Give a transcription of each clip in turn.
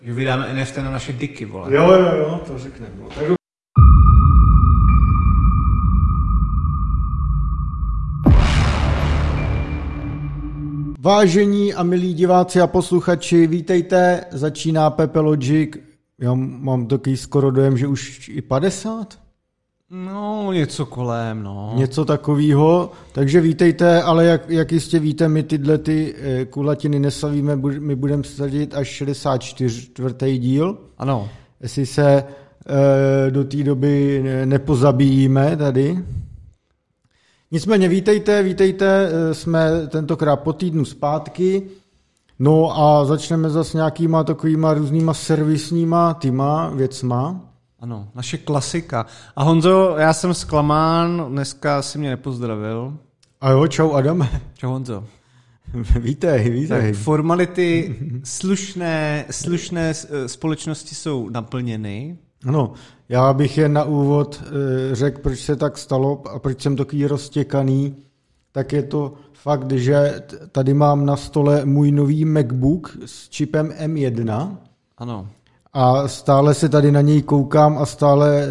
Že vydáme NFT na naše diky, vole. Jo, to řekneme. No. Vážení a milí diváci a posluchači, vítejte, začíná Pepe Logic. Já mám takový skoro dojem, že už i 50? No, něco kolem, no. Něco takového, takže vítejte, ale jak jistě víte, my tyhle kulatiny neslavíme, my budeme sadit až 64. díl. Ano. Jestli se do té doby nepozabíjíme tady. Nicméně vítejte, jsme tentokrát po týdnu zpátky, no a začneme zase nějakýma takovýma různýma servisníma věcma. Ano, naše klasika. A Honzo, já jsem zklamán, dneska si mě nepozdravil. A jo, čau Adame. Čau Honzo. Vítej. Tak formality slušné společnosti jsou naplněny. Ano, já bych jen na úvod řekl, proč se tak stalo a proč jsem takový roztěkaný, tak je to fakt, že tady mám na stole můj nový MacBook s čipem M1. Ano. A stále se tady na něj koukám a stále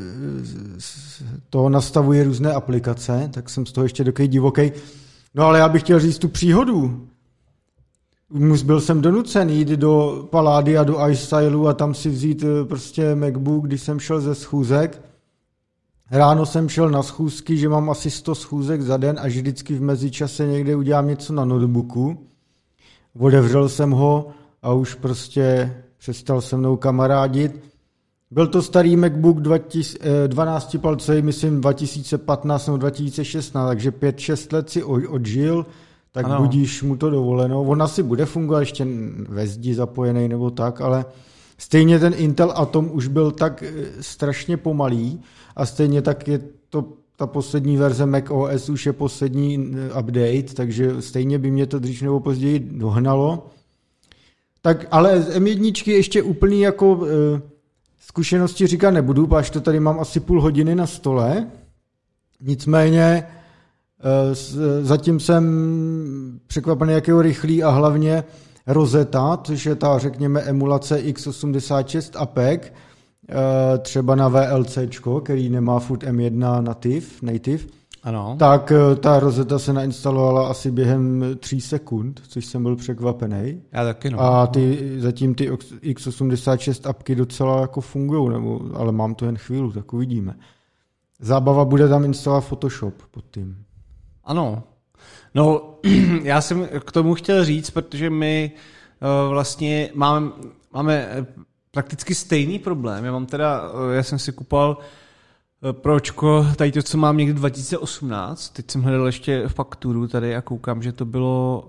to nastavuje různé aplikace, tak jsem z toho ještě takový divokej. No ale já bych chtěl říct tu příhodu. Byl jsem donucen jít do Palladia, do iStylu a tam si vzít prostě MacBook, když jsem šel ze schůzek. Ráno jsem šel na schůzky, že mám asi 100 schůzek za den a že vždycky v mezičase někde udělám něco na notebooku. Otevřel jsem ho a už prostě přestal se mnou kamarádit. Byl to starý MacBook 12 palcový, myslím 2015 nebo 2016, takže 5-6 let si odžil, tak ano. Budíš mu to dovoleno. On asi bude fungovat ještě ve zdi zapojený nebo tak, ale stejně ten Intel Atom už byl tak strašně pomalý a stejně tak je to ta poslední verze Mac OS už je poslední update, takže stejně by mě to dřív nebo později dohnalo. Tak, ale z M1 ještě úplný jako zkušenosti říkat nebudu, protože to tady mám asi půl hodiny na stole. Nicméně zatím jsem překvapený, jakého rychlý a hlavně Rosetta, což je ta, řekněme, emulace x86 APEC, třeba na VLCčko, který nemá furt M1 native. Ano. Tak ta Rosetta se nainstalovala asi během 3 sekund, což jsem byl překvapený. Já taky, no. A zatím ty x86 apky docela jako fungujou, ale mám to jen chvíli, tak uvidíme. Zábava bude tam instalovat Photoshop pod tím. Ano. No, já jsem k tomu chtěl říct, protože my vlastně máme prakticky stejný problém. Já jsem si kupoval pročko, tady to, co mám někdy 2018, teď jsem hledal ještě fakturu tady a koukám, že to bylo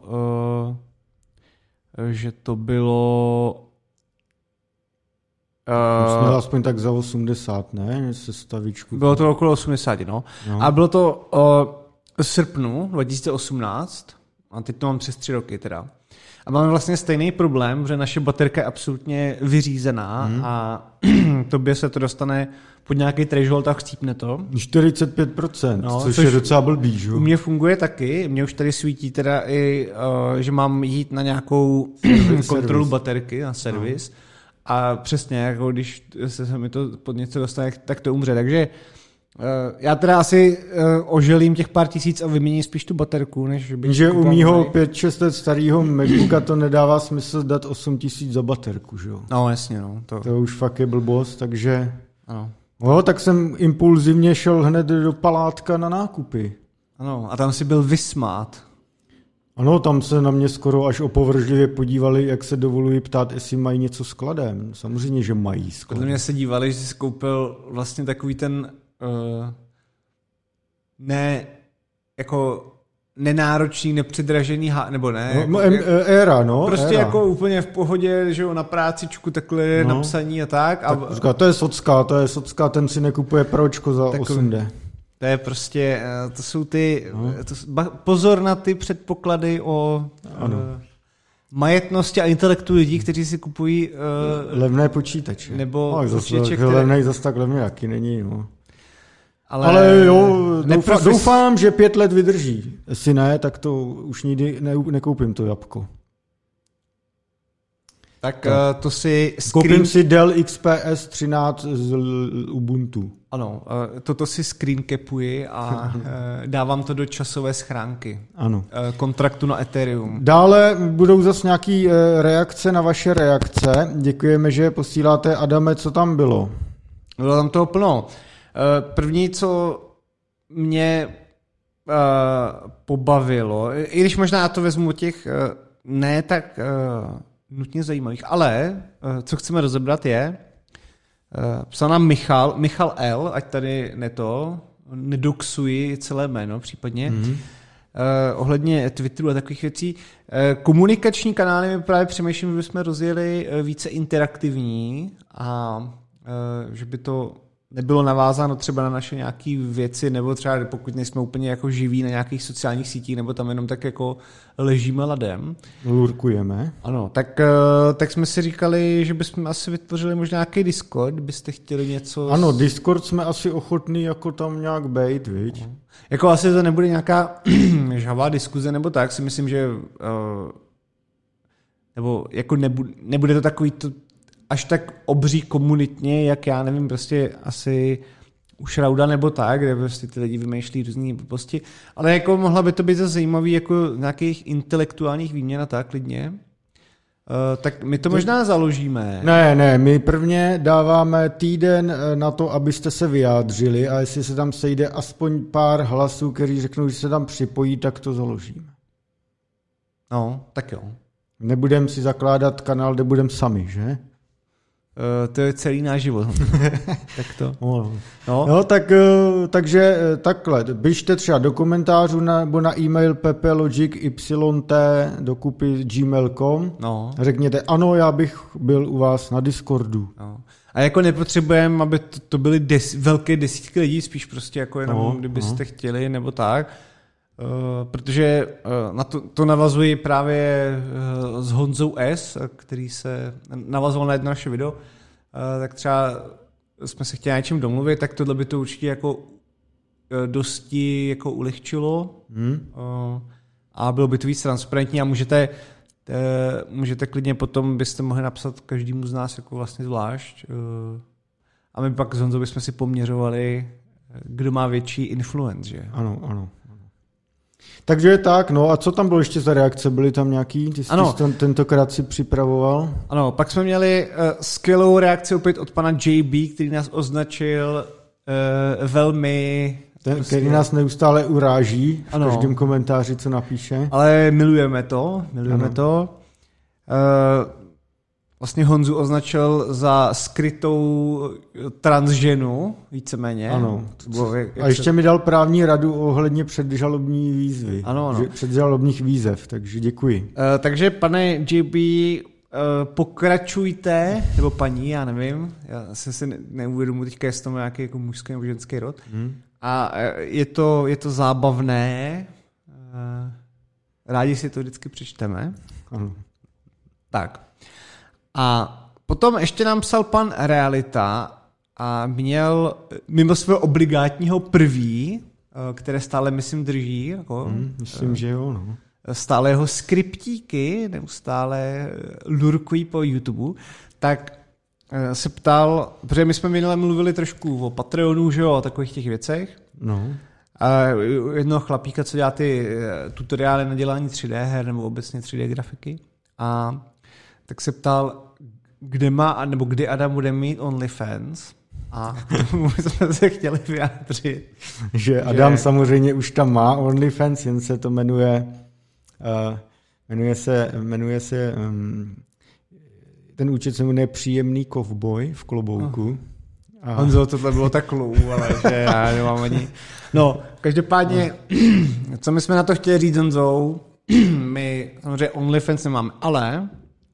Měl aspoň tak za 80, ne? Sestavičku. Bylo to okolo 80, no. A bylo to v srpnu 2018 a teď to mám přes 3 roky teda. A máme vlastně stejný problém, že naše baterka je absolutně vyřízená a tobě se to dostane pod nějaký threshold a chcípne to. 45%, no, což je docela blbý, že? U mě funguje taky, mě už tady svítí teda i, že mám jít na nějakou kontrolu baterky, na servis a přesně, jako když se mi to pod něco dostane, tak to umře, takže já teda asi oželím těch pár tisíc a vyměním spíš tu baterku, než bych... Že u mýho 5-6 let starého MacBooka to nedává smysl dát 8 000 za baterku, že jo? No jasně, no. To už fakt je blbost, takže... Ano. No, tak jsem impulzivně šel hned do Palátka na nákupy. Ano, a tam si byl vysmát. Ano, tam se na mě skoro až opovržlivě podívali, jak se dovolují ptát, jestli mají něco skladem. Samozřejmě, že mají skladem. Podle mě se dívali, že jsi koupil vlastně takový ten nenáročný, nepředražený, nebo ne? Éra, no. Prostě éra. jako úplně v pohodě, že jo, na prácičku takhle napsaní a tak. Říká, to je socka, ten si nekupuje pročko za 8D. To je prostě, to jsou ty, pozor na ty předpoklady o majetnosti a intelektu lidí, kteří si kupují levné počítače. Nebo počítače, které... Levnej zase tak levný taky není, no. Ale jo, doufám, že 5 let vydrží. Jestli ne, tak to už nikdy nekoupím to jabko. Tak to si Koupím si Dell XPS 13 z Ubuntu. Ano, toto si screencapuji a dávám to do časové schránky. Ano. Kontraktu na Ethereum. Dále budou zase nějaký reakce na vaše reakce. Děkujeme, že posíláte. Adame, co tam bylo? Bylo tam toho plno. První, co mě pobavilo, i když možná já to vezmu od těch ne tak nutně zajímavých, ale co chceme rozebrat je, psal nám Michal L, ať tady nedoxuji celé jméno případně, ohledně Twitteru a takových věcí. Komunikační kanály my právě přemýšlím, že bychom rozjeli více interaktivní a že by to nebylo navázáno třeba na naše nějaké věci, nebo třeba pokud nejsme úplně jako živí na nějakých sociálních sítích, nebo tam jenom tak jako ležíme ladem. Lurkujeme. Ano, tak jsme si říkali, že bychom asi vytvořili možná nějaký Discord, kdybyste chtěli něco... Ano, Discord jsme asi ochotní jako tam nějak bejt, viď? Jako asi to nebude nějaká žhavá diskuze, nebo tak, si myslím, že nebo jako nebude to takový to až tak obří komunitně, jak já nevím, prostě asi u Shrouda nebo tak, kde prostě ty lidi vymýšlí různý blbosti, ale jako mohla by to být zase zajímavý jako nějakých intelektuálních výměn a tak klidně. Tak my to možná založíme. Ne, my prvně dáváme týden na to, abyste se vyjádřili a jestli se tam sejde aspoň pár hlasů, který řeknou, že se tam připojí, tak to založíme. No, tak jo. Nebudeme si zakládat kanál, kde budeme sami, že? To je celý náš život. Tak to. No, takže takhle. Běžte třeba do komentářů nebo na e-mail pplogicyt dokupy gmail.com. No. Řekněte, ano, já bych byl u vás na Discordu. No. A jako nepotřebujeme, aby to byly velké desítky lidí, spíš prostě jako jenom, kdybyste chtěli, nebo tak. Protože na to navazuji právě s Honzou S, který se navazoval na jedno naše video, tak třeba jsme se chtěli na něčem domluvit, tak tohle by to určitě jako dosti jako ulehčilo a bylo by to víc transparentní a můžete klidně potom, byste mohli napsat každému z nás jako vlastně zvlášť a my pak s Honzou bychom si poměřovali, kdo má větší influence, že? Ano. Takže tak, no a co tam bylo ještě za reakce? Byly tam nějaký? Ty jsi tentokrát si připravoval? Ano, pak jsme měli skvělou reakci opět od pana JB, který nás označil velmi... Který nás neustále uráží v každém komentáři, co napíše. Ale milujeme to. Vlastně Honzu označil za skrytou transženu, víceméně. Ano. A ještě mi dal právní radu ohledně předžalobní výzvy. Ano. Předžalobních výzev, takže děkuji. Takže pane JB, pokračujte, nebo paní, já nevím, já si neuvědomuji teďka, jestli to má nějaký jako mužský nebo ženský rod. A je to zábavné, rádi si to vždycky přečteme. Ano. Tak. A potom ještě nám psal pan Realita a měl mimo svého obligátního prví, které stále, myslím, drží. Jako, myslím, že jo. No. Stále jeho skriptíky, neustále lurkují po YouTube, tak se ptal, protože my jsme minule mluvili trošku o Patreonu, že jo, o takových těch věcech. No. A jednoho chlapíka, co dělá ty tutoriály na dělání 3D her nebo obecně 3D grafiky. A tak se ptal, kdy Adam bude mít OnlyFans. A k tomu jsme se chtěli vyjádřit. Že Adam samozřejmě už tam má OnlyFans, jen se to jmenuje se ten účet se jmenuje Příjemný kovboj v klobouku. Honzo, tohle bylo tak low, ale že já nemám ani... No, každopádně, co my jsme na to chtěli říct, Honzou, my samozřejmě OnlyFans nemáme, ale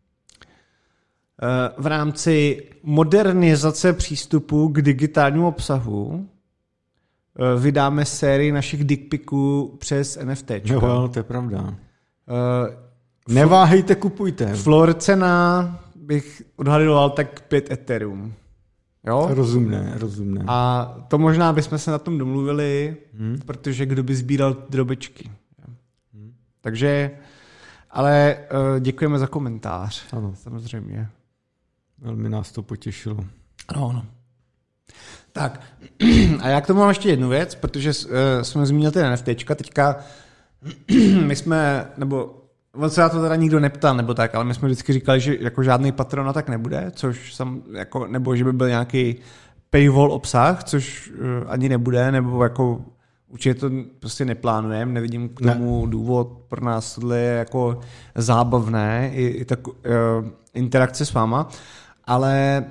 v rámci modernizace přístupu k digitálnímu obsahu vydáme sérii našich dickpiků přes NFT. Jo, to je pravda. Neváhejte, kupujte. Floor cena bych odhadoval tak 5 Ethereum. Jo? Rozumné. A to možná bychom se na tom domluvili, protože kdo by sbíral drobečky. Takže Ale děkujeme za komentář. Ano. Samozřejmě. Velmi nás to potěšilo. Ano. Tak, a já k tomu mám ještě jednu věc, protože jsme zmínili ty NFTčka, teďka my jsme, nebo on se na to teda nikdo neptal, nebo tak, ale my jsme vždycky říkali, že jako žádný Patreon tak nebude, což jsem, jako, nebo že by byl nějaký paywall obsah, což ani nebude, nebo jako určitě to prostě neplánujeme, nevidím k tomu důvod, pro nás tohle je jako zábavné, i tak interakce s váma, ale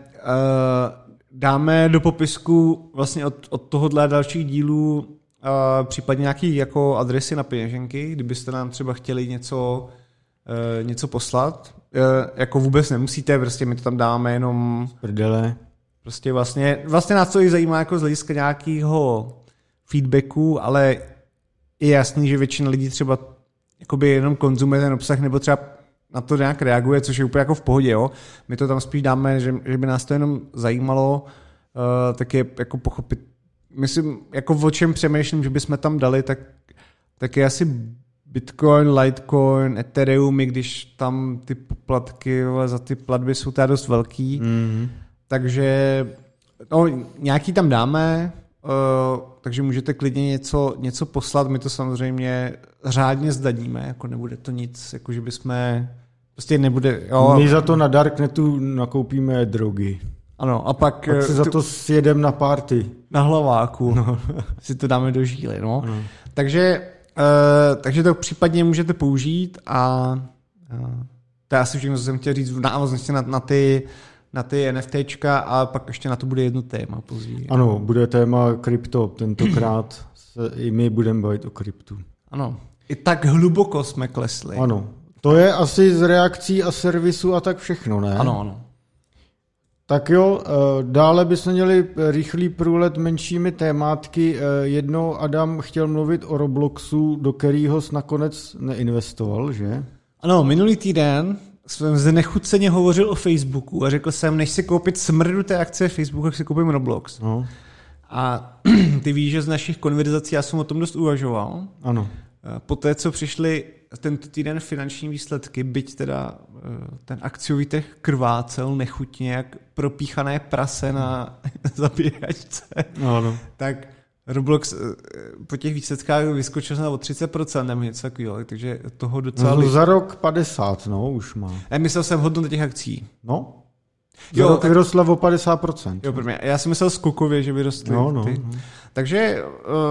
dáme do popisku vlastně od tohohle dalších dílů případně nějaký jako adresy na peněženky, kdybyste nám třeba chtěli něco poslat. Jako vůbec nemusíte, prostě my to tam dáme jenom Prdele. Prostě vlastně nás to i zajímá jako z hlediska nějakého feedbacku, ale je jasný, že většina lidí třeba jakoby jenom konzumuje ten obsah nebo třeba na to nějak reaguje, což je úplně jako v pohodě, jo. My to tam spíš dáme, že by nás to jenom zajímalo, tak je jako pochopit, myslím, jako o čem přemýšlím, že bychom tam dali, tak je asi Bitcoin, Litecoin, Ethereum, i když tam ty poplatky za ty platby jsou teda dost velký. Mm-hmm. Takže no, nějaký tam dáme, takže můžete klidně něco poslat, my to samozřejmě řádně zdaníme, jako nebude to nic, jako že bychom, prostě nebude, jo. My za to na Darknetu nakoupíme drogy. Ano, a pak si za to sjedem na party. Na hlaváku. No. Si to dáme do žíly, no. Ano. Takže to případně můžete použít a to je asi všechno, co jsem chtěl říct v návaznosti na ty NFTčka a pak ještě na to bude jedno téma později. Ano, bude téma krypto. Tentokrát se i my budeme bavit o kryptu. Ano. I tak hluboko jsme klesli. Ano. To je asi z reakcí a servisu a tak všechno, ne? Ano. Tak jo, dále bychom měli rychlý průlet menšími témátky. Jednou Adam chtěl mluvit o Robloxu, do kterého nakonec neinvestoval, že? Ano, minulý týden jsem znechuceně hovořil o Facebooku a řekl jsem, než si koupit smrdu té akcie Facebooku, jak si koupím Roblox. No. A ty víš, že z našich konverzací já jsem o tom dost uvažoval. Ano. Poté, co přišly tento týden finanční výsledky, byť teda ten akciový trh krvácel nechutně, jak propíchané prase na zabíjačce, ano. tak Roblox po těch výsledkách vyskočil o 30% nebo něco takového, takže toho docela... No, za rok 50, no, už má. Myslel jsem hodnotu těch akcí. No. Za rok vyrostla o 50%. Jo, pro mě. Já jsem myslel skokově, že vyrostly ty. No. Takže...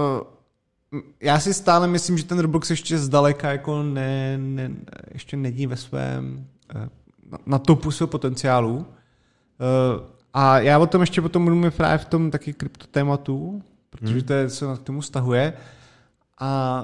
já si stále myslím, že ten Roblox ještě zdaleka jako ještě není ve svém na topu svého potenciálu. A já o tom ještě potom budu mít právě v tom taky kryptotématu, protože to je, co k tomu stahuje. A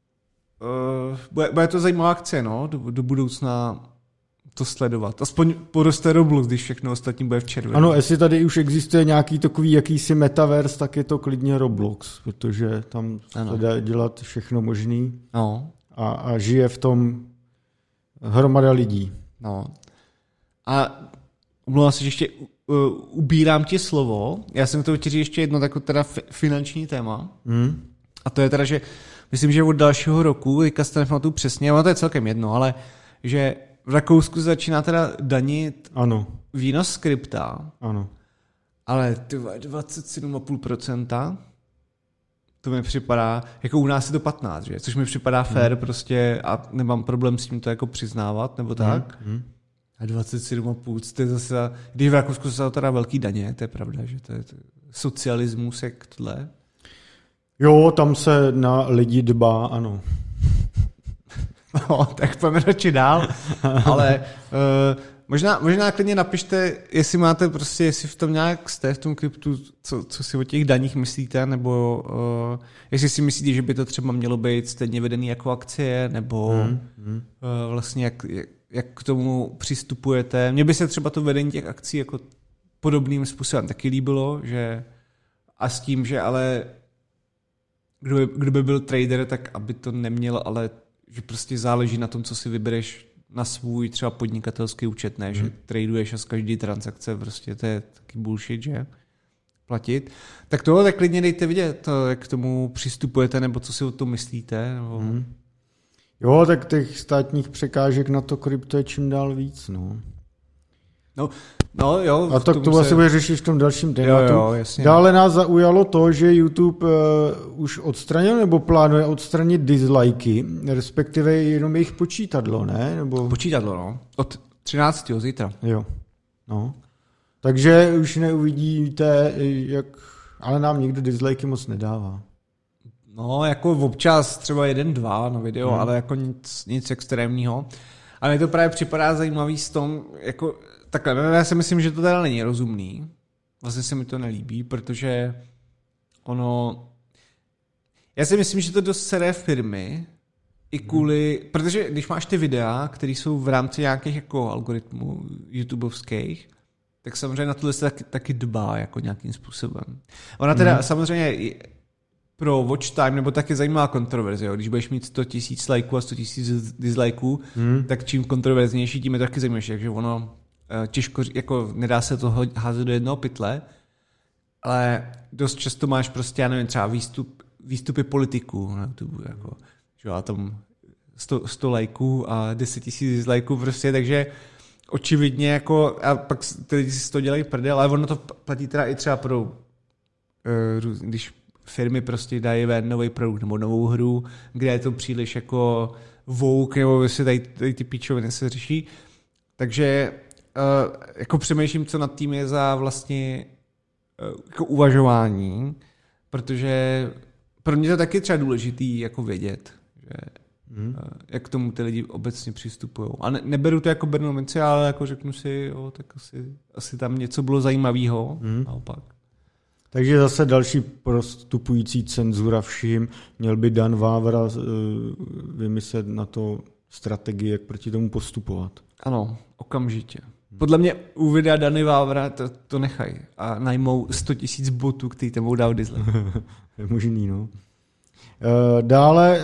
bude to zajímavá akce, no, do budoucna to sledovat. Aspoň poroste Roblox, když všechno ostatní bude v červenu. Ano, jestli tady už existuje nějaký takový jakýsi metaverse, tak je to klidně Roblox, protože tam se dá dělat všechno možný. No. A žije v tom hromada lidí. No. A omlouvám se, že ještě ubírám ti slovo. Já jsem to chtěl říct ještě jedno takové teda finanční téma. A to je teda, že myslím, že od dalšího roku, teďka se nepamatuju přesně, ono to je celkem jedno, ale že v Rakousku začíná teda danit výnos z krypta. Ano. Ale 27,5%, to mi připadá, jako u nás je to 15, že? Což mi připadá fair prostě a nemám problém s tím to jako přiznávat, nebo tak. A 27,5, to je zase, když v Rakousku jsou teda velký daně, to je pravda, že to je socialismus, jak tohle. Jo, tam se na lidi dbá, ano. No, tak pojďme radši dál, ale možná klidně napište, jestli máte prostě, jestli v tom nějak jste v tom kryptu, co si o těch daních myslíte, nebo jestli si myslíte, že by to třeba mělo být stejně vedený jako akcie, nebo vlastně jak k tomu přistupujete. Mně by se třeba to vedení těch akcí jako podobným způsobem taky líbilo, že a s tím, že ale kdo by byl trader, tak aby to neměl, ale že prostě záleží na tom, co si vybereš na svůj třeba podnikatelský účet, ne, že traduješ a z každé transakce prostě to je taky bullshit, že platit. Tak tohle tak klidně dejte vidět, jak k tomu přistupujete, nebo co si o tom myslíte. Nebo... Jo, tak těch státních překážek na to krypto je čím dál víc, no. No jo. A tak to asi bude řešit v tom dalším tématu. Jo, jasně. Dále nás zaujalo to, že YouTube už odstranil nebo plánuje odstranit disliky, respektive jenom jejich počítadlo, ne? Nebo... Počítadlo, no. Od 13. zítra. Jo, no. Takže už neuvidíte, jak... Ale nám nikdo disliky moc nedává. No, jako občas třeba 1-2 na video, ale jako nic extrémního. Ale mi to právě připadá zajímavý s tom, jako takhle, já si myslím, že to teda není rozumný. Vlastně se mi to nelíbí, protože já si myslím, že to dost sere firmy i kvůli, protože když máš ty videa, které jsou v rámci nějakých jako algoritmů YouTubeovských, tak samozřejmě na tohle se taky dbá jako nějakým způsobem. Ona teda samozřejmě pro watch time, nebo taky zajímavá kontroverze, jo? Když budeš mít 100 000 lajků a 100 000 dislikeů, tak čím kontroverznější, tím je to taky zajímavější, takže ono těžko, jako nedá se to házet do jednoho pytle, ale dost často máš prostě, já nevím, třeba výstupy politiků na YouTube, jako, že a tam 100 lajků a 10 000 dislikeů prostě, takže očividně jako, a pak ty lidi si to dělají prdel, ale ono to platí teda i třeba pro, když firmy prostě dají ven nový produkt nebo novou hru, kde je to příliš jako woke, nebo si tady ty píčoviny se řeší. Takže jako přemýšlím, co nad tím je za vlastně jako uvažování, protože pro mě to taky třeba důležitý jako vědět, že jak k tomu ty lidi obecně přistupují. A neberu to jako bernou minci, ale jako řeknu si, jo, tak asi tam něco bylo zajímavého, naopak. Takže zase další prostupující cenzura vším. Měl by Dan Vávra vymyslet na to strategii, jak proti tomu postupovat. Ano, okamžitě. Podle mě u videa Dany Vávra to nechají a najmou 100 000 botů, který tomu dá dislike. Je možný, no. Dále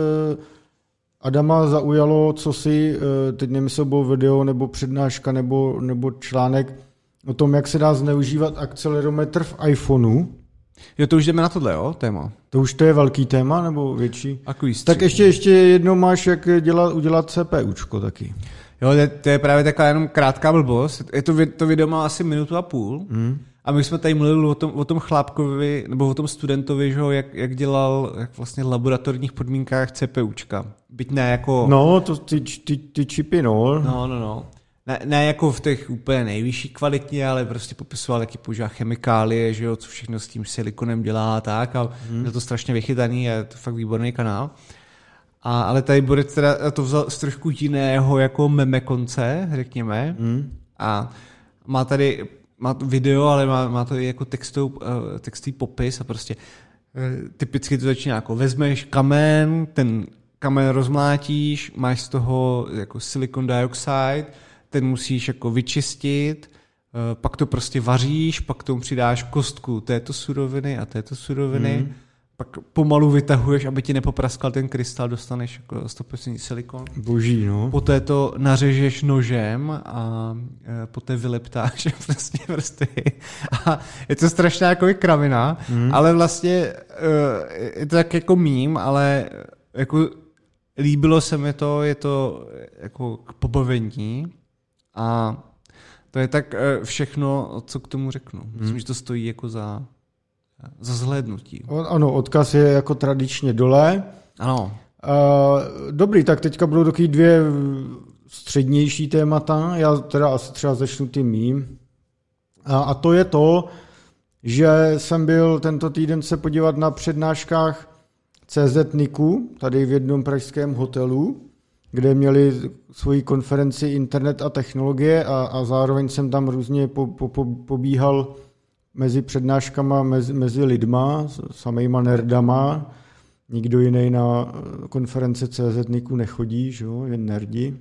Adama zaujalo, co si, teď nemyslel, byl video nebo přednáška nebo článek o tom, jak se dá zneužívat akcelerometr v iPhoneu. Jo, to už jdeme na tohle, jo, téma. To už to je velký téma, nebo větší? Tak ještě jednou máš, jak udělat CPUčko taky. Jo, to je právě taková jenom krátká blbost. To video má asi 1,5 minuty. A my jsme tady mluvili o tom chlápkovi, nebo o tom studentovi, že jak dělal jak vlastně v laboratorních podmínkách CPUčka. Byť ne jako... No, to ty čipy, no. No. Ne jako v těch úplně nejvyšší kvalitě, ale prostě popisoval, jaký používá chemikálie, že jo, co všechno s tím silikonem dělá a tak. A je to strašně vychytaný a je to fakt výborný kanál. Ale tady bude teda to vzal z trošku jiného jako meme konce, řekněme. A má video, ale má to i jako textový popis a prostě typicky to začíná jako vezmeš kamen, ten kamen rozmlátíš, máš z toho jako silicon dioxide, ten musíš jako vyčistit, pak to prostě vaříš, pak tomu přidáš kostku této suroviny a této suroviny, pak pomalu vytahuješ, aby ti nepopraskal ten krystal, dostaneš jako 100% silikon. Boží, no. Poté to nařežeš nožem a poté vyleptáš prostě. A je to strašná jako kravina, ale vlastně je to tak jako mím, ale jako líbilo se mi to, je to jako k pobavení a to je tak všechno, co k tomu řeknu. Myslím, že to stojí jako za zhlédnutí. Ano, odkaz je jako tradičně dole. Ano. Dobrý, tak teďka budou taky 2 střednější témata. Já teda asi třeba začnu tím mým. A to je to, že jsem byl tento týden se podívat na přednáškách CZ-NICu, tady v jednom pražském hotelu, kde měli svoji konferenci Internet a technologie a zároveň jsem tam různě pobíhal mezi přednáškama, mezi lidma, samejma nerdama. Nikdo jiný na konference CZ-NICu nechodí, že jo, jen nerdi.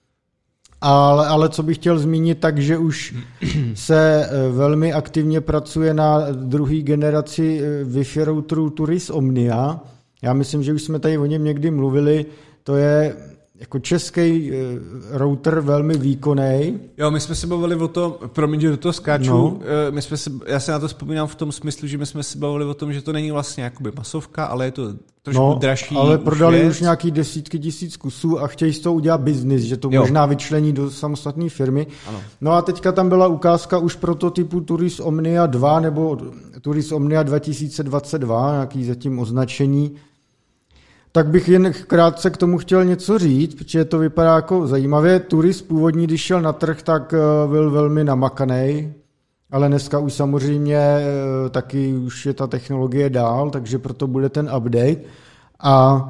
Ale co bych chtěl zmínit, takže už se velmi aktivně pracuje na druhé generaci Wi-Fi routeru Turis Omnia. Já myslím, že už jsme tady o něm někdy mluvili. To je jako český router velmi výkonný. Jo, my jsme se bavili o tom, promiň, že do toho skáču, no. Já se na to vzpomínám v tom smyslu, že my jsme se bavili o tom, že to není vlastně jakoby masovka, ale je to trošku dražší. Ale prodali už nějaký desítky tisíc kusů a chtějí z toho udělat biznis, že to možná vyčlení do samostatné firmy. Ano. No a teďka tam byla ukázka už prototypu Turis Omnia 2 nebo Turis Omnia 2022, nějaký zatím označení. Tak bych jen krátce k tomu chtěl něco říct, protože to vypadá jako zajímavě. Turis původní, když šel na trh, tak byl velmi namakaný, ale dneska už samozřejmě taky už je ta technologie dál, takže proto bude ten update. A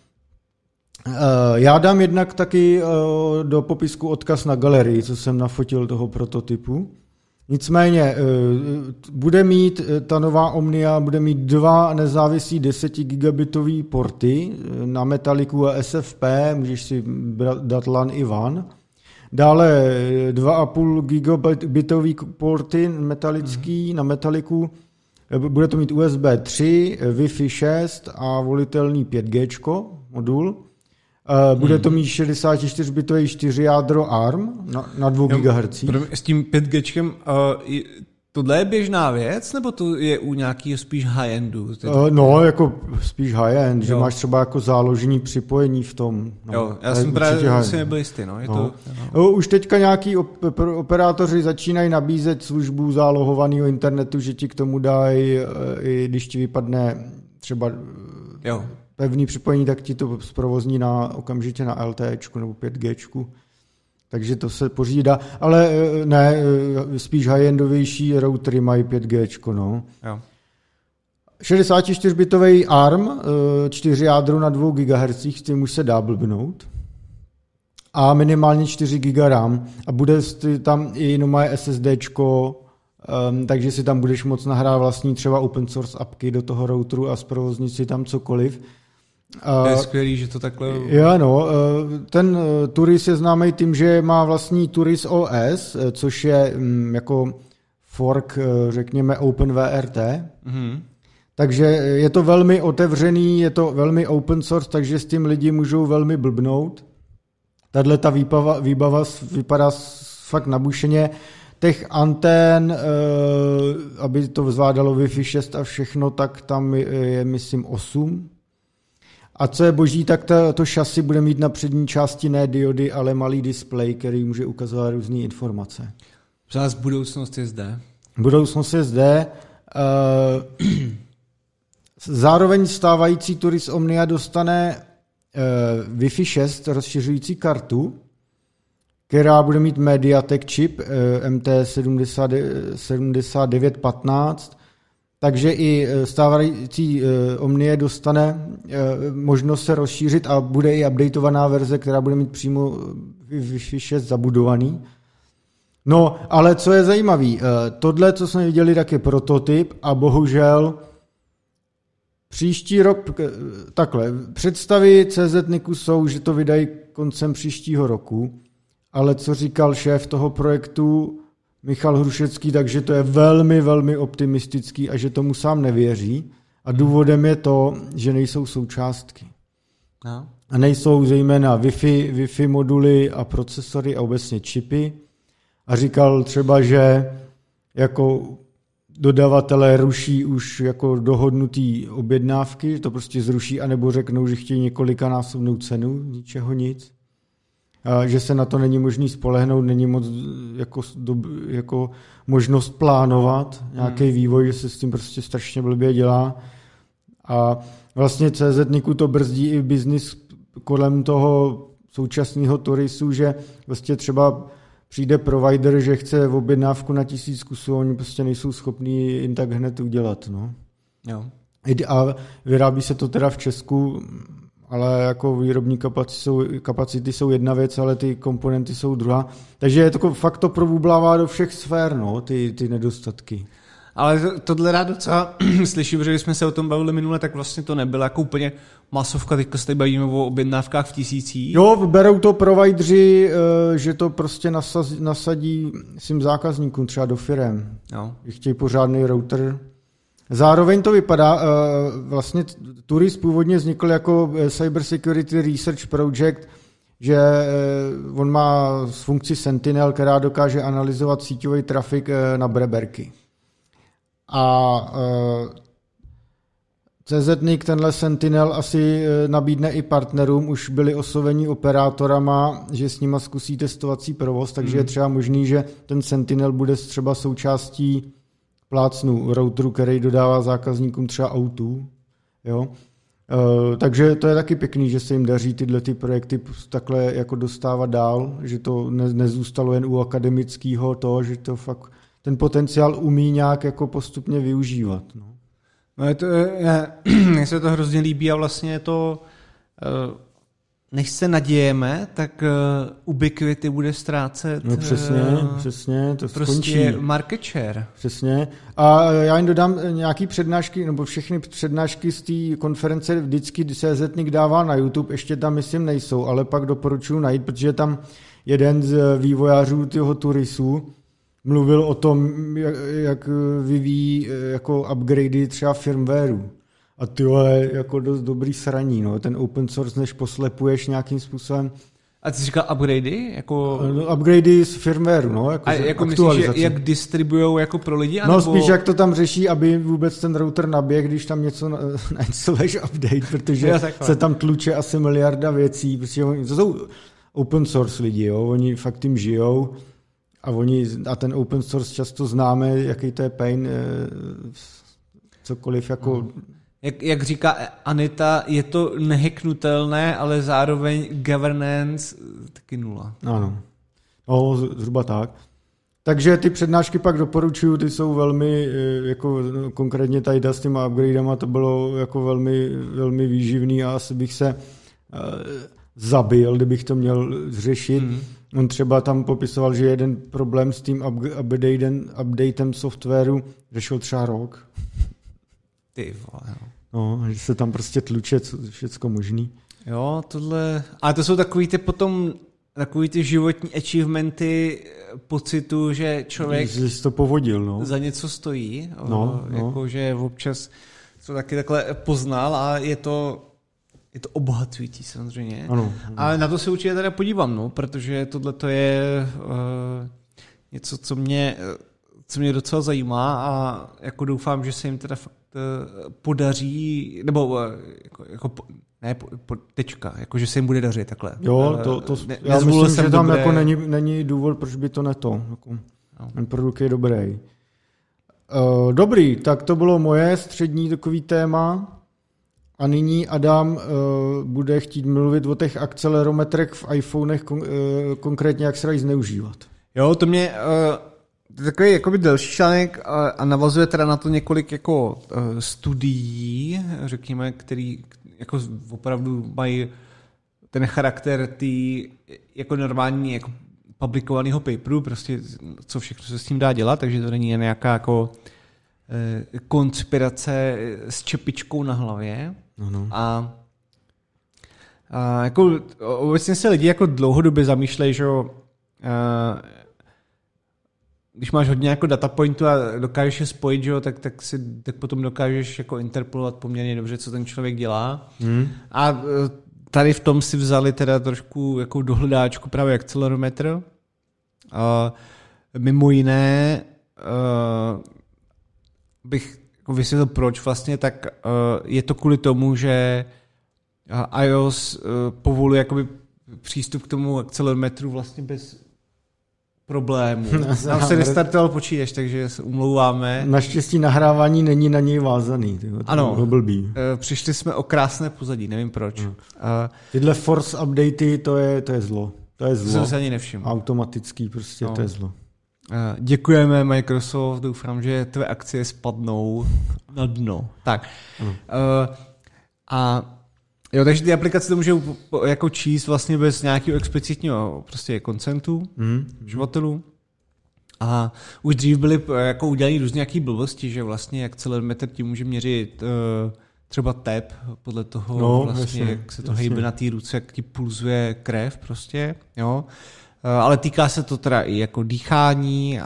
já dám jednak taky do popisku odkaz na galerii, co jsem nafotil toho prototypu. Nicméně bude mít ta nová Omnia bude mít 2 nezávislý 10 gigabitový porty na Metallicu a SFP, můžeš si dát LAN i WAN. Dále 2,5 gigabitový porty metalický na Metallicu, bude to mít USB 3, Wi-Fi 6 a volitelný 5G modul. Bude to mít 64-bitový 4 jádro ARM na 2 GHz. S tím 5G, tohle je běžná věc, nebo to je u nějakého spíš high-endu? No, jako spíš high-end, že máš třeba jako záložní připojení v tom. No, jo, já jsem právě si nebyl jistý. No. Už teďka nějaký operátoři začínají nabízet službu zálohovaného internetu, že ti k tomu dají, i když ti vypadne třeba pevný připojení, tak ti to zprovozní okamžitě na LTE nebo 5G. Takže to se pořídá, ale ne, spíš high-endovější routery mají 5G, no. Jo. 64-bitový ARM, 4 jádro na 2 GHz, s tím už se dá blbnout. A minimálně 4 GB RAM. A bude tam i moje SSDčko, takže si tam budeš moct nahrát vlastní třeba open source apky do toho routeru a zprovoznit si tam cokoliv. To je skvělý, že to takhle... Jo, no, ten Turis je známý tím, že má vlastní Turis OS, což je jako fork, řekněme, OpenVRT. Mm-hmm. Takže je to velmi otevřený, je to velmi open source, takže s tím lidi můžou velmi blbnout. Tahle ta výbava vypadá fakt nabušeně. Těch antén, aby to zvládalo Wi-Fi 6 a všechno, tak tam je, myslím, 8. A co je boží, tak to šasi bude mít na přední části ne diody, ale malý displej, který může ukazovat různé informace. Přes budoucnost je zde. Budoucnost je zde. Zároveň stávající Turis Omnia dostane Wi-Fi 6 rozšiřující kartu, která bude mít MediaTek čip MT7915, takže i stávající Omnie dostane možnost se rozšířit a bude i updateovaná verze, která bude mít přímo Wi-Fi 6 zabudovaný. No, ale co je zajímavý, tohle, co jsme viděli, tak je prototyp a bohužel příští rok, takhle, představy CZ-Niku jsou, že to vydají koncem příštího roku, ale co říkal šéf toho projektu Michal Hrušecký, takže to je velmi, velmi optimistický a že tomu sám nevěří. A důvodem je to, že nejsou součástky. No. A nejsou zejména Wi-Fi moduly a procesory a obecně čipy. A říkal třeba, že jako dodavatelé ruší už jako dohodnutý objednávky, že to prostě zruší, anebo řeknou, že chtějí několikanásobnou cenu, ničeho nic. A že se na to není možný spolehnout, není moc jako možnost plánovat nějaký vývoj, že se s tím prostě strašně blbě dělá. A vlastně CZ-Niku to brzdí i biznis kolem toho současného Turisu, že vlastně třeba přijde provider, že chce objednávku na 1000 kusů, oni prostě nejsou schopní jen tak hned udělat. No. Jo. A vyrábí se to teda v Česku, ale jako výrobní kapacity jsou jedna věc, ale ty komponenty jsou druhá. Takže je to fakt to probublává do všech sfér, no, ty nedostatky. Ale tohle rád docela slyším, že když jsme se o tom bavili minule, tak vlastně to nebyla jako úplně masovka, teďka se tady bavíme o objednávkách v tisících. Jo, berou to provideri, že to prostě nasadí svým zákazníkům třeba do firem. Chtějí pořádný router. Zároveň to vypadá, vlastně Turis původně vznikl jako Cyber Security Research Project, že on má funkci Sentinel, která dokáže analyzovat síťový trafik na breberky. A CZNIC, tenhle Sentinel asi nabídne i partnerům, už byli oslovení operátorama, že s nima zkusí testovací provoz, takže je třeba možný, že ten Sentinel bude třeba součástí plácnu routeru, který dodává zákazníkům třeba autů. Jo? Takže to je taky pěkný, že se jim daří tyhle ty projekty takhle jako dostávat dál, že to nezůstalo jen u akademického toho, že to fakt ten potenciál umí nějak jako postupně využívat. No. No mně se to hrozně líbí a vlastně to, než se nadějeme, tak Ubiquity bude ztrácet no přesně, to prostě skončí. Market share. Přesně. A já jim dodám nějaký přednášky, nebo všechny přednášky z té konference vždycky CZNIC dává na YouTube, ještě tam myslím nejsou, ale pak doporučuji najít, protože tam jeden z vývojářů toho Turisu mluvil o tom, jak vyvíjí jako upgradey třeba firmwareu. A tyhle jako dost dobrý sraní, no. Ten open source, než poslepuješ nějakým způsobem. A ty jsi říkal upgradey? Jako... No, upgradey z firmwareu, no. Jako myslíš, jak distribujou jako pro lidi? Anebo... No spíš, jak to tam řeší, aby vůbec ten router naběh, když tam něco nainstaluješ update, protože se tam tluče asi miliarda věcí. Protože to jsou open source lidi, jo. Oni fakt tím žijou. A ten open source často známe, jaký to je pain, cokoliv jako... Jak říká Anita, je to nehacknutelné, ale zároveň governance taky nula. Ano, no, zhruba tak. Takže ty přednášky pak doporučuju, ty jsou velmi, jako konkrétně tady s těma upgradama, to bylo jako velmi, velmi výživný a asi bych se zabil, kdybych to měl řešit. On třeba tam popisoval, že jeden problém s tím updatem softwaru řešil třeba rok. Ty vole. No, že se tam prostě tluče všecko možný. Jo, tohle... Ale to jsou takový ty životní achievementy pocitu, že člověk jsi to povodil, no. Za něco stojí. No. Jako, že občas to taky takhle poznal a je to obohacující samozřejmě. Ano. Ale na to se určitě teda podívám, no, protože tohle to je něco, co mě docela zajímá a jako doufám, že se jim teda fakt podaří, nebo tečka, jako že se jim bude dařit takhle. Jo, já myslím, že tam jako není důvod, proč by to jako, ten produkt je dobrý. Dobrý, tak to bylo moje střední takový téma. A nyní Adam bude chtít mluvit o těch akcelerometrech v iPhonech, konkrétně jak se dají zneužívat. Jo, to mě takový jakoby delší článek a navazuje teda na to několik jako studií, řekněme, který jako opravdu mají ten charakter tý jako normální jako publikovaného paperu, prostě co všechno se s tím dá dělat, takže to není jen nějaká jako konspirace s čepičkou na hlavě. Ano. A jako obecně se lidi jako dlouhodobě zamýšlejí, že když máš hodně jako data pointu a dokážeš je spojit, že tak potom dokážeš jako interpolovat poměrně dobře, co ten člověk dělá. A tady v tom si vzali teda trošku jako dohledáčku právě akcelerometr. Mimo jiné bych jako vysvětlil proč vlastně, tak je to kvůli tomu, že iOS povoluje jakoby přístup k tomu akcelerometru vlastně bez problémů. Nám se restartoval počítač, takže se umlouváme. Naštěstí nahrávání není na něj vázaný. Ano, přišli jsme o krásné pozadí, nevím proč. Tyhle force updaty, to je zlo. To je zlo. Jsem se ani nevšiml. Automatický prostě, to je zlo. Děkujeme Microsoft, doufám, že tvé akcie spadnou na dno. Tak. Jo, takže ty aplikace to můžou jako číst vlastně bez nějakého explicitního prostě konsentu uživatelů. A už dřív byly jako udělané různě nějaké blbosti, že vlastně akcelerometr ti může měřit třeba tep podle toho vlastně, jak se to hejbe na té ruce, jak ti pulzuje krev prostě, jo. Ale týká se to teda i jako dýchání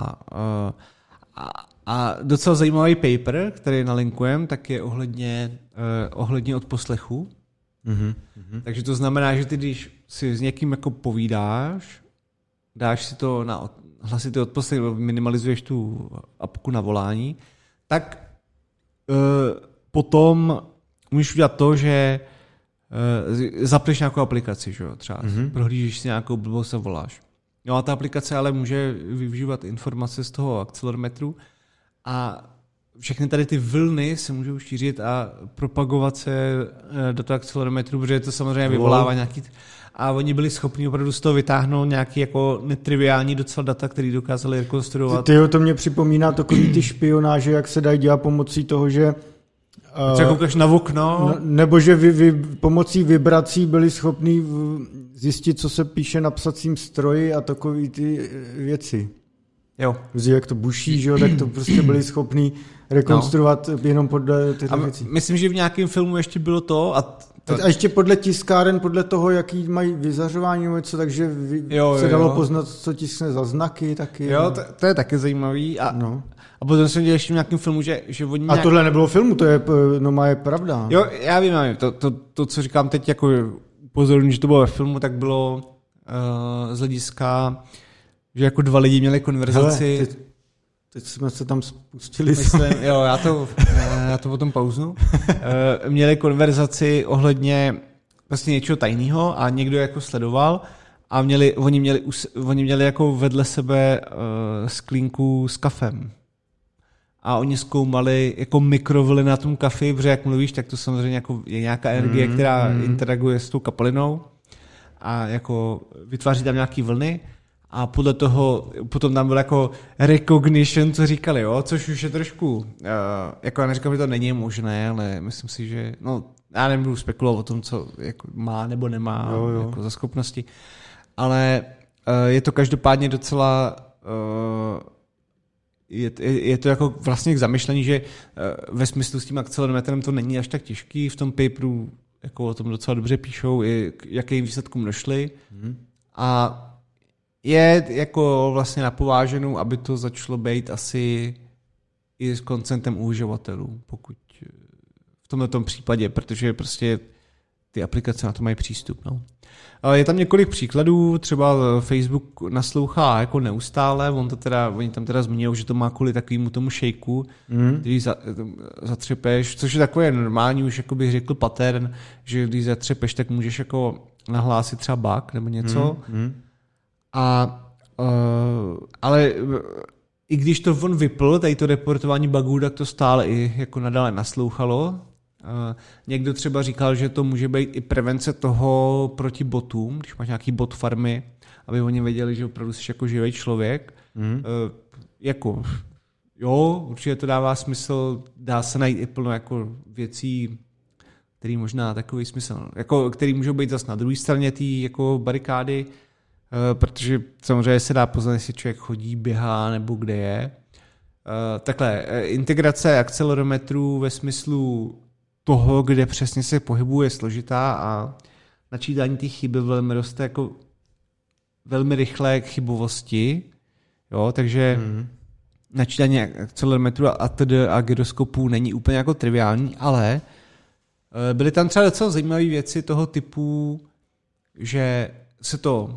a docela zajímavý paper, který nalinkujeme, tak je ohledně odposlechu. Takže to znamená, že ty, když si s někým jako povídáš, dáš si to na hlasitý odposlech, minimalizuješ tu apku na volání, tak potom můžeš udělat to, že zapneš nějakou aplikaci, že jo, třeba prohlížíš si nějakou blbost a voláš. No a ta aplikace ale může využívat informace z toho akcelerometru a všechny tady ty vlny se můžou šířit a propagovat se do toho akcelerometru, protože to samozřejmě vyvolává nějaký... A oni byli schopni opravdu z toho vytáhnout nějaký jako netriviální docela data, který dokázali rekonstruovat. Tyjo, to mě připomíná takový ty špionáže, jak se dají dělat pomocí toho, že... Třeba koukáš na okno. Nebo že pomocí vibrací byli schopní zjistit, co se píše na psacím stroji a takové ty věci. Jo. Jak to buší, že jo, tak to prostě byli schopní rekonstruovat jenom podle těchto věcí. Myslím, že v nějakém filmu ještě bylo to a ještě podle tiskáren, podle toho, jaký mají vyzařování nebo něco, takže se dalo poznat, co tiskne za znaky taky. Jo, to je taky zajímavý. A potom jsem dělal ještě v nějakém filmu, že oni A tohle nebylo filmu, to je pravda. Jo, já vím, to, co říkám teď, jako upozorňuji, že to bylo ve filmu, tak bylo z hlediska, že jako dva lidi měli konverzaci. Hele, teď jsme se tam spustili. Myslím, jo, já to potom pauznu. Měli konverzaci ohledně vlastně něčeho tajného a někdo jako sledoval a oni měli jako vedle sebe sklínku s kafem. A oni zkoumali jako mikrovlny na tom kafi, protože jak mluvíš, tak to samozřejmě jako je nějaká energie, která interaguje s tou kapalinou a jako vytváří tam nějaký vlny. A podle toho, potom tam byl jako recognition, co říkali, jo, což už je trošku, jako já neříkám, že to není možné, ale myslím si, že, no, já nebudu spekulovat o tom, co jako má nebo nemá jako za schopnosti, ale je to každopádně docela, je to jako vlastně k zamyšlení, že ve smyslu s tím akcelerometrem to není až tak těžký, v tom paperu jako o tom docela dobře píšou, k jakým výsledkům došli a je jako vlastně napováženou, aby to začalo být asi i s koncentem uživatelů, pokud v tomto případě, protože prostě ty aplikace na to mají přístup. No. Je tam několik příkladů, třeba Facebook naslouchá jako neustále, oni tam teda zmiňují, že to má kvůli takovému tomu šejku, který zatřepeš, což je takové normální, už jako bych řekl pattern, že když zatřepeš, tak můžeš jako nahlásit třeba bug nebo něco. Ale i když to on vypl, tady to reportování bugů, tak to stále i jako nadále naslouchalo. Někdo třeba říkal, že to může být i prevence toho proti botům, když máš nějaký bot farmy, aby oni věděli, že opravdu jsi jako živý člověk. Jako, jo, určitě to dává smysl, dá se najít i plno jako věcí, který možná takový smysl, jako, který můžou být zase na druhé straně té jako barikády, protože samozřejmě se dá poznat, jestli člověk chodí, běhá nebo kde je. Takhle, integrace akcelerometrů ve smyslu toho, kde přesně se pohybuje, je složitá a načítání těch chyby velmi roste jako velmi rychlé k chybovosti. Jo, takže načítání akcelerometru a gyroskopů není úplně jako triviální, ale byly tam třeba docela zajímavé věci toho typu, že se to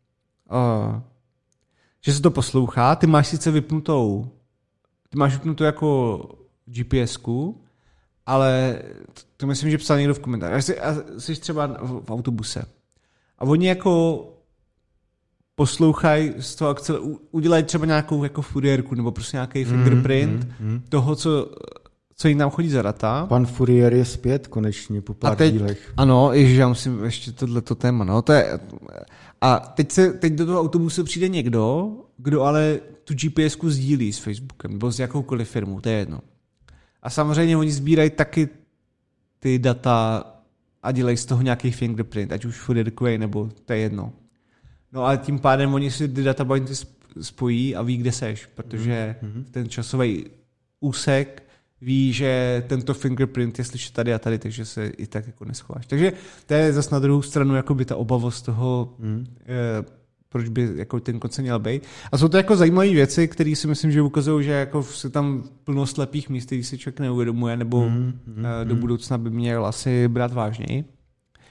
poslouchá, ty máš sice vypnutou jako GPSku, ale to myslím, že psal někdo v komentáři. Jsi třeba v autobuse a oni jako poslouchají z toho udělají třeba nějakou jako Fourierku nebo prostě nějaký fingerprint toho, co jim tam chodí za data. Pan Fourier je zpět konečně po pár dílech. Ano, ježiš, já musím ještě tohleto téma. No, a teď do toho autobusu přijde někdo, kdo ale tu GPSku sdílí s Facebookem nebo s jakoukoliv firmou, to je jedno. A samozřejmě oni sbírají taky ty data a dělají z toho nějaký fingerprint, ať už Fourierkovej nebo to je jedno. No a tím pádem oni si ty datapointy spojí a ví, kde seš, protože ten časový úsek ví, že tento fingerprint je slyšet tady a tady, takže se i tak jako neschováš. Takže to je zase na druhou stranu jakoby ta obava z toho, proč by jako ten koncept měl být. A jsou to jako zajímavé věci, které si myslím, že ukazují, že jako se tam plno slepých míst, který si člověk neuvědomuje, nebo do budoucna by měl asi brát vážněji.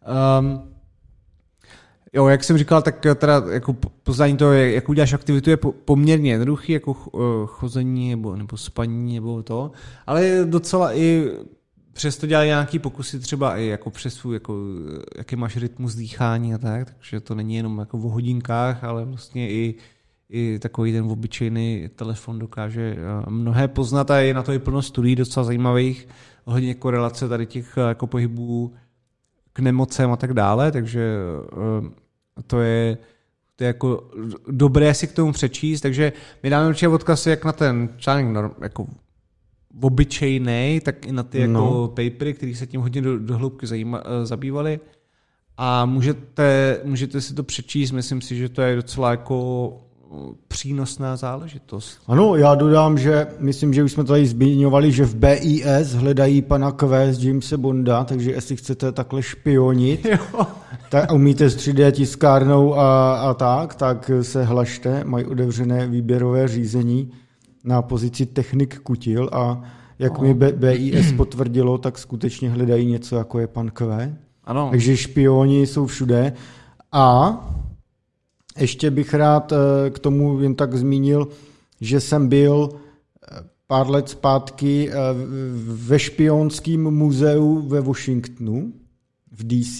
Jo, jak jsem říkal, tak teda jako poznání toho, jak uděláš aktivitu, je poměrně jednoduchý, jako chození nebo spaní nebo to, ale docela i přesto dělali nějaký pokusy třeba i jako přes svůj, jako, jaký máš rytmus dýchání a tak, takže to není jenom jako o hodinkách, ale vlastně i takový ten obyčejný telefon dokáže mnohé poznat a je na to i plno studií docela zajímavých, hodně korelace tady těch jako pohybů k nemocem a tak dále, takže to je jako dobré si k tomu přečíst, takže my dáme určitě odkaz jak na ten článek jako obyčejnej, tak i na ty jako papery, které se tím hodně do hloubky zabývaly a můžete si to přečíst, myslím si, že to je docela jako přínosná záležitost. Ano, já dodám, že myslím, že už jsme tady zmiňovali, že v BIS hledají pana Q z Jamese Bonda, takže jestli chcete takhle špionit tak umíte s 3D tiskárnou a tak se hlašte, mají otevřené výběrové řízení na pozici technik kutil a jak mi BIS potvrdilo, tak skutečně hledají něco, jako je pan Q. Ano. Takže špioni jsou všude a ještě bych rád k tomu jen tak zmínil, že jsem byl pár let zpátky ve špionském muzeu ve Washingtonu v DC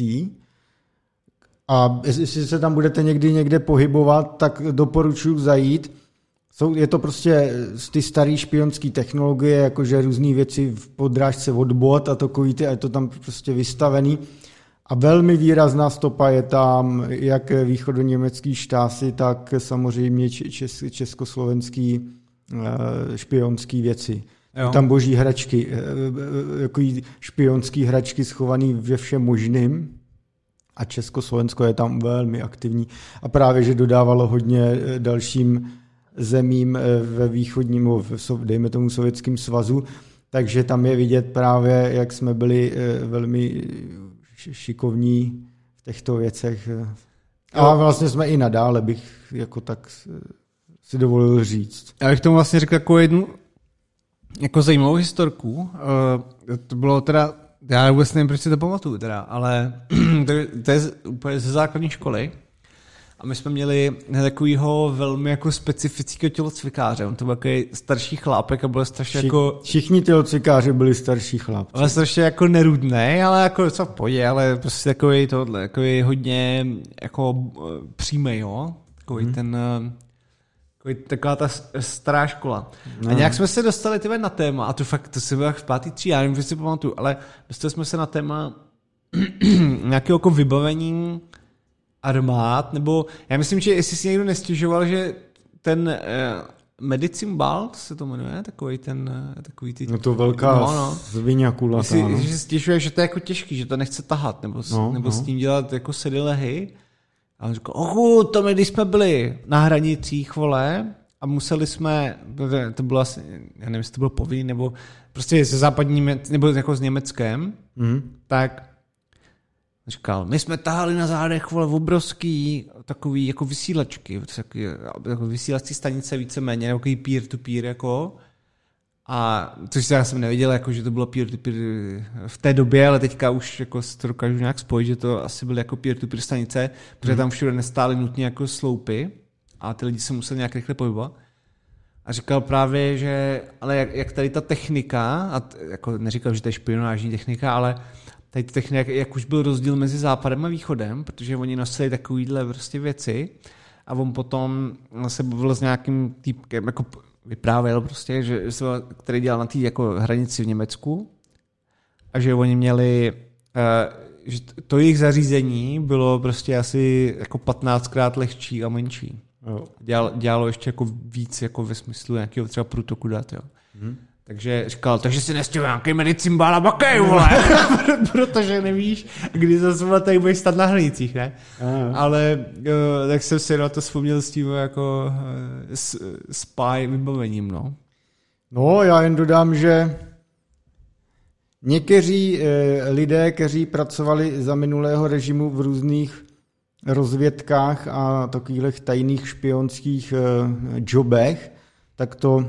a jestli se tam budete někde pohybovat, tak doporučuji zajít. Je to prostě ty staré špionské technologie, jakože různé věci v podrážce od bot a takový a je to tam prostě vystavený. A velmi výrazná stopa je tam jak východoněmecký štásy, tak samozřejmě československý špionský věci. Jo. Tam boží hračky, jako špionský hračky schovaný ve všem možným a Československo je tam velmi aktivní a právě, že dodávalo hodně dalším zemím ve východním, dejme tomu Sovětském svazu, takže tam je vidět právě, jak jsme byli velmi šikovní v těchto věcech. A vlastně jsme i nadále, bych jako tak si dovolil říct. Já bych tomu vlastně řekl jako jednu jako zajímavou historku. To bylo teda, já vůbec nevím, proč si to pamatuju teda, ale to je úplně ze základní školy. A my jsme měli takovýho velmi jako specifického tělocvikáře. On to byl takový starší chlápek a byl strašně jako... Všichni tělocvikáři byli starší chlápci. Ale strašně jako nerudnej, ale jako docela v pohodě, ale prostě takový tohle, takový hodně jako přímej, jo? Takový ten... Taková ta stará škola. No. A nějak jsme se dostali na téma, a to si byl v 5. třídě, já nevím, že si pamatuju, ale dostali jsme se na téma nějakého jako vybavení armád, nebo já myslím, že jestli si někdo nestěžoval, že ten Medicine Ball se to jmenuje, takový ty... No to velká zvině kulatá. Jestli si stěžuje, že to je jako těžký, že to nechce tahat, nebo s tím dělat jako sedylehy. A on říkal, to my, když jsme byli na hranicích, vole, a museli jsme, to bylo asi, já nevím, jestli to bylo povinný, nebo prostě ze západní, nebo jako s Německem, tak říkal, my jsme tahali na zádech, vole, obrovský takový jako vysílačky, jako vysílací stanice víceméně, jako peer-to-peer, jako, a což já jsem nevěděl, jako, že to bylo peer-to-peer v té době, ale teďka už jako to dokážu nějak spojit, že to asi byly jako peer-to-peer stanice, protože tam všude nestály nutně jako sloupy a ty lidi se museli nějak rychle pohybovat. A říkal právě, že ale jak tady ta technika, a jako neříkal, že to je špionážní technika, ale tady ta technika, jak už byl rozdíl mezi západem a východem, protože oni nosili takovýhle prostě věci a on potom se bavil s nějakým týpkem, jako vyprávěl prostě, že který dělal na té jako hranici v Německu a že oni měli, že to jejich zařízení bylo prostě asi jako 15krát lehčí a menší. Jo. Dělalo ještě jako víc jako ve smyslu nějakého třeba průtoku dat, jo. Takže říkal, takže si nestěhuji nějaký Medicine Ball a bakej, vole, protože nevíš, kdy zase tady budeš stát na hranicích, ne? Ale tak jsem si na to vzpomněl s tím jako spy vybavením, no. No, já jen dodám, že někteří lidé, kteří pracovali za minulého režimu v různých rozvědkách a takových tajných špionských jobech, tak to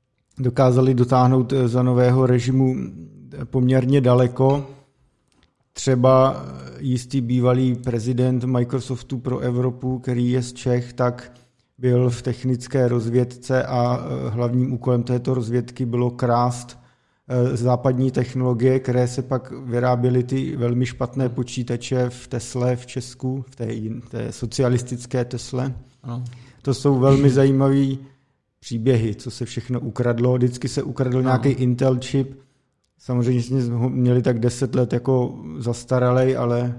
dokázali dotáhnout za nového režimu poměrně daleko. třeba jistý bývalý prezident Microsoftu pro Evropu, který je z Čech, tak byl v technické rozvědce a hlavním úkolem této rozvědky bylo krást západní technologie, které se pak vyráběly ty velmi špatné počítače v Tesle v Česku, v té socialistické Tesle. Ano. To jsou velmi zajímavé příběhy, co se všechno ukradlo. Vždycky se ukradl nějaký Intel čip. Samozřejmě jsme ho měli tak 10 let jako zastaralej, ale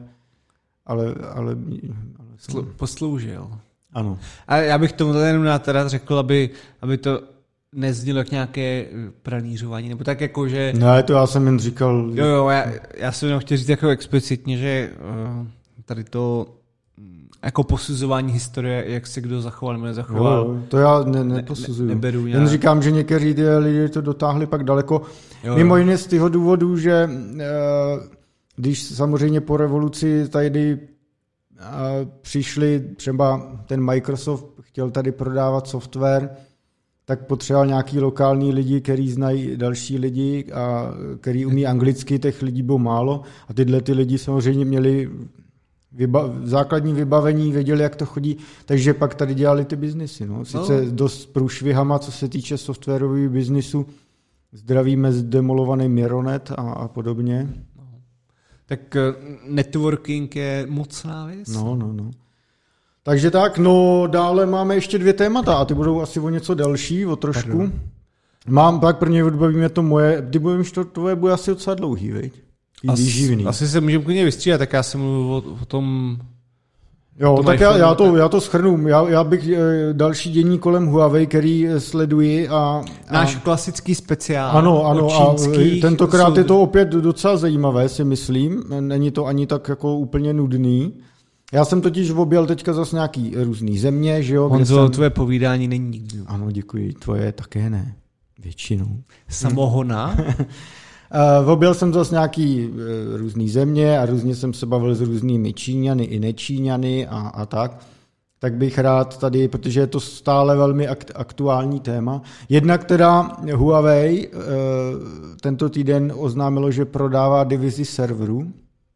posloužil. Ano. A já bych tomu jenom teda řekl, aby to neznělo jak nějaké pranířování, nebo tak jako, že... Ne, to já jsem jen říkal... Jo, já jsem jenom chtěl říct jako explicitně, že tady to jako posuzování historie, jak se kdo zachoval nebo nezachoval. Jo, to já neposuzuju. Neberu nějak. Jen říkám, že někteří lidi to dotáhli pak daleko. Jo. Mimo jiné z toho důvodu, že když samozřejmě po revoluci tady přišli, třeba ten Microsoft chtěl tady prodávat software, tak potřeboval nějaký lokální lidi, který znají další lidi a který umí anglicky, těch lidí bylo málo a tyhle ty lidi samozřejmě měli základní vybavení, věděli, jak to chodí, takže pak tady dělali ty biznisy. No. Sice dost průšvihama, co se týče softwarového biznisu, zdravíme zdemolovaný Mironet a podobně. Tak networking je mocná věc. No. Takže tak, dále máme ještě 2 témata a ty budou asi o něco delší, o trošku. Pardon. Mám, pak prvně odbavíme to moje, ty budeš to tvoje bude asi docela dlouhý, viď? Asi se můžeme klidně vystřídat, tak já jsem mluvil o tom... Jo, tak já to shrnu. Já bych další dění kolem Huawei, který sleduji a... Náš klasický speciál. Ano, a tentokrát je to opět docela zajímavé, si myslím. Není to ani tak jako úplně nudný. Já jsem totiž objel teďka zase nějaký různý země, že jo? Honzo, tvoje povídání není nikdy. Ano, děkuji. Tvoje také ne. Většinou. Samohona? Objel jsem zase nějaký různý země a různě jsem se bavil s různými Číňany i nečíňany a tak. Tak bych rád tady, protože je to stále velmi aktuální téma. Jednak teda Huawei tento týden oznámilo, že prodává divizi serverů,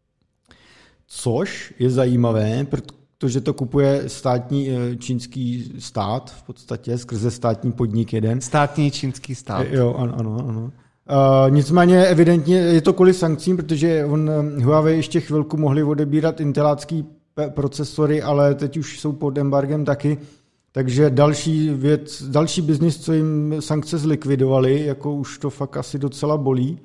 což je zajímavé, protože to kupuje státní čínský stát v podstatě, skrze státní podnik jeden. Státní čínský stát. Jo, ano. Nicméně evidentně je to kvůli sankcím, protože Huawei ještě chvilku mohli odebírat intelácký procesory, ale teď už jsou pod embargem taky. Takže další biznis, co jim sankce zlikvidovaly, jako už to fakt asi docela bolí.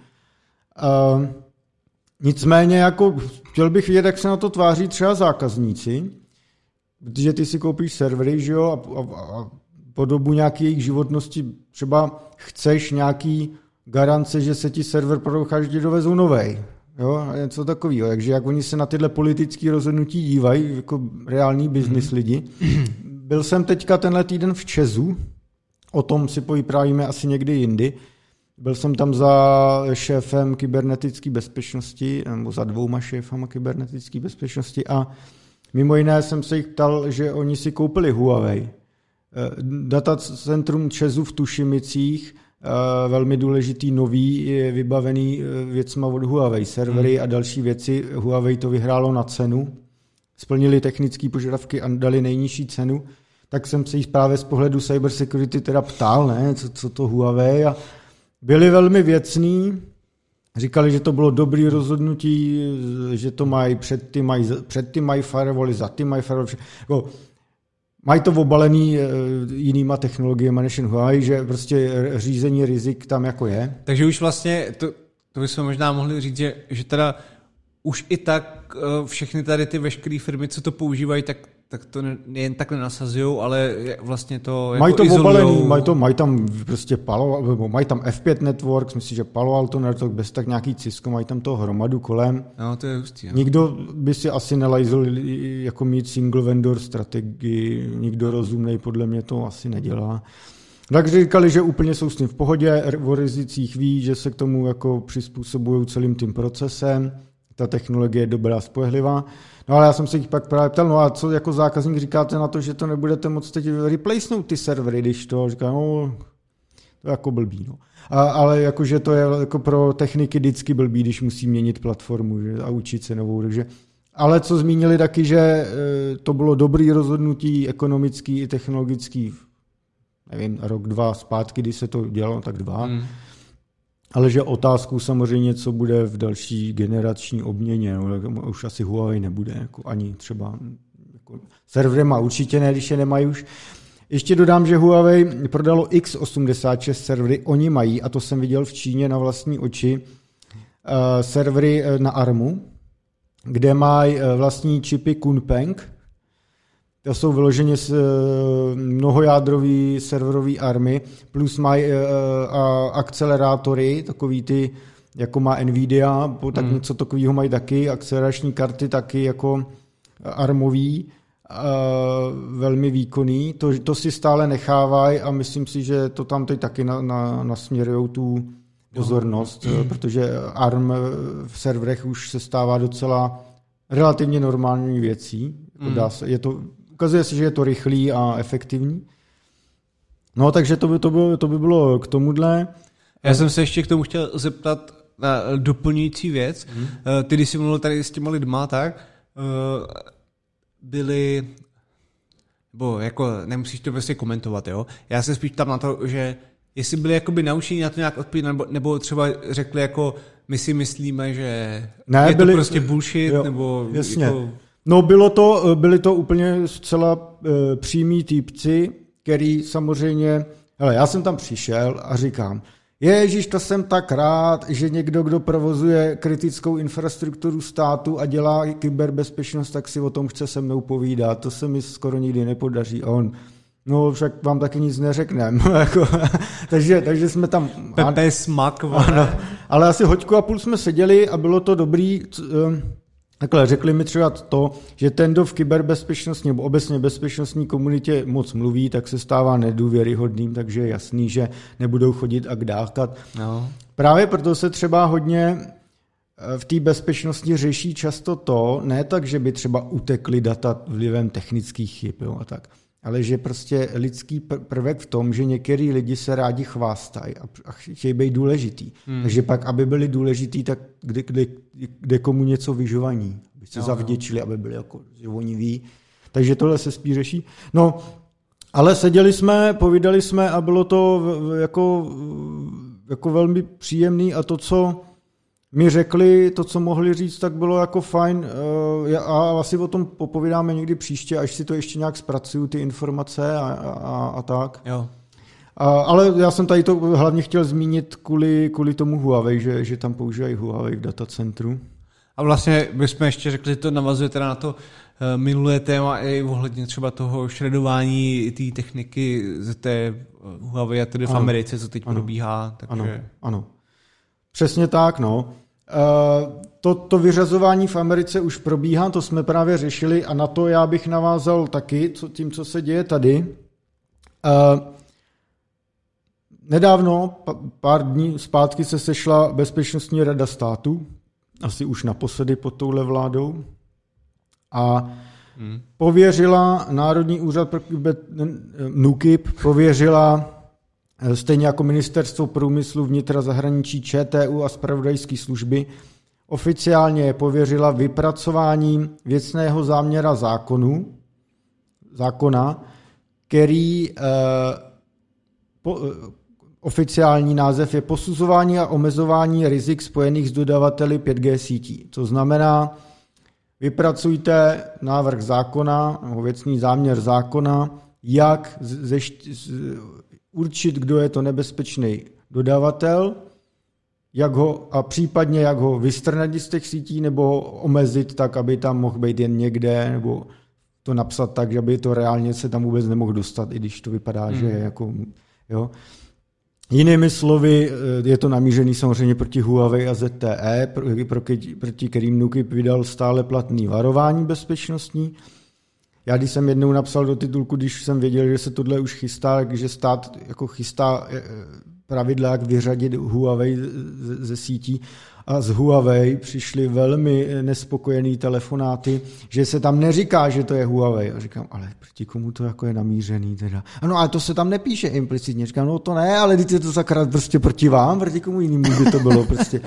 Nicméně jako chtěl bych vidět, jak se na to tváří třeba zákazníci, protože ty si koupíš servery, že jo, a po dobu nějaké jejich životnosti třeba chceš nějaký garance, že se ti server každý dovezou novej. Jo, něco takového. Takže jak oni se na tyhle politické rozhodnutí dívají, jako reální business lidi. Byl jsem teďka tenhle týden v Česu, o tom si povyprávíme asi někdy jindy. Byl jsem tam za šéfem kybernetické bezpečnosti, nebo za 2 šéfama kybernetické bezpečnosti a mimo jiné jsem se jich ptal, že oni si koupili Huawei. Datacentrum Česu v Tušimicích, velmi důležitý nový, je vybavený věcma od Huawei, servery a další věci. Huawei to vyhrálo na cenu, splnili technické požadavky a dali nejnižší cenu, tak jsem se jich právě z pohledu cybersecurity teda ptal, ne, co to Huawei a byli velmi věcní, říkali, že to bylo dobrý rozhodnutí, že to mají před ty mají firewally, za ty mají firewally. Jako, mají to obalený jinýma technologiemi než Huawei, že prostě řízení rizik tam jako je. Takže už vlastně, to bychom možná mohli říct, že teda už i tak všechny tady ty veškeré firmy, co to používají, tak to jen tak nenasazujou, ale vlastně to mají jako to obalený, mají tam prostě mají tam F5 Networks, myslím, že Palo Alto Network, bez tak nějaký Cisco, mají tam toho hromadu kolem. No, to je hustý. No. Nikdo by si asi nelajzl jako mít single vendor strategii, nikdo rozumnej podle mě to asi nedělá. Takže říkali, že úplně jsou s tím v pohodě, o rizicích ví, že se k tomu jako přizpůsobují celým tím procesem, ta technologie je dobrá, spolehlivá. No ale já jsem se jich pak právě ptal, no a co jako zákazník říkáte na to, že to nebudete moct teď replacenout ty servery, když to říká, no, To je jako blbý. No. Ale jakože to je jako pro techniky vždycky blbý, když musí měnit platformu, že, a učit se novou. Takže. Ale co zmínili taky, že to bylo dobrý rozhodnutí ekonomický i technologický, nevím, rok, 2 zpátky, kdy se to dělalo, tak 2. Ale že otázkou samozřejmě, co bude v další generační obměně, no, už asi Huawei nebude, jako ani třeba jako serverema určitě ne, když je nemají už. Ještě dodám, že Huawei prodalo X86 servery, oni mají, a to jsem viděl v Číně na vlastní oči, servery na ARMu, kde mají vlastní čipy Kunpeng. To jsou vyloženě mnohojádrový serverový ARMy, plus mají akcelerátory, takový ty, jako má Nvidia, tak něco takového mají taky, akcelerační karty taky jako ARMový, velmi výkonný. To si stále nechávají a myslím si, že to tam teď taky nasměrujou tu pozornost, protože ARM v serverech už se stává docela relativně normální věcí. Ukazuje se, že je to rychlý a efektivní. No, takže to by bylo k tomuhle. Já jsem se ještě k tomu chtěl zeptat na doplňující věc. Ty, když jsi mluvil tady s těma lidma, tak byli, nebo jako nemusíš to prostě komentovat, jo? Já se spíš tam na to, že jestli byli jakoby naučení na to nějak odpovědět, nebo třeba řekli jako my si myslíme, že je to prostě bullshit, jo, nebo jasně. Jako... No byli to úplně zcela přímí týpci, který samozřejmě, hele, já jsem tam přišel a říkám, Ježíš, to jsem tak rád, že někdo, kdo provozuje kritickou infrastrukturu státu a dělá kyberbezpečnost, tak si o tom chce se mnou povídat. To se mi skoro nikdy nepodaří. A on, no však vám taky nic neřekneme. takže jsme tam... Pepe smak. Ano, ale asi hoďku a půl jsme seděli a bylo to dobrý. Takhle, řekli mi třeba to, že ten, kdo v kyberbezpečnostní nebo obecně bezpečnostní komunitě moc mluví, tak se stává nedůvěryhodným, takže je jasný, že nebudou chodit a kdákat. No. Právě proto se třeba hodně v té bezpečnosti řeší často to, ne tak, že by třeba utekly data vlivem technických chyb, jo, a tak, ale že prostě lidský prvek v tom, že některý lidi se rádi chvástají a chtějí být důležitý. Takže pak, aby byli důležitý, tak kde komu něco vyžovaní, aby se zavděčili, aby byli jako, že oni ví. Takže tohle se spíš řeší. No, ale seděli jsme, povídali jsme a bylo to jako velmi příjemný a to, co mi řekli, to, co mohli říct, tak bylo jako fajn a asi o tom popovídáme někdy příště, až si to ještě nějak zpracuju, ty informace a tak. Jo. Ale já jsem tady to hlavně chtěl zmínit kvůli tomu Huawei, že tam používají Huawei v datacentru. A vlastně bychom ještě řekli, že to navazuje teda na to minulé téma i ohledně třeba toho šredování té techniky z té Huawei a tedy v Americe, co teď probíhá. Takže... Ano. Přesně tak, no. To vyřazování v Americe už probíhá, to jsme právě řešili a na to já bych navázal taky, tím, co se děje tady. Nedávno, pár dní zpátky se sešla Bezpečnostní rada státu, asi už naposledy pod touhle vládou, a pověřila Národní úřad pro NÚKIB, pověřila stejně jako Ministerstvo průmyslu, vnitra, zahraničí, ČTÚ a zpravodajské služby, oficiálně je pověřila vypracováním věcného záměra zákona, který oficiální název je posuzování a omezování rizik spojených s dodavateli 5G sítí. To znamená, vypracujte návrh zákona, nebo věcný záměr zákona, jak určit, kdo je to nebezpečný dodavatel, a případně jak ho vystrnat z těch sítí, nebo omezit tak, aby tam mohl být jen někde, nebo to napsat tak, že aby to reálně se tam vůbec nemohl dostat, i když to vypadá, že je jako... Jo. Jinými slovy, je to namířený samozřejmě proti Huawei a ZTE, proti kterým NÚKIB vydal stále platný varování bezpečnostní. Já když jsem jednou napsal do titulku, když jsem věděl, že se tohle už chystá, že stát jako chystá pravidla, jak vyřadit Huawei ze sítí, a z Huawei přišly velmi nespokojený telefonáty, že se tam neříká, že to je Huawei. A říkám, ale proti komu to jako je namířený teda? Ano, ale to se tam nepíše implicitně. Říkám, no to ne, ale teď je to sakra prostě proti vám, proti komu jinému by to bylo prostě.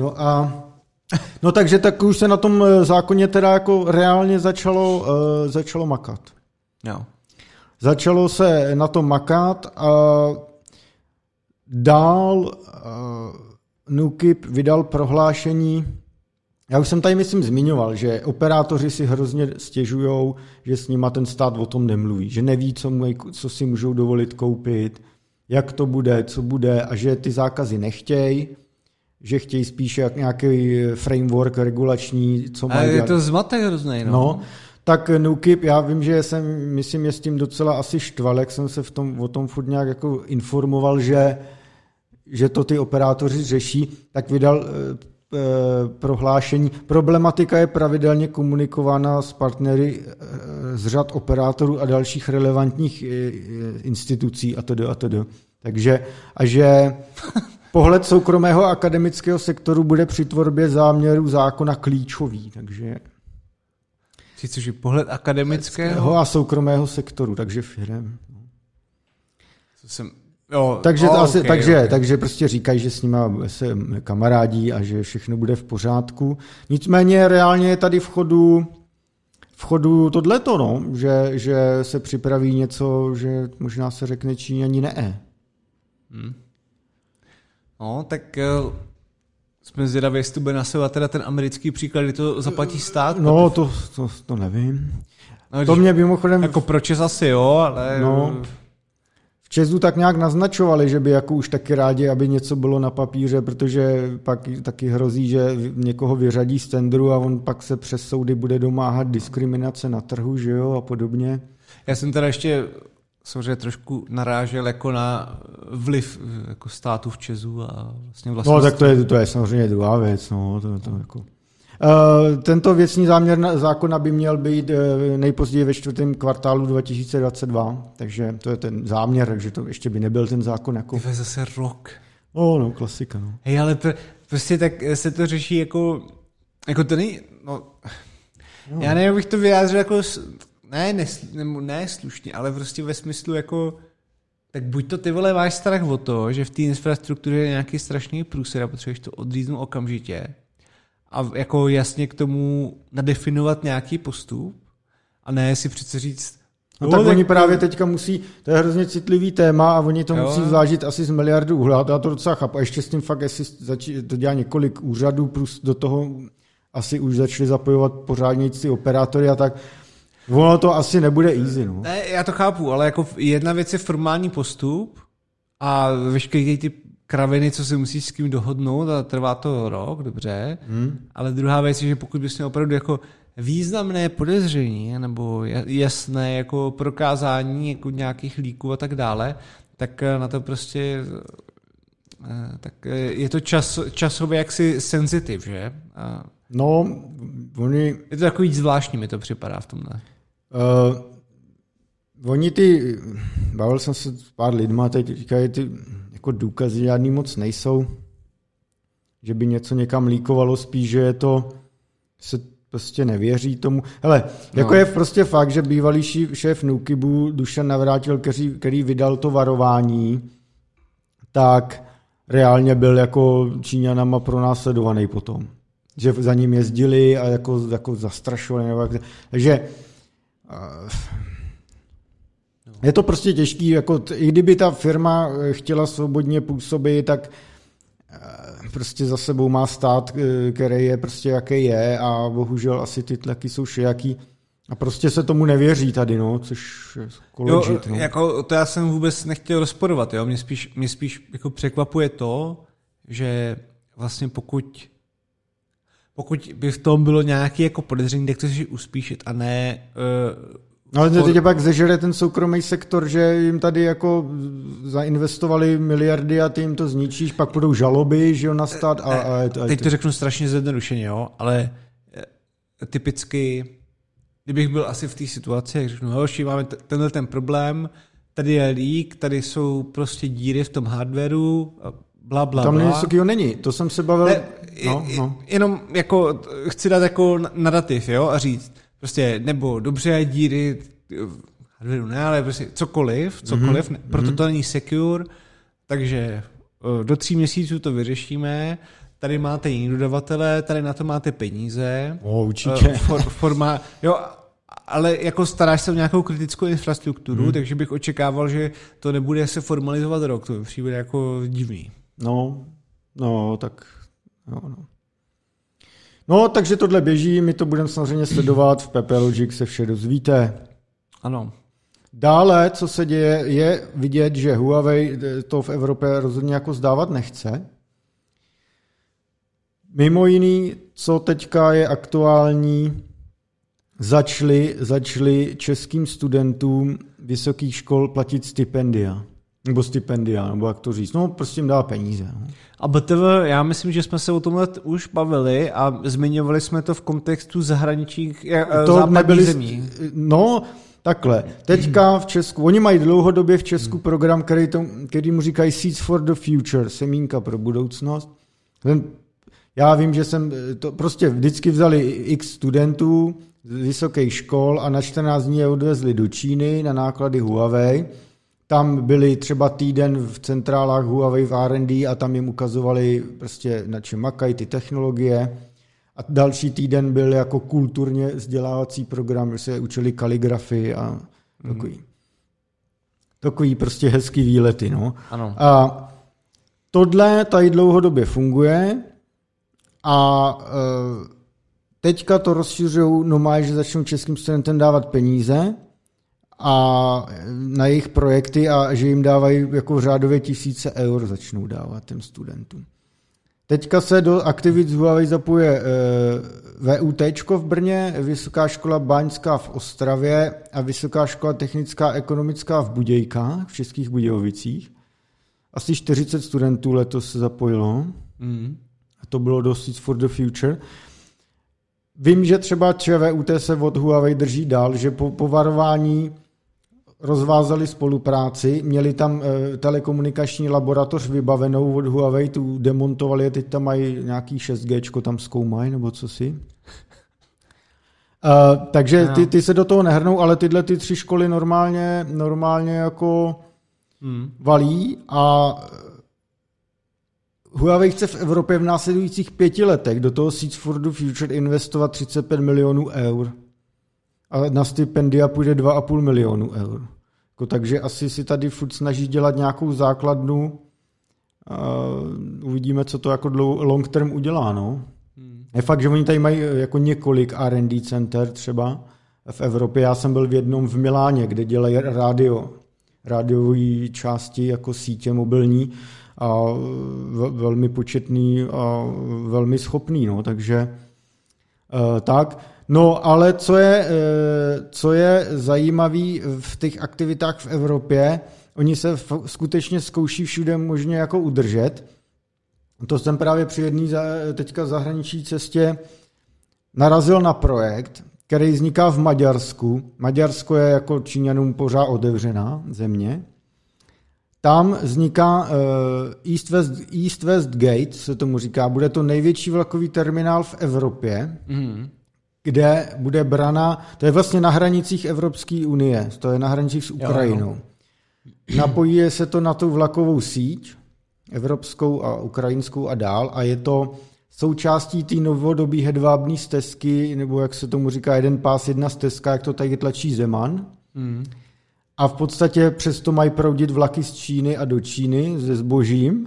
No takže tak už se na tom zákoně teda jako reálně začalo makat. Jo. Začalo se na tom makat a dál NÚKIB vydal prohlášení, já už jsem tady myslím zmiňoval, že operátoři si hrozně stěžujou, že s nima ten stát o tom nemluví, že neví, co si můžou dovolit koupit, jak to bude, co bude a že ty zákazy nechtějí, že chtějí spíše nějaký framework regulační, co mají. Ale je to zmatek hrozný, no. Tak NÚKIB, já vím, že jsem, myslím, je s tím docela asi štval, jak jsem se o tom furt nějak jako informoval, že to ty operátoři řeší, tak vydal prohlášení. Problematika je pravidelně komunikována s partnery z řad operátorů a dalších relevantních institucí atd. Takže a že pohled soukromého akademického sektoru bude při tvorbě záměru zákona klíčový. Takže což je pohled akademického a soukromého sektoru, takže firem. Takže prostě říkají, že s nima se kamarádí a že všechno bude v pořádku. Nicméně reálně je tady v chodu tohleto, no, že se připraví něco, že možná se řekne Číňani ne. No, tak jsme zvědaví, jestli to bude nasovat teda ten americký příklad, kdy to zaplatí stát. No, to nevím. No, to mě mimochodem... Jako pro Čes asi, jo, ale... No, v Česu tak nějak naznačovali, že by jako už taky rádi, aby něco bylo na papíře, protože pak taky hrozí, že někoho vyřadí z tendru a on pak se přes soudy bude domáhat diskriminace na trhu, že jo, a podobně. Já jsem teda ještě samozřejmě trošku narážel jako na vliv jako státu v Česu a vlastně No tak to je samozřejmě druhá věc, no, to jako... Tento věcný záměr zákona by měl být nejpozději ve 4. kvartálu 2022, takže to je ten záměr, takže to ještě by nebyl ten zákon jako... To je zase rok. No, klasika, no. Hej, ale prostě tak se to řeší jako to nej... No, já nevím, bych to vyjádřil jako... Ne slušně, ale prostě ve smyslu jako... Tak buď to ty vole máš strach o to, že v té infrastruktuře je nějaký strašný průser a potřebuješ to odříznout okamžitě, a jako jasně k tomu nadefinovat nějaký postup a ne si přece říct... No tak oni právě teďka musí, to je hrozně citlivý téma a oni to musí zvážit asi z miliardu úhlu. Já to docela chápu. A ještě s tím fakt, jestli to dělá několik úřadů, plus do toho asi už začali zapojovat pořádně ty operátory a tak. Ono to asi nebude easy. No. Ne, já to chápu, ale jako jedna věc je formální postup a veškeré ty kraviny, co se musí s kým dohodnout a trvá to rok, dobře, ale druhá věc je, že pokud bys měl opravdu jako významné podezření nebo jasné jako prokázání jako nějakých líků a tak dále, tak na to prostě tak je to časově jaksi sensitiv, že? No, je to takový zvláštní, mi to připadá v tomhle. Bavil jsem se s pár lidma, teď říkají, ty jako důkazy žádný moc nejsou, že by něco někam líkovalo, spíš, že je to, se prostě nevěří tomu. Hele, jako je prostě fakt, že bývalý šéf NÚKIBu Dušan Navrátil, který vydal to varování, tak reálně byl jako Číňanama pronásledovaný potom. Že za ním jezdili a jako zastrašovali. Takže je to prostě těžký, jako i kdyby ta firma chtěla svobodně působit, tak prostě za sebou má stát, který je prostě jaký je a bohužel asi ty tlaky jsou všejaký a prostě se tomu nevěří tady, no, což je legit, no. Jako to já jsem vůbec nechtěl rozporovat, jo, mě spíš jako překvapuje to, že vlastně pokud by v tom bylo nějaké jako podezření, tak to si uspíšit a ne... Ale teď pak zežere ten soukromý sektor, že jim tady jako zainvestovali miliardy a ty jim to zničíš, pak budou žaloby, že jo, na stát teď to řeknu strašně zjednodušeně, jo, ale typicky, kdybych byl asi v té situaci, jak řeknu, hoši, máme tenhle ten problém, tady je leak, tady jsou prostě díry v tom hardwareu, bla, bla, tam bla. něco takového není, to jsem se bavil. Jenom jako chci dát jako narativ, jo, a říct, prostě nebo dobře díry, hardwareu ne, ale prostě cokoliv, proto to není secure, takže do 3 měsíců to vyřešíme, tady máte jiný dodavatele, tady na to máte peníze. Určitě. Forma, jo, ale jako staráš se o nějakou kritickou infrastrukturu, takže bych očekával, že to nebude se formalizovat rok, to přijde jako divný. No, tak jo, no. No, takže tohle běží, my to budeme samozřejmě sledovat, v PP Logic se vše dozvíte. Ano. Dále, co se děje, je vidět, že Huawei to v Evropě rozhodně jako zdávat nechce. Mimo jiný, co teďka je aktuální, začali českým studentům vysokých škol platit stipendia, nebo jak to říct, no prostě jim dá peníze. No. A BTV, já myslím, že jsme se o tomhle už bavili a zmiňovali jsme to v kontextu zahraničních západních zemí. No, takhle. Teďka v Česku, oni mají dlouhodobě v Česku program, který mu říkají Seeds for the Future, semínka pro budoucnost. Já vím, že jsem to prostě vždycky vzali x studentů z vysokých škol a na 14 dní je odvezli do Číny na náklady Huawei. Tam byli třeba týden v centrálách Huawei v R&D a tam jim ukazovali prostě na čem makají ty technologie. A další týden byl jako kulturně vzdělávací program, kde se učili kaligrafii a takový prostě hezký výlety. No. Ano. A tohle tady dlouhodobě funguje a teďka to rozšiřují normálně, že začnou českým studentem dávat peníze a na jejich projekty a že jim dávají jako řádově 1000 eur začnou dávat těm studentům. Teďka se do aktivit z Huawei zapojuje VUT v Brně, Vysoká škola báňská v Ostravě a Vysoká škola technická a ekonomická v Budějkách, v Českých Budějovicích. Asi 40 studentů letos se zapojilo. A to bylo do Seeds for the Future. Vím, že třeba ČVUT se od Huawei drží dál, že po varování rozvázali spolupráci, měli tam telekomunikační laboratoř vybavenou od Huawei, tu demontovali, teď tam mají nějaký 6G, tam zkoumají, nebo co si. Takže ty se do toho nehrnou, ale tyhle ty 3 školy normálně jako valí a Huawei chce v Evropě v následujících 5 letech do toho Seeds for the Future investovat 35 milionů eur. A na stipendia půjde 2,5 milionu eur. Takže asi si tady furt snaží dělat nějakou základnu a uvidíme, co to jako long term udělá. No. Je fakt, že oni tady mají jako několik R&D center třeba v Evropě. Já jsem byl v jednom v Miláně, kde dělají rádiové části jako sítě mobilní a velmi početný a velmi schopný. No. Takže tak. No, ale co je zajímavý v těch aktivitách v Evropě, oni se skutečně zkouší všude možně jako udržet. To jsem právě při jedné teďka zahraniční cestě narazil na projekt, který vzniká v Maďarsku. Maďarsko je jako Číňanům pořád otevřená země. Tam vzniká East West Gate, se tomu říká, bude to největší vlakový terminál v Evropě, kde bude brana, to je vlastně na hranicích Evropské unie, to je na hranicích s Ukrajinou. Napojí se to na tu vlakovou síť, evropskou a ukrajinskou a dál, a je to součástí té novodobí hedvábné stezky, nebo jak se tomu říká, jeden pás, jedna stezka, jak to tady tlačí Zeman. A v podstatě přesto mají proudit vlaky z Číny a do Číny se zbožím.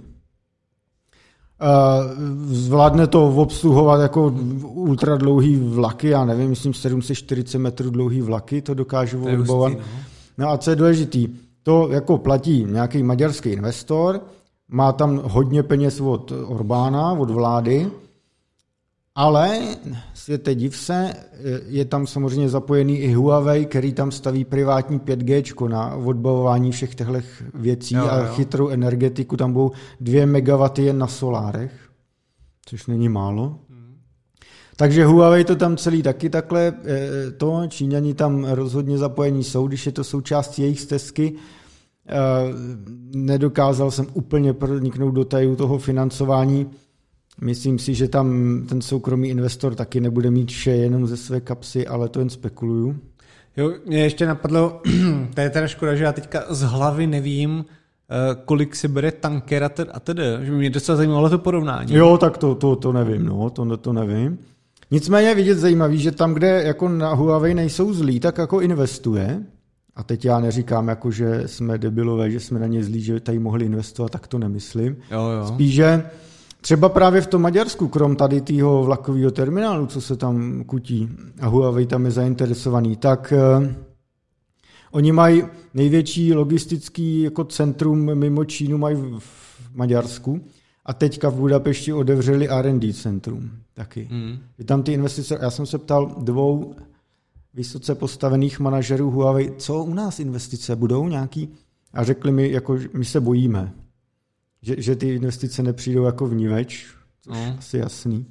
Zvládne to obsluhovat jako ultra dlouhý vlaky, já nevím, myslím 740 metrů dlouhý vlaky, to dokážu odbovat. No a co je důležitý, to jako platí nějaký maďarský investor, má tam hodně peněz od Orbána, od vlády, ale světe div se, je tam samozřejmě zapojený i Huawei, který tam staví privátní 5G na odbavování všech těchto věcí a chytrou energetiku. Tam budou 2 MW jen na solárech, což není málo. Takže Huawei to tam celý taky takhle, Číňani tam rozhodně zapojení jsou, když je to součástí jejich stezky. Nedokázal jsem úplně proniknout do tajů toho financování. Myslím si, že tam ten soukromý investor taky nebude mít vše jenom ze své kapsy, ale to jen spekuluju. Jo, mě ještě napadlo, to je teda škoda, že já teďka z hlavy nevím, kolik si bere tanker a tedy, že mě docela zajímalo to porovnání. Jo, tak to nevím, to nevím. Nicméně je vidět zajímavý, že tam, kde jako na Huawei nejsou zlí, tak jako investuje. A teď já neříkám, jako, že jsme debilové, že jsme na ně zlí, že tady mohli investovat, tak to nemyslím. Jo. Spíš, že třeba právě v tom Maďarsku, krom tady tého vlakového terminálu, co se tam kutí, a Huawei tam je zainteresovaný, tak oni mají největší logistický jako centrum mimo Čínu mají v Maďarsku a teďka v Budapešti otevřeli R&D centrum taky. Je tam ty investice, já jsem se ptal 2 vysoce postavených manažerů Huawei, co u nás investice budou nějaký? A řekli mi, jako, my se bojíme, že ty investice nepřijdou jako vníveč, což asi jasný.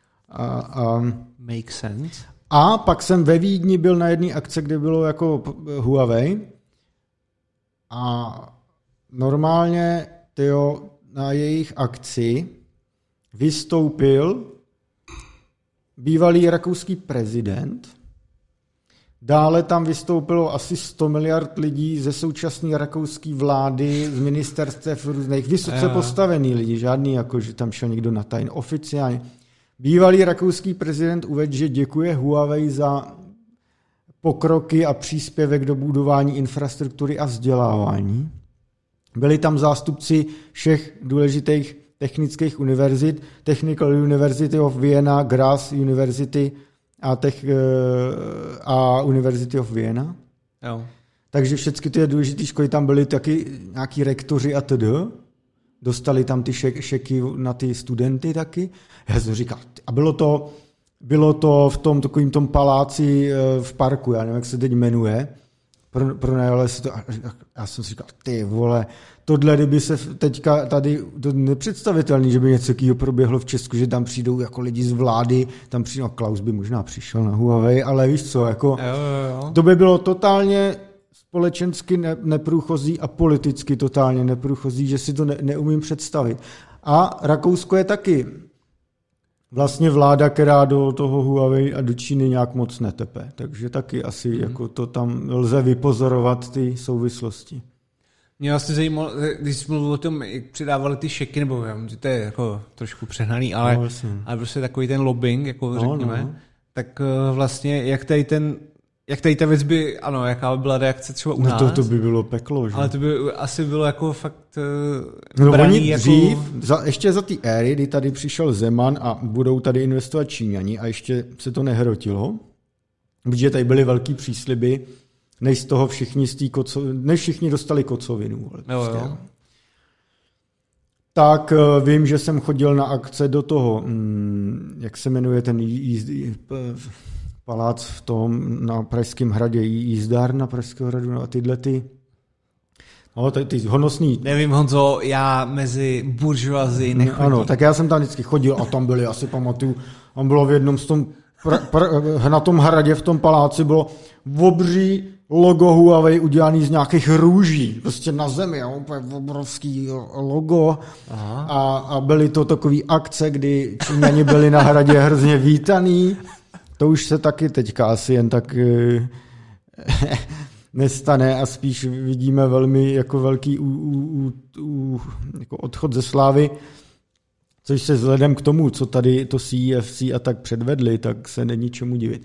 Make sense. A pak jsem ve Vídni byl na jedné akce, kde bylo jako Huawei a normálně na jejich akci vystoupil bývalý rakouský prezident. Dále tam vystoupilo asi 100 miliard lidí ze současné rakouské vlády, z ministerstev různých, vysoce postavený lidi, žádný jako, že tam šel někdo na tajn, oficiálně. Bývalý rakouský prezident uvedl, že děkuje Huawei za pokroky a příspěvek do budování infrastruktury a vzdělávání. Byli tam zástupci všech důležitých technických univerzit, Technical University of Vienna, Graz University a University of Vienna. Jo. Takže všechny ty důležité školy tam byly taky nějaký rektoři a td. Dostali tam ty šeky na ty studenty taky. Já jsem říkal, a bylo to v tom takovým tom paláci v parku, já nevím, jak se teď jmenuje, pronajali si to a já jsem si říkal, ty vole, tohle, kdyby se teďka tady, to nepředstavitelný, že by něco takového proběhlo v Česku, že tam přijdou jako lidi z vlády, tam přijdou, a Klaus by možná přišel na Huawei, ale víš co, jako, jo. To by bylo totálně společensky neprůchozí a politicky totálně neprůchozí, že si to neumím představit. A Rakousko je taky vlastně vláda, která do toho Huawei a do Číny nějak moc netepe. Takže taky asi jako to tam lze vypozorovat ty souvislosti. Mě vlastně zajímalo, když jsi mluvil o tom, jak přidávali ty šeky, nebo že to je jako trošku přehnaný, ale prostě takový ten lobbying, jako řekněme, tak vlastně jak tady ta věc by, ano, jaká by byla reakce třeba u nás. To by bylo peklo, že? Ale to by asi bylo jako fakt oni jako dřív, ještě za ty éry, kdy tady přišel Zeman a budou tady investovat Číňani a ještě se to nehrotilo, protože tady byly velký přísliby, než z toho než všichni dostali kocovinu. Jo. Tak vím, že jsem chodil na akce do toho, jak se jmenuje ten palác v tom na Pražském hradě, jízdárna Pražského hradu a tyhle ty honosný. Nevím, Honzo, já mezi buržoazí nechodím. Ano, tak já jsem tam vždycky chodil a tam byli, asi pamatuju, tam bylo v jednom z tom, na tom hradě v tom paláci bylo obří logo Huawei udělaný z nějakých růží, prostě na zemi, úplně obrovský logo. A byly to takové akce, kdy Číňani byli na hradě hrozně vítaný. To už se taky teďka asi jen tak nestane a spíš vidíme velmi jako velký jako odchod ze slávy, což se vzhledem k tomu, co tady to CEFC a tak předvedli, tak se není čemu divit.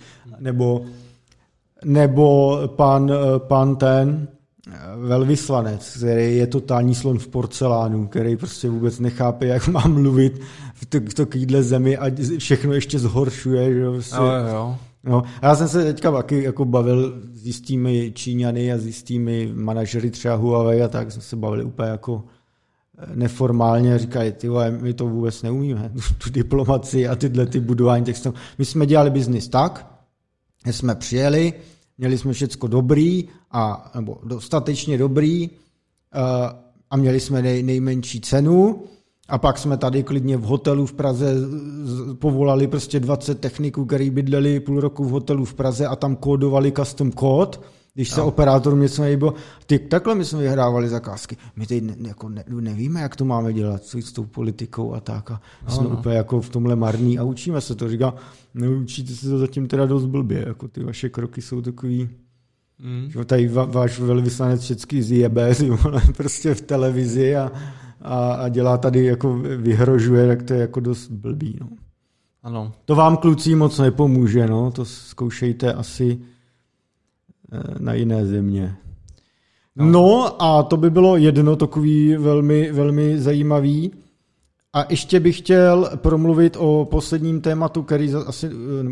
Nebo pan ten velvyslanec, který je totální slon v porcelánu, který prostě vůbec nechápe, jak má mluvit v takovéhle zemi a všechno ještě zhoršuje. Že prostě. Jo. No, a já jsem se teďka taky jako bavil s jistými Číňany a s jistými manažery třeba Huawei a tak jsme se bavili úplně jako neformálně, říkají, my to vůbec neumíme, tu diplomaci a tyhle ty budování textů. My jsme dělali biznis tak, že jsme přijeli, měli jsme všecko dobrý, nebo dostatečně dobrý a měli jsme nejmenší cenu A pak jsme tady klidně v hotelu v Praze povolali prostě 20 techniků, který bydleli půl roku v hotelu v Praze a tam kódovali custom kód, když se operátorům něco nejbo. Takhle my jsme vyhrávali zakázky. My teď nevíme, jak to máme dělat, co s tou politikou a tak. A jsme úplně jako v tomhle marní a učíme se to. Říká, neučíte se to zatím teda dost blbě, jako ty vaše kroky jsou takový... Že tady váš velvyslanec vždycky zjebe, prostě v televizi a dělá tady, jako vyhrožuje, tak to je jako dost blbý. No. Ano. To vám, kluci, moc nepomůže, no. To zkoušejte asi na jiné země. No a to by bylo jedno takový velmi, velmi zajímavý. A ještě bych chtěl promluvit o posledním tématu, který asi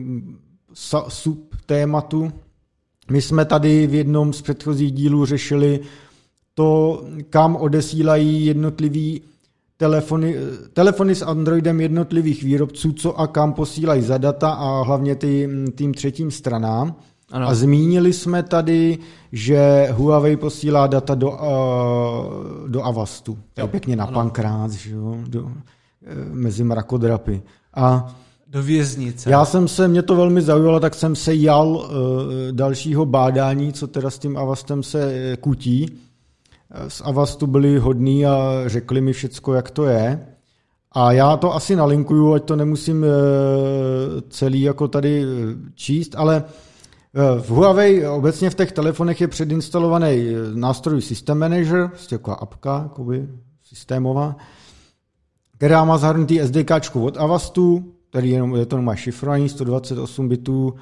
subtématu. My jsme tady v jednom z předchozích dílů řešili to, kam odesílají jednotlivý telefony s Androidem jednotlivých výrobců, co a kam posílají za data a hlavně tým třetím stranám. Ano. A zmínili jsme tady, že Huawei posílá data do Avastu. To je pěkně na pankrát, mezi mrakodrapy. A do věznice. Mě to velmi zaujalo, tak jsem se jal dalšího bádání, co teda s tím Avastem se kutí. Z Avastu byli hodní a řekli mi všecko, jak to je. A já to asi nalinkuju, ať to nemusím celý jako tady číst, ale v Huawei obecně v těch telefonech je předinstalovaný nástroj System Manager, prostě taková apka, jakoby systémová, která má zahrnutý SDKčko od Avastu, který je to má šifrování 128 bitů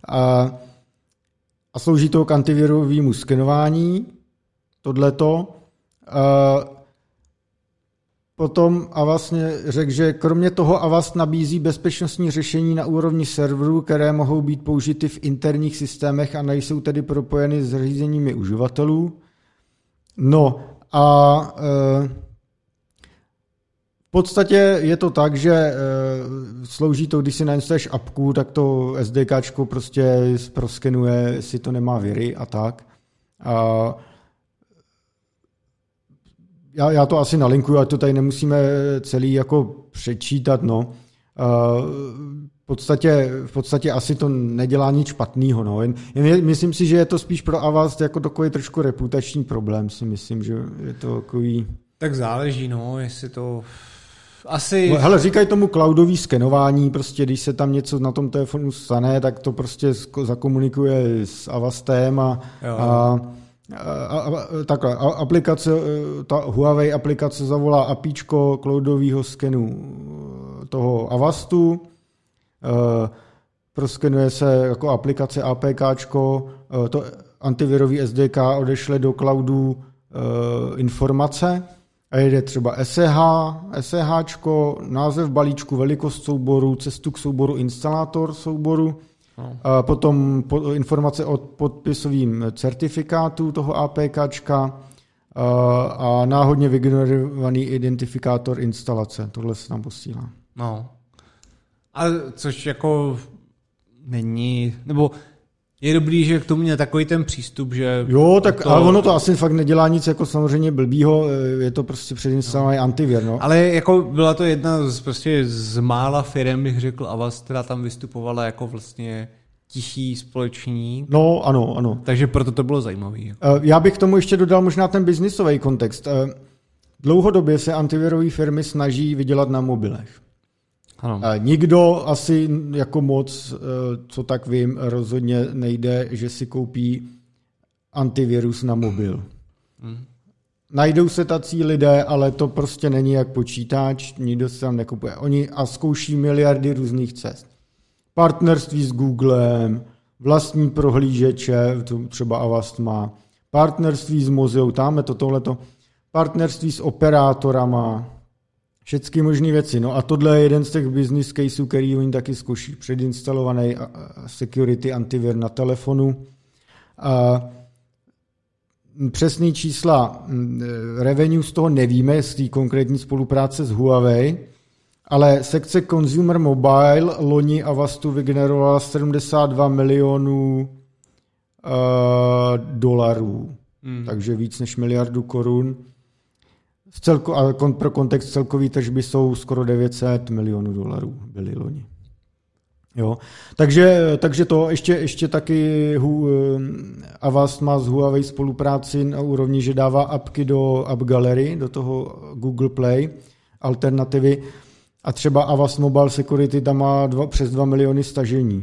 a slouží to k antivirovému skenování, tohleto. Potom Avast řekl, že kromě toho Avast nabízí bezpečnostní řešení na úrovni serverů, které mohou být použity v interních systémech a nejsou tedy propojeny s zařízeními uživatelů. No a v podstatě je to tak, že slouží to, když si nainstaluješ apku, tak to SDKčko prostě proskenuje, jestli to nemá viry a tak. Já to asi nalinkuju, ale to tady nemusíme celý jako přečítat. No. V podstatě asi to nedělá nic špatného. No. Myslím si, že je to spíš pro Avast jako takový trošku reputační problém. Si myslím, že je to takový... Tak záleží, no, jestli to... Asi... No, hele, říkají tomu cloudový skenování, prostě když se tam něco na tom telefonu stane, tak to prostě zakomunikuje s Avastem a takhle, aplikace, ta Huawei aplikace zavolá APIčko cloudového skenu toho Avastu, proskenuje se jako aplikace APKčko, to antivirový SDK odešle do cloudu informace a jede třeba SEHčko, název balíčku, velikost souboru, cestu k souboru, instalátor souboru, potom informace o podpisovým certifikátu toho APKčka a náhodně vygenerovaný identifikátor instalace. Tohle se tam posílá. No. A což jako není, nebo je dobrý, že k tomu měl takový ten přístup, že... Jo, tak ale ono to asi fakt nedělá nic jako samozřejmě blbýho, je to prostě předinstalovaný antivir, no. Ale jako byla to jedna z mála firem, bych řekl, Avast, která tam vystupovala jako vlastně tichý společník. No, ano. Takže proto to bylo zajímavý. Já bych k tomu ještě dodal možná ten biznisový kontext. Dlouhodobě se antivirové firmy snaží vydělat na mobilech. Ano. Nikdo asi jako moc, co tak vím, rozhodně nejde, že si koupí antivirus na mobil. Najdou se tací lidé, ale to prostě není jak počítač, nikdo se tam nekupuje. Oni a zkouší miliardy různých cest. Partnerství s Googlem, vlastní prohlížeče, to třeba Avast má, partnerství s Mozillou, tam je to tohleto, partnerství s operátorama, všechny možné věci. No a tohle je jeden z těch business caseů, který oni taky zkouší. Předinstalovaný security antivir na telefonu. Přesný čísla revenue z toho nevíme, z té konkrétní spolupráce s Huawei, ale sekce Consumer Mobile loni Avastu vygenerovala 72 milionů dolarů. Takže víc než miliardu korun. pro kontext celkový tržby jsou skoro $900 milionů byly loni. Jo. Takže to ještě taky Avast má s Huawei spolupráci na úrovni, že dává apky do App Gallery, do toho Google Play, alternativy, a třeba Avast Mobile Security tam má přes 2 miliony stažení.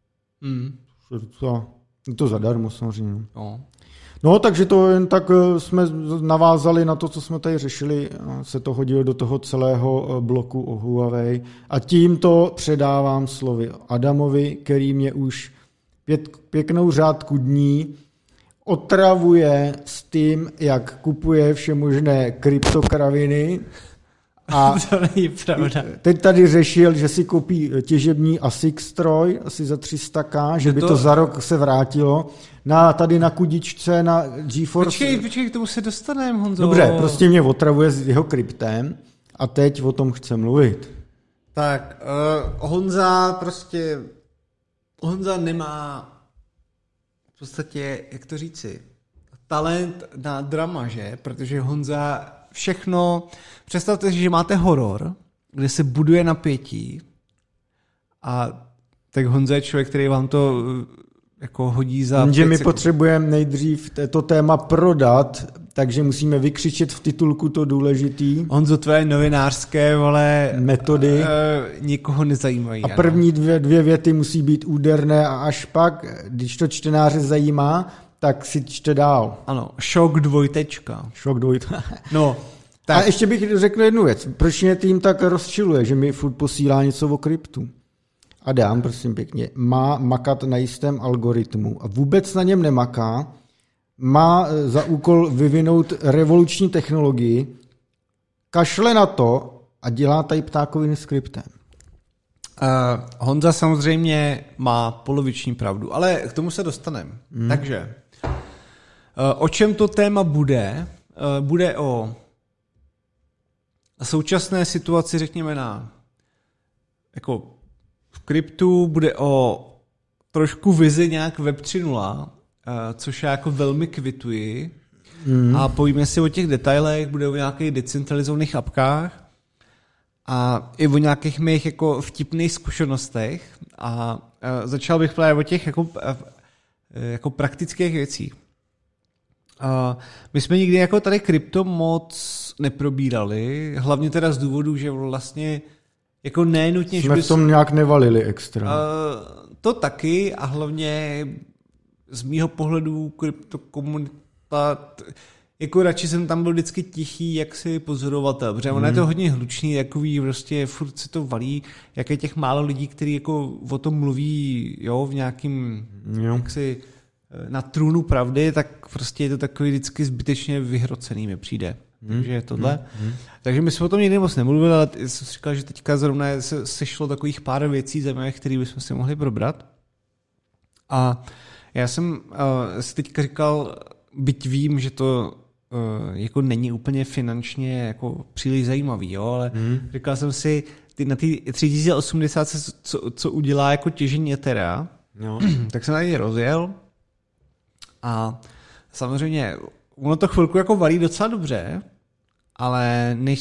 To zadarmo samozřejmě. No, takže to jen tak jsme navázali na to, co jsme tady řešili, se to hodilo do toho celého bloku o Huawei a tímto předávám slovy Adamovi, který mě už pěknou řádku dní otravuje s tím, jak kupuje všemožné kryptokraviny. A to není pravda. Teď tady řešil, že si koupí těžební ASIC stroj, asi za 300K, že by to za rok se vrátilo. Tady na kudičce, na GeForce. Počkej, k tomu se dostaneme, Honzo. Dobře, prostě mě otravuje s jeho kryptem a teď o tom chce mluvit. Tak, Honza nemá v podstatě, jak to říci, talent na drama, že? Protože Honza všechno, představte si, že máte horor, kde se buduje napětí a tak Honza je člověk, který vám to jako hodí za... Že my potřebujeme nejdřív to téma prodat, takže musíme vykřičet v titulku to důležitý. Honzo, tvé novinářské, metody nikoho nezajímají. A první dvě věty musí být úderné a až pak, když to čtenáře zajímá, tak si čte dál. Ano, šok dvojtečka. No, tak. A ještě bych řekl jednu věc. Proč mě tým tak rozčiluje, že mi furt posílá něco o kryptu? Adam, prosím pěkně, má makat na jistém algoritmu a vůbec na něm nemaká, má za úkol vyvinout revoluční technologii, kašle na to a dělá tady ptákoviny s kryptem. Honza samozřejmě má poloviční pravdu, ale k tomu se dostaneme. Takže, o čem to téma bude? Bude o současné situaci, řekněme, jako v kryptu, bude o trošku vizi nějak Web 3.0, což já jako velmi kvituji. A povíme si o těch detailech, bude o nějakých decentralizovaných apkách a i o nějakých mých jako vtipných zkušenostech a začal bych právě o těch jako praktických věcích. My jsme nikdy jako tady krypto moc neprobírali, hlavně teda z důvodu, že vlastně jako nenutně... Jsme v tom nějak nevalili extra. To taky a hlavně z mýho pohledu kryptokomunita, jako radši jsem tam byl vždycky tichý, jaksi pozorovatel, protože ono je to hodně hlučný, takový prostě furt se to valí, jak je těch málo lidí, kteří jako o tom mluví, jo, v nějakým, jaksi na trůnu pravdy, tak prostě je to takový vždycky zbytečně vyhrocený mi přijde. Takže je tohle. Takže my jsme o tom nikdy moc nemluvili, ale jsem si říkal, že teďka zrovna se sešlo takových pár věcí zajímavých, které bychom si mohli probrat. A já jsem si teďka říkal, byť vím, že to jako není úplně finančně jako příliš zajímavý, jo, ale říkal jsem si, na té 3080, co udělá jako těžení Ethera, tak jsem na něj rozjel a samozřejmě ono to chvilku jako valí docela dobře, ale než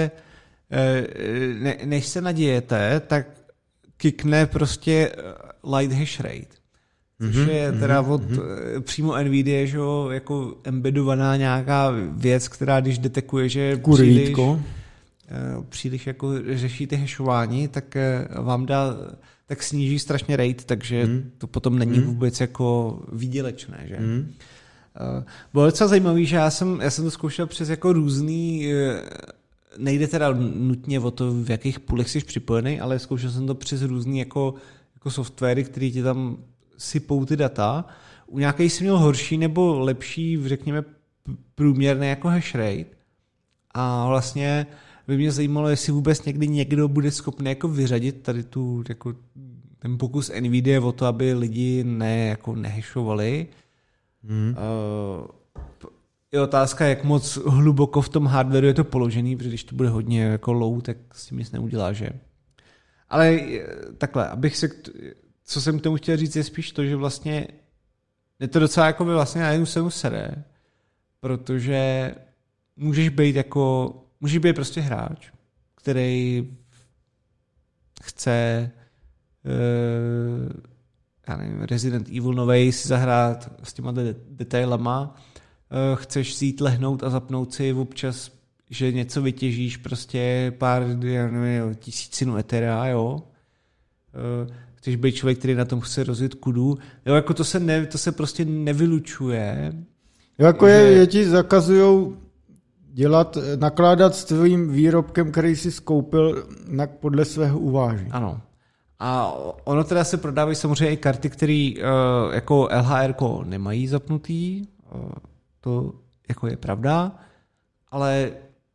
se nadějete, tak kikne prostě light hash rate. Což je teda od přímo NVIDIA, že jo, jako embedovaná nějaká věc, která když detekuje, že příliš jako řešíte hashování, tak vám tak sníží strašně rate, takže to potom není vůbec jako výdělečné, že? Bylo docela zajímavý, že já jsem to zkoušel přes jako různý, nejde teda nutně o to, v jakých půlech jsi připojený, ale zkoušel jsem to přes různý jako softwary, který ti tam sypou ty data. U nějakých jsem měl horší nebo lepší, řekněme, průměrný jako hash rate. A vlastně by mě zajímalo, jestli vůbec někdy někdo bude schopný jako vyřadit tady ten pokus NVIDIA o to, aby lidi nehashovali. Je otázka, jak moc hluboko v tom hardwareu je to položený, protože když to bude hodně jako low, tak s tím nic neudělá, že? Ale takhle, co jsem k tomu chtěl říct, je spíš to, že vlastně je to docela jako by vlastně na jednu stranu sere, protože můžeš být prostě hráč, který chce já nevím, Resident Evil novej si zahrát s těma detailama, chceš si jít lehnout a zapnout si občas, že něco vytěžíš prostě pár, já nevím, tisícinu Ethera, jo. Chceš být člověk, který na tom chce rozjet kudu. Jo, jako to se prostě nevylučuje. Jo, jako je ti zakazujou nakládat s tvým výrobkem, který jsi skoupil podle svého uvážení. Ano. A ono teda se prodávají samozřejmě i karty, které jako LHR nemají zapnutý, to jako je pravda, ale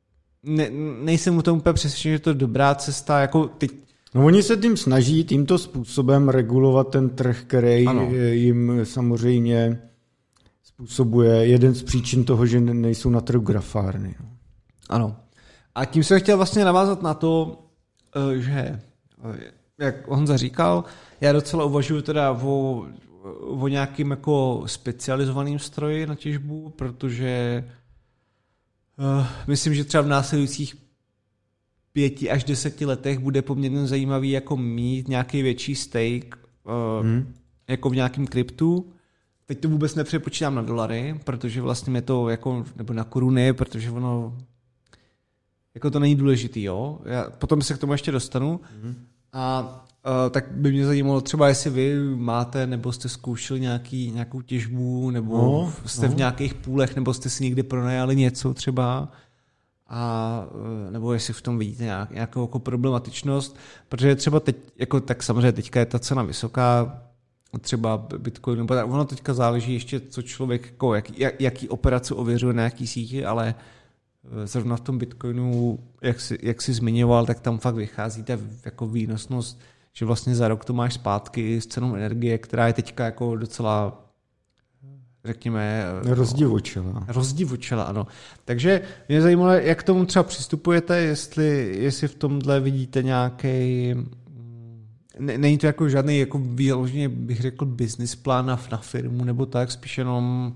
nejsem u tom úplně přesvědčen, že to je dobrá cesta, jako teď. No oni se tím snaží tímto způsobem regulovat ten trh, který jim samozřejmě způsobuje jeden z příčin toho, že nejsou na trhu grafárny. Ano. A tím jsem chtěl vlastně navázat na to, že jak Honza říkal, já docela uvažuji teda o nějakým jako specializovaným stroji na těžbu, protože myslím, že třeba v následujících 5 až 10 letech bude poměrně zajímavý jako mít nějaký větší stake jako v nějakém kryptu. Teď to vůbec nepřepočítám na dolary, protože vlastně je to jako, nebo na koruny, protože ono jako to není důležitý, jo. Potom se k tomu ještě dostanu. A tak by mě zajímalo třeba, jestli vy máte, nebo jste zkoušeli nějakou těžbu, nebo jste v nějakých půlech, nebo jste si někdy pronajali něco třeba, a nebo jestli v tom vidíte nějakou jako problematičnost, protože třeba teď, jako tak samozřejmě teďka je ta cena vysoká, třeba Bitcoin, nebo tak, ono teďka záleží ještě, co člověk, jako, jaký operaci ověřuje na jaký síti, ale zrovna v tom Bitcoinu, jak jsi zmiňoval, tak tam fakt vychází ta jako výnosnost, že vlastně za rok to máš zpátky s cenou energie, která je teďka jako docela, řekněme, rozdivočela, ano. Takže mě zajímalo, jak k tomu třeba přistupujete, jestli v tomhle vidíte nějaký, není to jako žádný jako výloženě, bych řekl, business plán na firmu, nebo tak, spíš jenom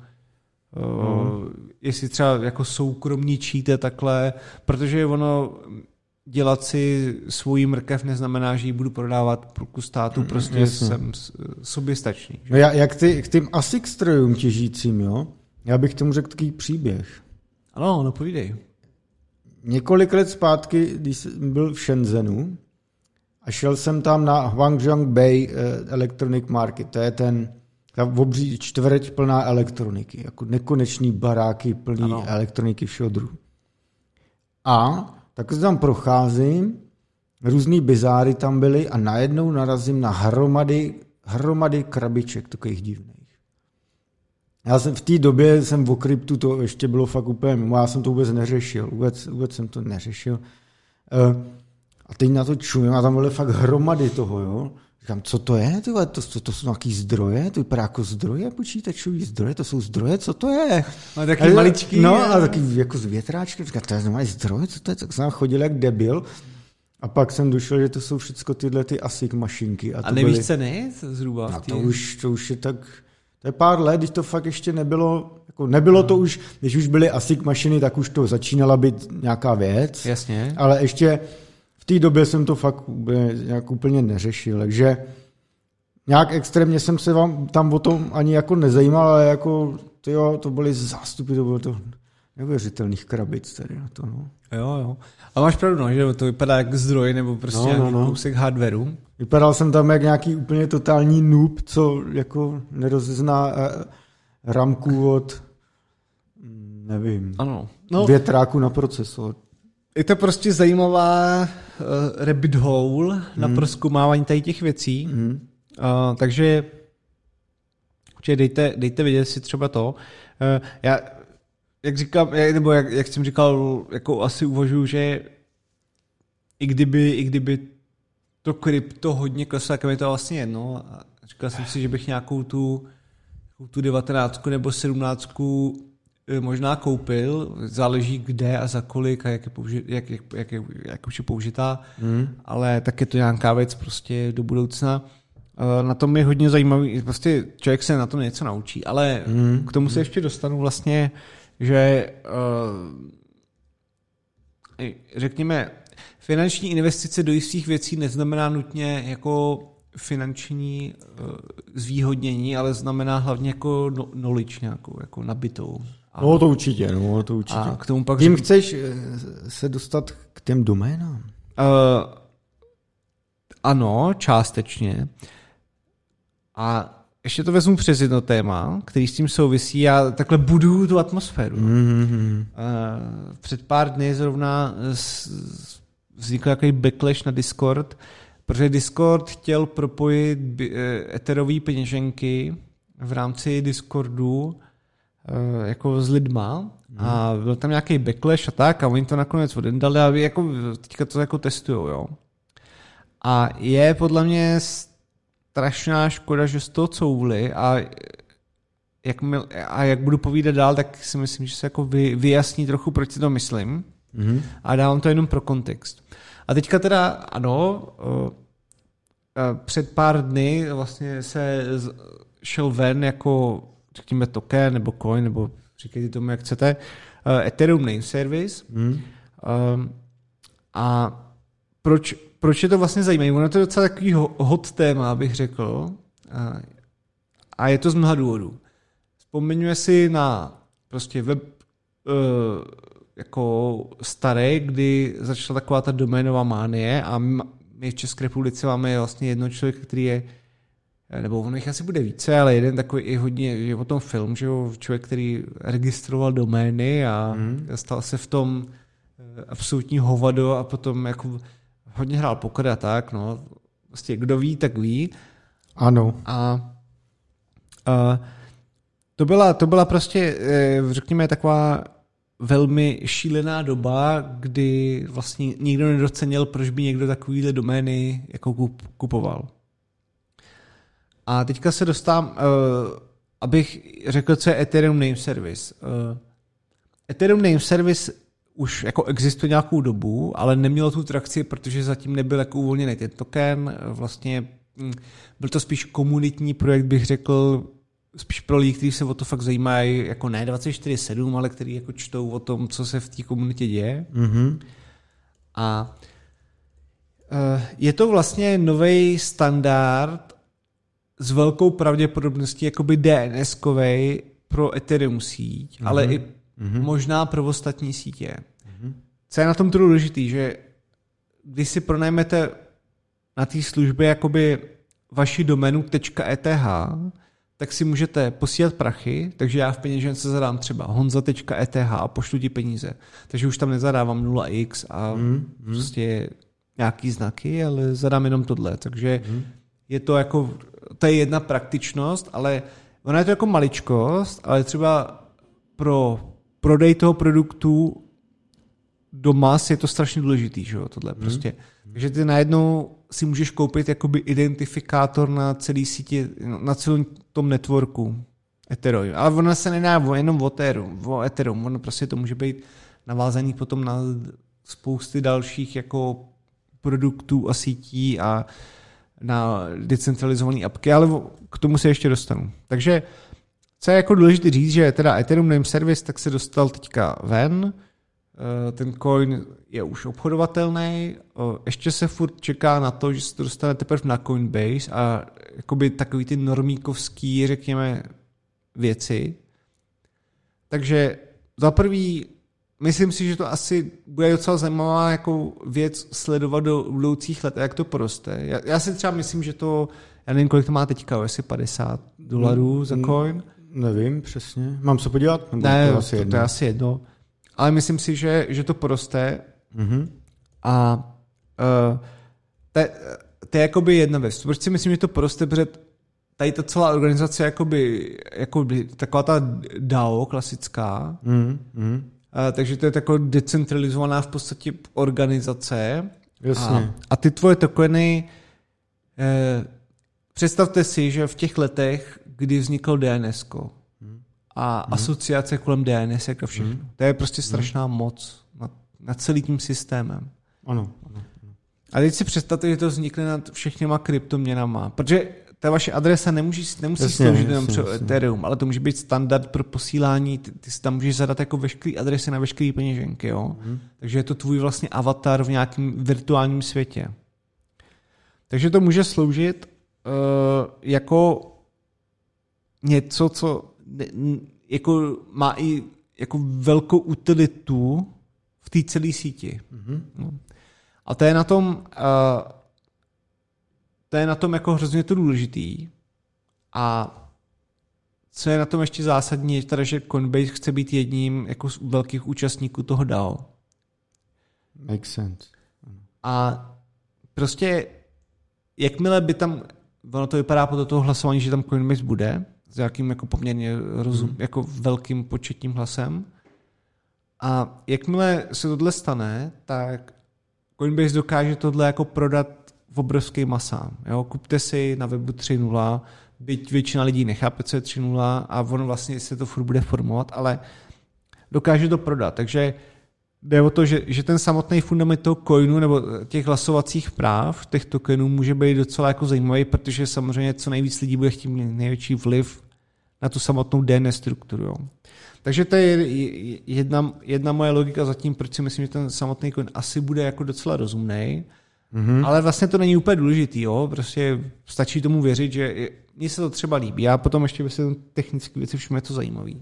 jestli třeba jako soukromničíte takhle, protože ono dělat si svůj mrkev neznamená, že ji budu prodávat průku státu, prostě jsem soběstačný. No jak k tím ASIC strojům těžícím, jo? Já bych tomu řekl takový příběh. Ano, no povídej. Několik let zpátky, když jsem byl v Shenzhenu a šel jsem tam na Huangzhou Bay Electronic Market, to je ta obří čtvereť plná elektroniky, jako nekonečný baráky plný elektroniky všeho druhu. A tak se tam procházím, různý bizáry tam byly a najednou narazím na hromady krabiček takových divných. Já jsem v té době o kryptu, to ještě bylo fakt úplně mimo, já jsem to vůbec neřešil, vůbec jsem to neřešil. A teď na to čumím a tam byly fakt hromady toho, jo. Říkám, co to je? To jsou nějaký zdroje? To vypadá jako zdroje, počítačový zdroje? To jsou zdroje? Co to je? No, taky maličký. No a taky jako z větráčky. Říkám, to je normální zdroje? Co to je? Tak jsem chodil jak debil. A pak jsem došel, že to jsou všechno tyhle ty ASIC mašinky. A nevíš ceny zhruba? No, to už je tak... To je pár let, když to fakt ještě nebylo... Jako nebylo to už... Když už byly ASIC mašiny, tak už to začínala být nějaká věc. Jasně. Ale ještě... V té době jsem to fakt úplně neřešil, takže nějak extrémně jsem se vám tam o tom ani jako nezajímal, ale jako to byly zástupy, to bylo to neuvěřitelných krabic tady na to. No. Jo. A máš pravdu, no, že to vypadá jak zdroj nebo prostě nějaký kousek hardwareu. Vypadal jsem tam jak nějaký úplně totální noob, co jako nerozezná ramku od nevím, větráku na procesor. Je to prostě zajímavá rabbit hole na prozkoumávání tady těch věcí. Takže dejte vědět si třeba to. Já, jak říkám, nebo jak jsem říkal, jako asi uvažuji, že i kdyby to krypto hodně kleslo, tak je to vlastně jedno. A říkal jsem si, že bych nějakou tu 19 nebo 17 možná koupil, záleží kde a za kolik a jak už je použitá, ale tak je to nějaká věc prostě do budoucna. Na tom je hodně zajímavý, prostě člověk se na tom něco naučí, ale k tomu se ještě dostanu vlastně, že řekněme, finanční investice do jistých věcí neznamená nutně jako finanční zvýhodnění, ale znamená hlavně jako knowledge nějakou, jako nabitou. No to určitě. A k tomu pak tím chceš se dostat k těm doménám? Ano, částečně. A ještě to vezmu přes jedno téma, který s tím souvisí. Já takhle buduju tu atmosféru. Před pár dny zrovna vznikl takový backlash na Discord, protože Discord chtěl propojit etherový peněženky v rámci Discordu jako s lidma a byl tam nějaký backlash a tak a oni to nakonec odendali a jako, teďka to jako testujou, jo. A je podle mě strašná škoda, že z toho couvli a jak budu povídat dál, tak si myslím, že se jako vyjasní trochu, proč si to myslím a dávám to jenom pro kontext. A teďka teda, ano, před pár dny vlastně se šel ven jako, řekněme, token nebo coin, nebo říkejte tomu, jak chcete, Ethereum Name Service. A proč je to vlastně zajímavé? Ono to je docela takový hot téma, abych řekl. A je to z mnoha důvodů. Vzpomeňuje si na prostě web jako starý, kdy začala taková ta doménová mánie a my v České republice máme vlastně jedno člověk, který je, nebo ono jich asi bude více, ale jeden takový i hodně, je o tom film, že jo, člověk, který registroval domény a stal se v tom absolutní hovado a potom jako hodně hrál poker a tak, no. Vlastně kdo ví, tak ví. Ano. A to byla prostě, řekněme, taková velmi šílená doba, kdy vlastně nikdo nedocenil, proč by někdo takovýhle domény jako kupoval. A teďka se dostávám, abych řekl, co je Ethereum Name Service. Ethereum Name Service už jako existuje nějakou dobu, ale nemělo tu trakci, protože zatím nebyl jako uvolněný ten token. Vlastně byl to spíš komunitní projekt, bych řekl, spíš pro lidi, kteří se o to fakt zajímají, jako ne 24/7, ale kteří jako čtou o tom, co se v té komunitě děje. A je to vlastně nový standard s velkou pravděpodobností jakoby DNS-kovej pro Ethereum síť, ale i možná pro ostatní sítě. Co je na tom důležitý, že když si pronajmete na té službě jakoby vaši doménu .eth, tak si můžete posílat prachy, takže já v peněžence zadám třeba honza.eth a pošlu ti peníze. Takže už tam nezadávám 0x a prostě nějaký znaky, ale zadám jenom tohle. Takže je to jako, to je jedna praktičnost, ale ona je to jako maličkost, ale třeba pro prodej toho produktu doma je to strašně důležitý, že jo, tohle prostě. Takže ty najednou si můžeš koupit jakoby identifikátor na celý sítě, na celém tom networku Ethereum. Ale ono se nedá jenom o Ethereum, ono prostě to může být navázaný potom na spousty dalších jako produktů a sítí a na decentralizované apky, ale k tomu se ještě dostanu. Takže co je jako důležité říct, že teda Ethereum Name Service tak se dostal teďka ven, ten coin je už obchodovatelný, ještě se furt čeká na to, že se to dostane teprve na Coinbase a jakoby takový ty normíkovský, řekněme, věci. Takže za prvý, myslím si, že to asi bude docela zajímavá jako věc sledovat do budoucích let, jak to poroste. Já si třeba myslím, že to, já nevím, kolik to má teďka, jestli $50 za coin. Nevím přesně. Mám se podívat? Ne, to je asi jedno. Ale myslím si, že to poroste. A to je jakoby jedna věc. Proč si myslím, že to poroste? Protože tady ta celá organizace je jakoby taková ta DAO klasická. Takže to je taková decentralizovaná v podstatě organizace. Jasně. A ty tvoje tokeny, představte si, že v těch letech, kdy vzniklo DNSko a asociace kolem DNS a všechno, to je prostě strašná moc nad celým tím systémem. Ano. A teď si představte, že to vznikne nad všechněma kryptoměnama, protože ta vaše adresa nemusí sloužit jenom pro Ethereum, ale to může být standard pro posílání, ty si tam můžeš zadat jako veškerý adresy na veškerý peněženky, jo? Takže je to tvůj vlastně avatar v nějakém virtuálním světě. Takže to může sloužit jako něco, co jako má i jako velkou utilitu v té celé síti. No. A to je na tom jako hrozně to důležitý. A co je na tom ještě zásadní, je teda, že Coinbase chce být jedním jako z velkých účastníků toho DAO. Makes sense. A prostě jakmile by tam, ono to vypadá podle toho hlasování, že tam Coinbase bude, s nějakým jako poměrně jako velkým početním hlasem. A jakmile se tohle stane, tak Coinbase dokáže tohle jako prodat v obrovským masám. Jo? Kupte si na webu 3.0, byť většina lidí nechápe, co je 3.0 a on vlastně se to furt bude formovat, ale dokáže to prodat. Takže jde o to, že ten samotný fundament toho coinu nebo těch hlasovacích práv, těch tokenů může být docela jako zajímavý, protože samozřejmě co nejvíc lidí bude chtít mít největší vliv na tu samotnou DNS strukturu. Jo. Takže to je jedna moje logika za tím, proč si myslím, že ten samotný coin asi bude jako docela rozumný, ale vlastně to není úplně důležitý. Jo. Prostě stačí tomu věřit, že mně se to třeba líbí. Já potom ještě vysvětlím technické věci, všem je to zajímavý.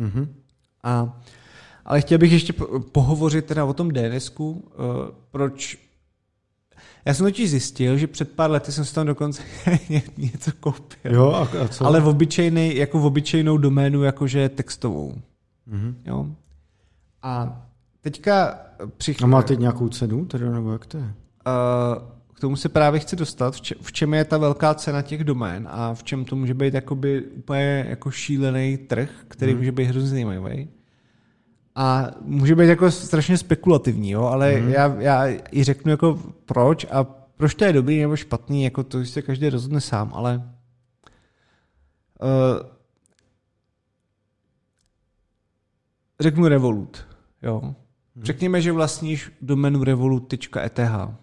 Ale chtěl bych ještě pohovořit teda o tom DNSku, proč. Já jsem totiž zjistil, že před pár lety jsem si tam dokonce něco koupil. Jo, a co? Ale v obyčejnou doménu, jakože textovou. Jo. A teďka A má teď nějakou cenu, teda, nebo jak to je? K tomu se právě chci dostat, v čem je ta velká cena těch domén a v čem to může být jakoby úplně jako šílený trh, který může být hrozně zajímavý. A může být jako strašně spekulativní, jo? Ale já i řeknu jako proč a proč to je dobrý nebo špatný, jako to se každý rozhodne sám, ale řeknu Revolut. Jo? Řekněme, že vlastníš doménu revolut.eth.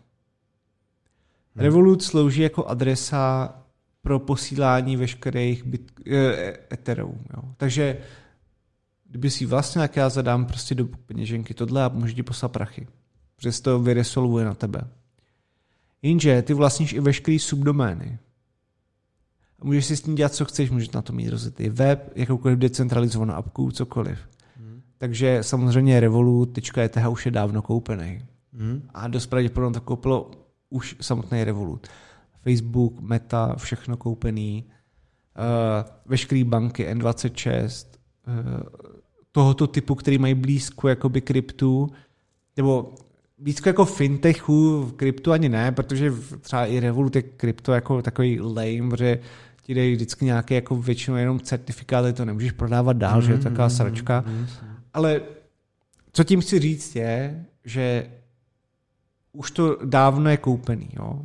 Revolut slouží jako adresa pro posílání veškerých Ethereum. Jo? Takže kdyby si vlastnil, jak já zadám prostě do peněženky tohle a můžu ti poslat prachy. Protože se to vyresolvuje na tebe. Jenže ty vlastníš i veškerý subdomény. A můžeš si s tím dělat, co chceš, můžeš na to mít rozjetý web, jakoukoliv decentralizovanou apku, cokoliv. Takže samozřejmě Revolut.eth už je dávno koupený. A dost pravděpodobně to koupilo už samotný Revolut. Facebook, Meta, všechno koupený. Veškerý banky N26, tohoto typu, který mají blízko jakoby kryptu, nebo blízko jako fintechu, v kryptu ani ne, protože třeba i Revolut je krypto jako takový lame, protože ti dají vždycky nějaké jako většinou jenom certifikáty, to nemůžeš prodávat dál, že je taková sračka. Ale co tím chci říct je, že už to dávno je koupený. Jo?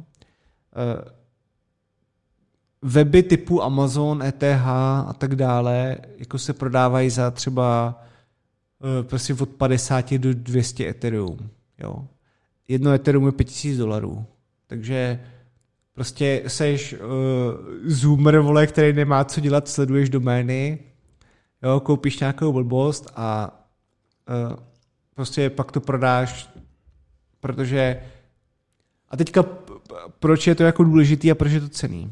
Weby typu Amazon, ETH a tak dále jako se prodávají za třeba prostě od 50 do 200 Ethereum. Jo. Jedno Ethereum je $5,000. Takže prostě seš zoomer, vole, který nemá co dělat, sleduješ domény, jo, koupíš nějakou blbost a prostě pak to prodáš, protože a teďka proč je to jako důležitý a proč je to cenný?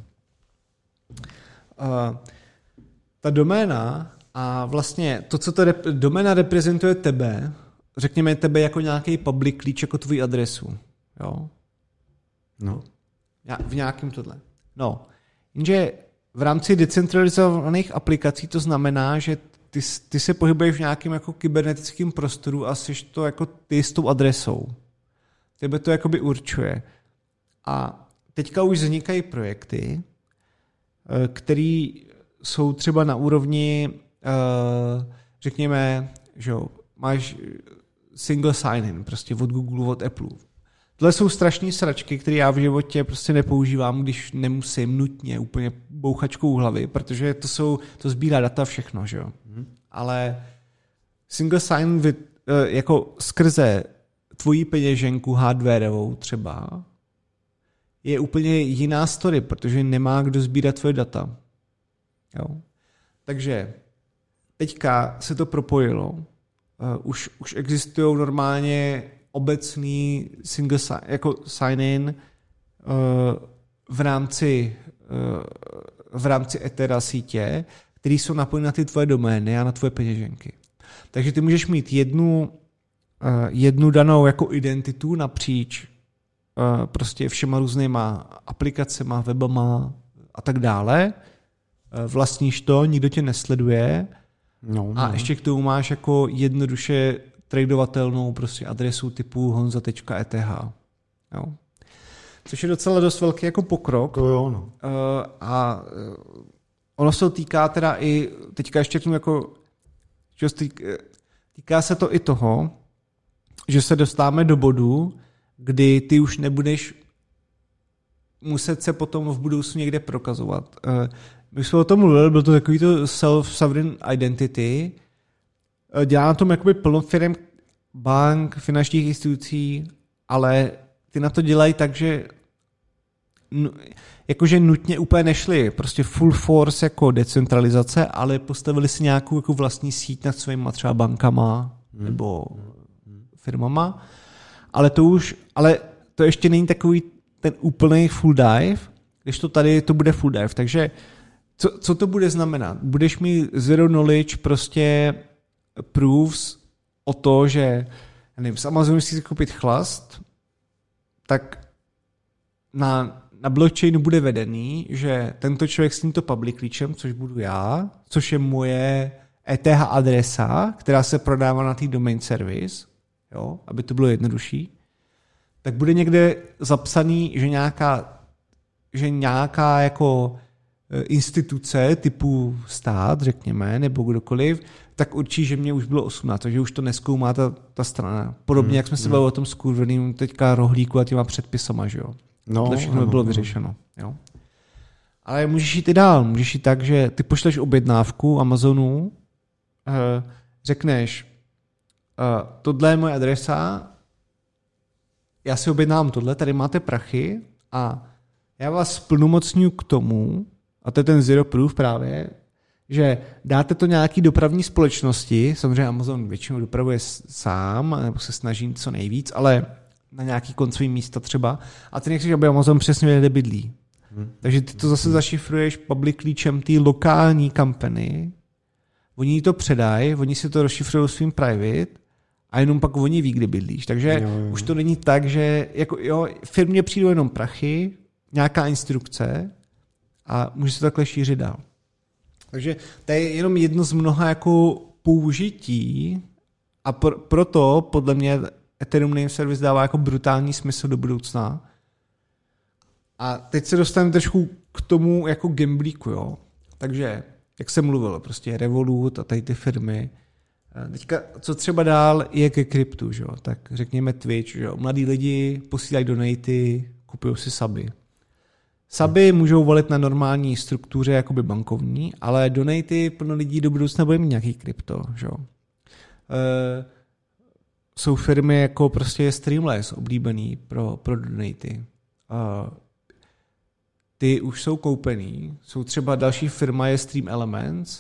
Ta doména a vlastně to, co doména reprezentuje tebe, řekněme tebe jako nějaký public klíč, jako tvůj adresu. Jo? No. V nějakém tohle. No. Jenže v rámci decentralizovaných aplikací to znamená, že ty se pohybuješ v nějakém jako kybernetickém prostoru a jsi to jako ty s tou adresou. Tebe to jakoby určuje. A teďka už vznikají projekty, které jsou třeba na úrovni, řekněme, že jo, máš single sign-in, prostě od Google, od Apple. Tohle jsou strašné sračky, které já v životě prostě nepoužívám, když nemusím nutně úplně bouchačkou hlavy, protože to sbírá data všechno, že jo. Ale single sign jako skrze tvoji peněženku hardwareovou třeba je úplně jiná story, protože nemá kdo sbírat tvoje data. Jo? Takže teďka se to propojilo. Už existují normálně obecný single jako sign-in v rámci Ethera sítě, který jsou napojeny na ty tvoje domény a na tvoje peněženky. Takže ty můžeš mít jednu danou jako identitu napříč prostě všema různýma aplikacema, webama a tak dále. Vlastníš to, nikdo tě nesleduje a ještě k tomu máš jako jednoduše tradovatelnou prostě adresu typu honza.eth. Jo. Což je docela dost velký jako pokrok. To jo, no. A ono se to týká teda i, teďka ještě k tomu jako, týká se to i toho, že se dostáváme do bodu, kdy ty už nebudeš muset se potom v budoucnu někde prokazovat. My jsme o tom mluvili, byl to takový to self-sovereign identity. Dělá na tom jakoby plno firm, bank, finančních institucí, ale ty na to dělají tak, že jakože nutně úplně nešli prostě full force jako decentralizace, ale postavili si nějakou jako vlastní síť nad svýma třeba bankama nebo firmama. Ale to ještě není takový ten úplný full dive, když to tady to bude full dive. Takže co to bude znamenat? Budeš mít zero knowledge prostě proofs o to, že nevím, z Amazonu si koupit chlast, tak na blockchainu bude vedený, že tento člověk s tímto public klíčem, což budu já, což je moje ETH adresa, která se prodává na tý domain service, jo, aby to bylo jednodušší, tak bude někde zapsaný, že nějaká jako instituce typu stát, řekněme, nebo kdokoliv, tak určí, že mě už bylo 18, takže už to nezkoumá ta strana. Podobně, jak jsme se bavili o tom skurveným teďka rohlíku a těma předpisama, že jo. To všechno bylo vyřešeno. Jo. Ale můžeš jít i dál. Můžeš jít tak, že ty pošleš objednávku Amazonu, řekneš, tohle je moje adresa, já si objednám tohle, tady máte prachy a já vás splnomocňuji k tomu, a to je ten zero proof právě, že dáte to nějaký dopravní společnosti, samozřejmě Amazon většinou dopravuje sám, nebo se snaží co nejvíc, ale na nějaký koncový místa třeba, a ty nechceš, aby Amazon přesně věděl, kde bydlí. Takže ty to zase zašifruješ public klíčem té lokální company, oni to předají, oni si to rozšifrují svým private a jenom pak oni ví, kde bydlíš. Takže už to není tak, že jako, firmě přijdou jenom prachy, nějaká instrukce a může se takhle šířit dál. Takže to je jenom jedno z mnoha jako použití a proto podle mě Ethereum Name Service dává jako brutální smysl do budoucna. A teď se dostaneme trošku k tomu jako gamblíku, jo. Takže, jak jsem mluvil, prostě Revolut a tady ty firmy. Teďka, co třeba dál je ke kryptu, jo. Tak řekněme Twitch, jo. Mladí lidi posílají donaty, kupují si suby. Suby můžou volit na normální struktuře, jakoby bankovní, ale donaty plno lidí do budoucna bude mít nějaký krypto, jo. Jsou firmy jako prostě Streamless oblíbený pro donaty. Ty už jsou koupený. Jsou třeba další firma je Stream Elements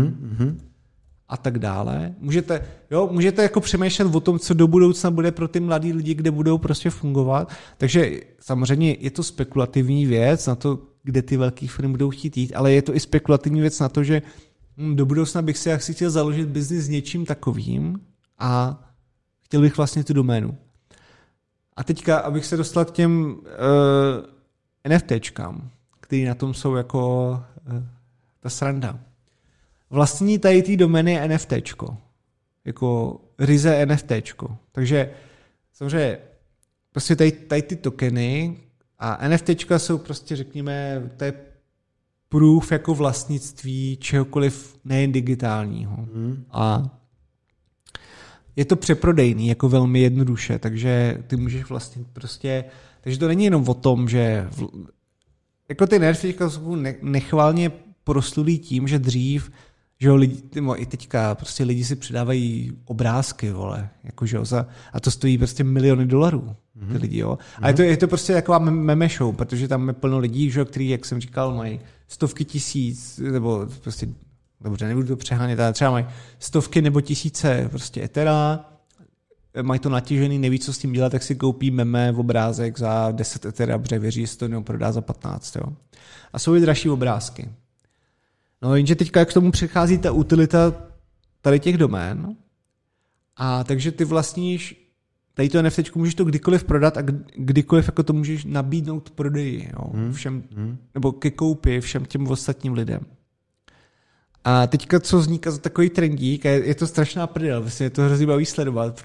a tak dále. Můžete jako přemýšlet o tom, co do budoucna bude pro ty mladí lidi, kde budou prostě fungovat. Takže samozřejmě je to spekulativní věc na to, kde ty velké firmy budou chtít jít, ale je to i spekulativní věc na to, že do budoucna bych si asi chtěl založit biznis s něčím takovým a chtěl bych vlastně tu doménu. A teďka, abych se dostal k těm NFTčkám, který na tom jsou jako ta sranda. Vlastní tady té domény je NFTčko. Jako ryze NFTčko. Takže samozřejmě prostě tady ty tokeny a NFTčka jsou prostě, řekněme, to je proof jako vlastnictví čehokoliv nejen digitálního. A je to přeprodejný, jako velmi jednoduše, takže ty můžeš vlastnit prostě, takže to není jenom o tom, že jako ty NFTčka jsou nechválně proslulý tím, že dřív že jo, lidi, i teďka prostě lidi si přidávají obrázky, vole, jakože a to stojí prostě miliony dolarů, ty lidi, jo. A je to prostě taková meme show, protože tam je plno lidí, že jo, který, jak jsem říkal, mají stovky tisíc, nebo prostě, dobře, nebudu to přehánět, ale třeba mají stovky nebo tisíce prostě Ethera, mají to natěžený, neví, co s tím dělat, tak si koupí meme obrázek za 10 Ethera, protože věří, že se to prodá za 15, jo. A jsou i dražší obrázky. No jenže teďka, jak k tomu přichází ta utilita tady těch domén, a takže ty vlastníš, tady to NFT můžeš to kdykoliv prodat a kdykoliv jako to můžeš nabídnout prodeji, jo, všem, nebo ke koupi všem těm ostatním lidem. A teďka, co vzniká za takový trendík, je to strašná prdel, vlastně je to hrozně baví sledovat,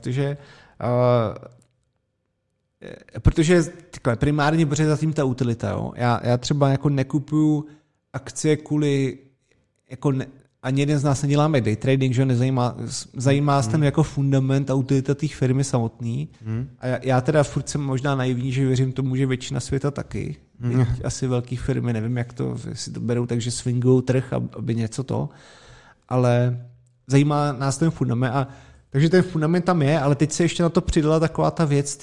protože takhle, primárně protože zatím ta utilita, jo. Já třeba jako nekupuju akcie kvůli jako ani jeden z nás neděláme day trading, že zajímá nás ten jako fundament a utilita těch firmy samotný. A já teda furt jsem možná naivní, že věřím tomu, že většina světa taky. Asi velké firmy, nevím, jak to si to berou, takže swingujou trh, aby něco to. Ale zajímá nás ten fundament. Takže ten fundament tam je, ale teď se ještě na to přidala taková ta věc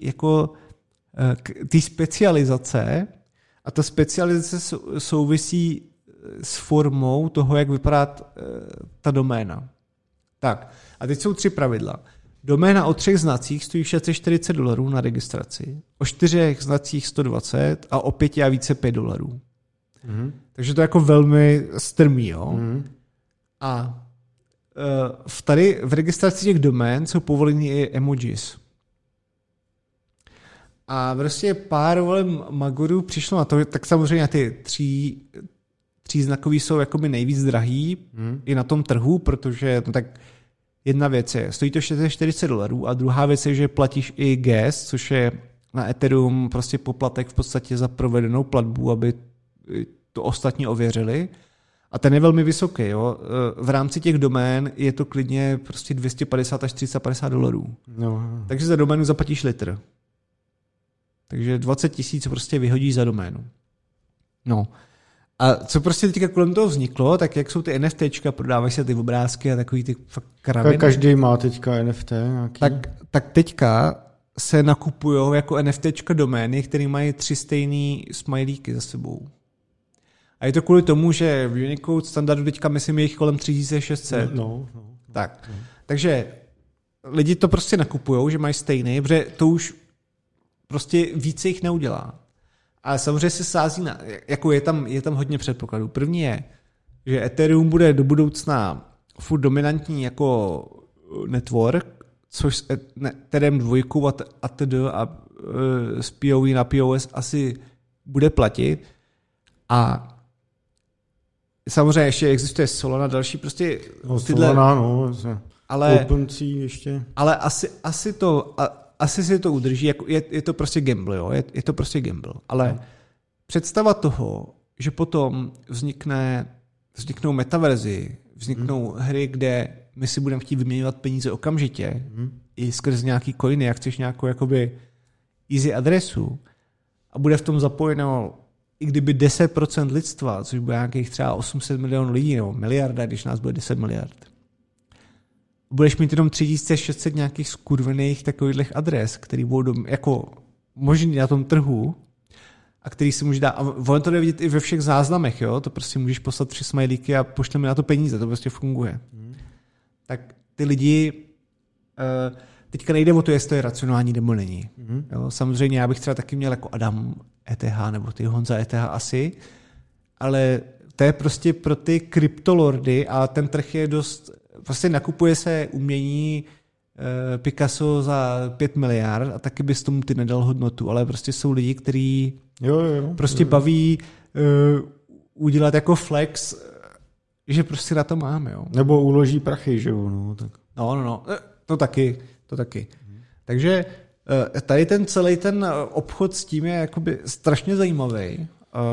té specializace. A ta specializace souvisí s formou toho, jak vypadá ta doména. Tak, a teď jsou 3 pravidla. Doména o 3 znacích stojí $640 na registraci, o 4 znacích 120 a o 5 a více $5. Takže to je jako velmi strmý, jo? A tady v registraci těch domén jsou povoleny i emojis. A prostě pár magorů přišlo na to, tak samozřejmě ty 3 znakový jsou jakoby nejvíc drahý i na tom trhu, protože no tak jedna věc je, stojí to $640 a druhá věc je, že platíš i gas, což je na Ethereum prostě poplatek v podstatě za provedenou platbu, aby to ostatní ověřili. A ten je velmi vysoký. Jo? V rámci těch domén je to klidně prostě $250 až $350. No. Takže za doménu zaplatíš litr. Takže 20 000 prostě vyhodíš za doménu. No. A co prostě teďka kolem toho vzniklo, tak jak jsou ty NFTčka, prodávají se ty obrázky a takový ty fakt kraviny. Každý má teďka NFT nějaký. Tak teďka se nakupujou jako NFTčka domény, které mají 3 stejný smajlíky za sebou. A je to kvůli tomu, že v Unicode standardu teďka myslím je jich kolem 3600. No. Tak. Takže lidi to prostě nakupujou, že mají stejný, protože to už prostě více jich neudělá. A samozřejmě se sází na, jako je tam hodně předpokladů. První je, že Ethereum bude do budoucna furt dominantní jako network, což s Ethereum 2 a td. A z POE na POS asi bude platit. A samozřejmě ještě existuje Solana, další prostě tyhle... Solana, ale OpenSea ještě. Ale asi si to udrží, jako je to prostě gamble, jo? Je to prostě gamble. Ale představa toho, že potom vzniknou metaverzy, vzniknou hry, kde my si budeme chtít vyměňovat peníze okamžitě, i skrz nějaký coiny, jak chceš nějakou jakoby easy adresu a bude v tom zapojeno i kdyby 10% lidstva, což bude nějakých třeba 800 milionů lidí, nebo miliarda, když nás bude 10 miliard. Budeš mít jenom 3600 nějakých skurvených takových adres, který budou jako možný na tom trhu a který si může dát. A ono to jde vidět i ve všech záznamech, jo? To prostě můžeš poslat 3 smajlíky a pošleme na to peníze, to prostě funguje. Tak ty lidi, teďka nejde o to, jestli to je racionální nebo není. Jo? Samozřejmě já bych třeba taky měl jako Adam ETH nebo ty Honza ETH asi, ale to je prostě pro ty kryptolordy a ten trh je dost, prostě nakupuje se umění Picasso za 5 miliard a taky bys tomu ty nedal hodnotu, ale prostě jsou lidi, kteří prostě baví udělat jako flex, že prostě na to máme. Jo. Nebo uloží prachy, že jo. No, tak. No, to taky. Takže tady celý ten obchod s tím je jakoby strašně zajímavý.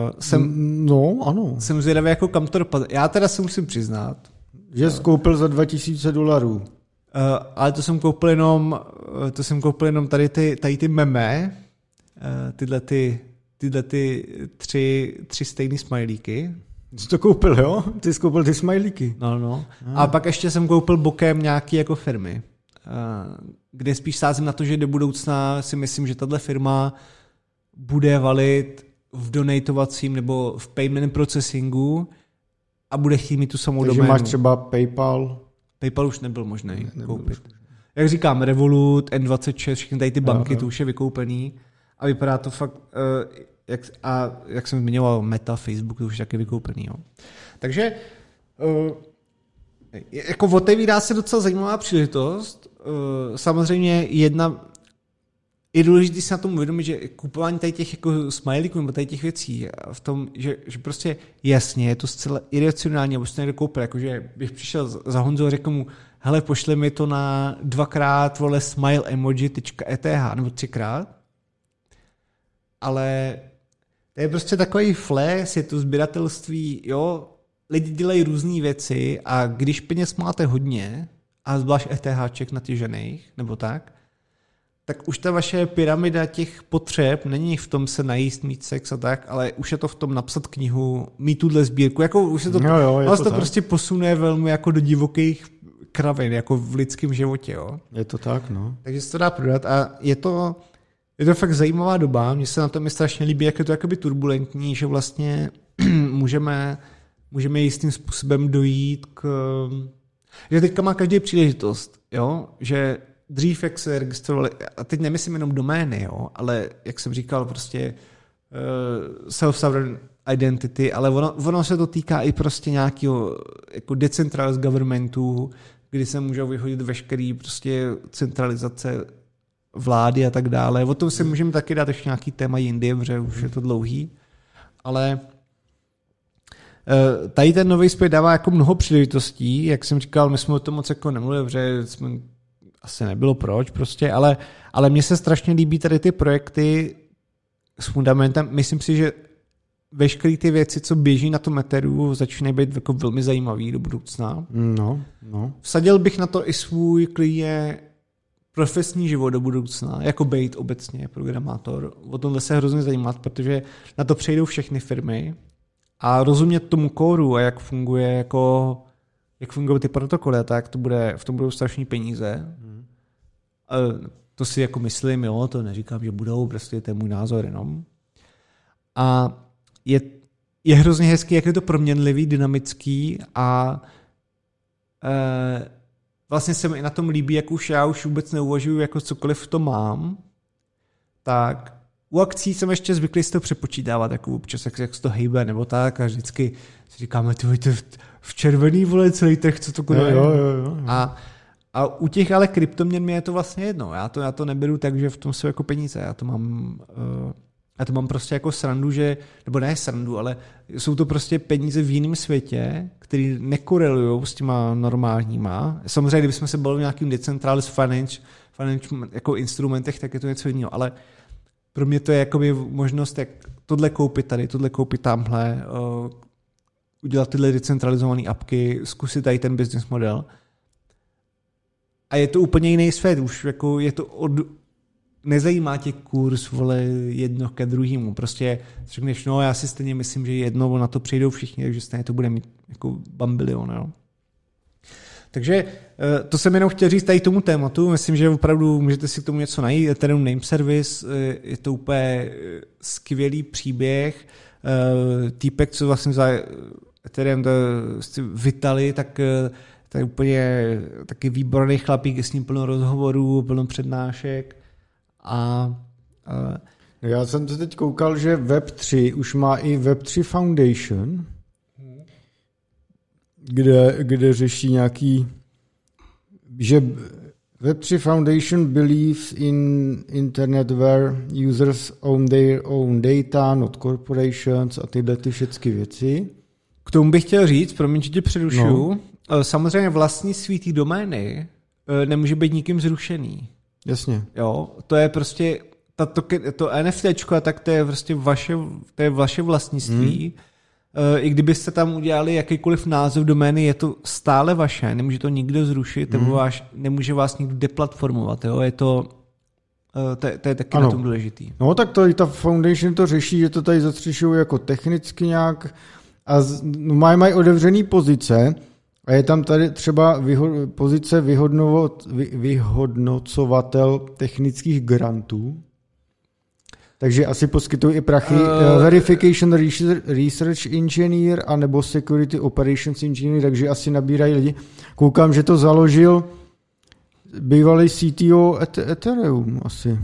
Ano. Jsem zvědavý, jako kam to dopadne. Já teda si musím přiznat, že jsi koupil za $2000. Ale to jsem koupil jenom tady ty meme, tyhle ty tři stejný smajlíky. Jsi to koupil, jo? Ty jsi koupil ty smajlíky. No. A pak ještě jsem koupil bokem nějaký jako firmy, kde spíš sázím na to, že do budoucna si myslím, že tato firma bude valit v donatovacím nebo v payment processingu a bude chtít mít tu samou doménu. Takže máš třeba PayPal. PayPal už nebyl možný koupit. Jak říkám, Revolut, N26, všechny tady ty banky, to už je vykoupený a vypadá to fakt, jak jsem zmiňoval, Meta, Facebook, to už je taky vykoupený. Jo. Takže jako otevírá se docela zajímavá příležitost. Samozřejmě je důležité si na tom uvědomit, že kupování tady těch jako smajlíků nebo tady těch věcí v tom, že prostě jasně je to zcela iracionální, aby to někdo koupil, jakože bych přišel za Honzou a řekl mu, hele, pošle mi to na 2x smileemoji.eth nebo 3x, ale to je prostě takový flash, je to sběratelství, jo, lidi dělají různé věci a když peněz máte hodně a zvlášť ETHček natěžených, nebo tak už ta vaše pyramida těch potřeb není v tom se najíst, mít sex a tak, ale už je to v tom napsat knihu, mít tuhle sbírku, jako už se to, to prostě posune velmi jako do divokých kravin, jako v lidském životě. Jo. Je to tak, no. Takže se to dá prodat a je to fakt zajímavá doba, mně se na tom strašně líbí, jak je to jakoby turbulentní, že vlastně můžeme jistým způsobem dojít že teďka má každý příležitost, jo, že dřív, jak se registrovali, a teď nemyslím jenom domény, jo, ale jak jsem říkal, prostě self-sovereign identity, ale ono se to týká i prostě nějakého jako decentralized governmentu, kdy se můžou vyhodit veškerý prostě centralizace vlády a tak dále. O tom si můžeme taky dát ještě nějaký téma jindy, protože už je to dlouhý, ale tady ten nový svět dává jako mnoho příležitostí, jak jsem říkal, my jsme o tom moc jako nemluvili, protože jsme asi nebylo proč prostě, ale mně se strašně líbí tady ty projekty s fundamentem. Myslím si, že veškeré ty věci, co běží na tom Ethereum, začínají být jako velmi zajímavý do budoucna. No. Vsadil bych na to i svůj klidně profesní život do budoucna, jako být obecně programátor. O tomhle se hrozně zajímat, protože na to přejdou všechny firmy a rozumět tomu kódu a jak fungují ty protokoly, tak v tom budou strašný peníze. To si jako myslím, jo, to neříkám, že budou, prostě to je můj názor jenom. A je hrozně hezký, jak je to proměnlivý, dynamický a vlastně se mi na tom líbí, jak já už vůbec neuvažuji, jako cokoliv to mám, tak u akcí jsem ještě zvyklý si to přepočítávat, jako občas, jak se to hejbe, nebo tak, a vždycky si říkáme, ty v červený, vole, celý trh, co to bude. Jo. A u těch ale kryptoměn mi je to vlastně jedno. Já to neberu tak, že v tom jsou jako peníze. Já to mám prostě jako srandu, nebo ne srandu, ale jsou to prostě peníze v jiném světě, které nekorelujou s těma normálníma. Samozřejmě, kdybychom se bavili o nějakým decentralized finance jako instrumentech, tak je to něco jiného, ale pro mě to je jakoby možnost, jak tohle koupit tady, tohle koupit tamhle, udělat tyhle decentralizované apky, zkusit tady ten business model. A je to úplně jiný svět, už jako je to nezajímá tě kurz, vole, jedno ke druhému. Prostě řekneš, no já si stejně myslím, že jedno na to přijdou všichni, takže stejně to bude mít jako bambilion, jo. Takže to jsem jenom chtěl říct tady tomu tématu. Myslím, že opravdu můžete si k tomu něco najít. Ethereum Name Service, je to úplně skvělý příběh. Týpek, co vlastně za Ethereum Vitali, tak úplně taky výborný chlapík, je s ním plno rozhovorů, plno přednášek. Já jsem to teď koukal, že Web3 už má i Web3 Foundation, kde řeší nějaký, že Web3 Foundation believes in internet where users own their own data, not corporations a tyhle ty všechny věci. K tomu bych chtěl říct, promiň, že tě přerušuju, samozřejmě vlastnictví té domény nemůže být nikým zrušený. Jasně. Jo, to je prostě to NFTčko, tak to je prostě vaše vlastnictví. I kdybyste tam udělali jakýkoliv název domény, je to stále vaše, nemůže to nikdo zrušit, nebo nemůže vás nikdo deplatformovat. Jo? To je taky na tom důležitý. No tak to i ta Foundation to řeší, že to tady zastřešují jako technicky nějak a mají otevřený pozice a je tam tady třeba pozice vyhodnocovatel technických grantů. Takže asi poskytují i prachy Verification Research Engineer a nebo Security Operations Engineer, takže asi nabírají lidi. Koukám, že to založil bývalý CTO Ethereum asi.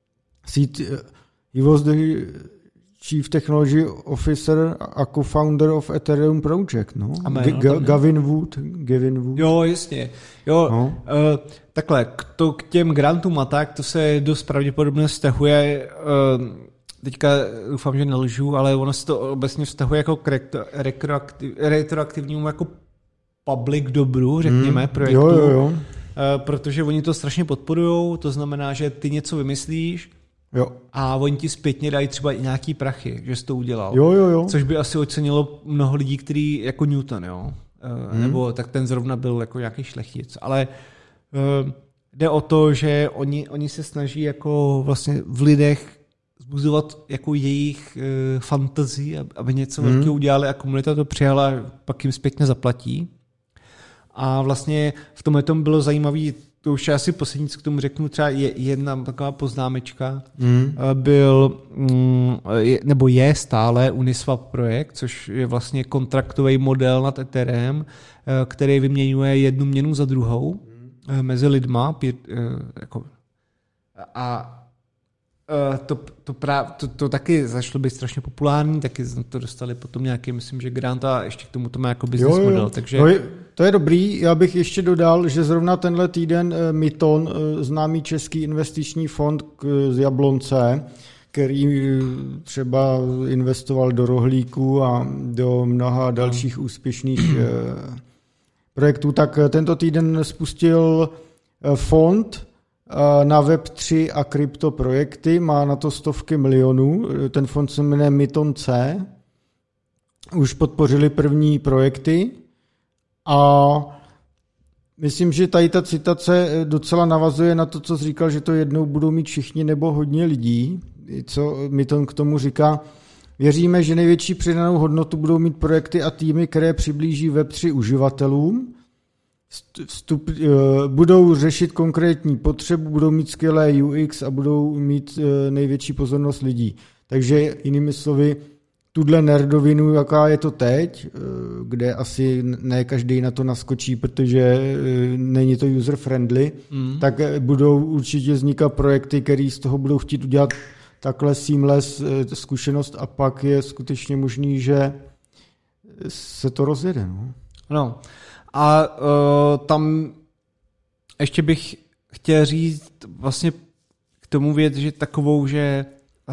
He was the Chief Technology Officer a co-founder of Ethereum Project, no? Gavin Wood. Jo, jasně. Jo, no. Takhle, k těm grantům a tak, to se dost pravděpodobně vztahuje, teďka doufám, že nelžu, ale ono se to obecně vztahuje jako k retroaktivnímu jako public dobru, řekněme, projektu. Jo. Protože oni to strašně podporujou, to znamená, že ty něco vymyslíš, jo. A oni ti zpětně dají třeba i nějaký prachy, že jsi to udělal. Jo. Což by asi ocenilo mnoho lidí, který jako Newton, jo. Nebo tak ten zrovna byl jako nějaký šlechtic. Ale jde o to, že oni se snaží jako vlastně v lidech zbuzovat jako jejich fantazii, aby něco velkého udělali a komunita to přijala, pak jim zpětně zaplatí. A vlastně v tomhle tom bylo zajímavé, to už asi poslední, co k tomu řeknu, třeba jedna taková poznámečka, nebo je stále Uniswap projekt, což je vlastně kontraktový model nad Ethereum, který vyměňuje jednu měnu za druhou mezi lidma. A to taky začalo být strašně populární, taky to dostali potom nějaký, myslím, že grant a ještě k tomu to má jako business model. Takže... To je dobrý, já bych ještě dodal, že zrovna tenhle týden Myton, známý český investiční fond z Jablonce, který třeba investoval do rohlíků a do mnoha dalších úspěšných projektů, tak tento týden spustil fond na Web3 a kryptoprojekty, má na to stovky milionů, ten fond se jmenuje Myton C, už podpořili první projekty a myslím, že tady ta citace docela navazuje na to, co jsi říkal, že to jednou budou mít všichni nebo hodně lidí, co Myton k tomu říká. Věříme, že největší přidanou hodnotu budou mít projekty a týmy, které přiblíží Web3 uživatelům, budou řešit konkrétní potřebu, budou mít skvělé UX a budou mít největší pozornost lidí. Takže jinými slovy, tuhle nerdovinu, jaká je to teď, kde asi ne každý na to naskočí, protože není to user-friendly, tak budou určitě vznikat projekty, které z toho budou chtít udělat takhle seamless zkušenost a pak je skutečně možný, že se to rozjede. No. A tam ještě bych chtěl říct vlastně k tomu věc, že takovou, že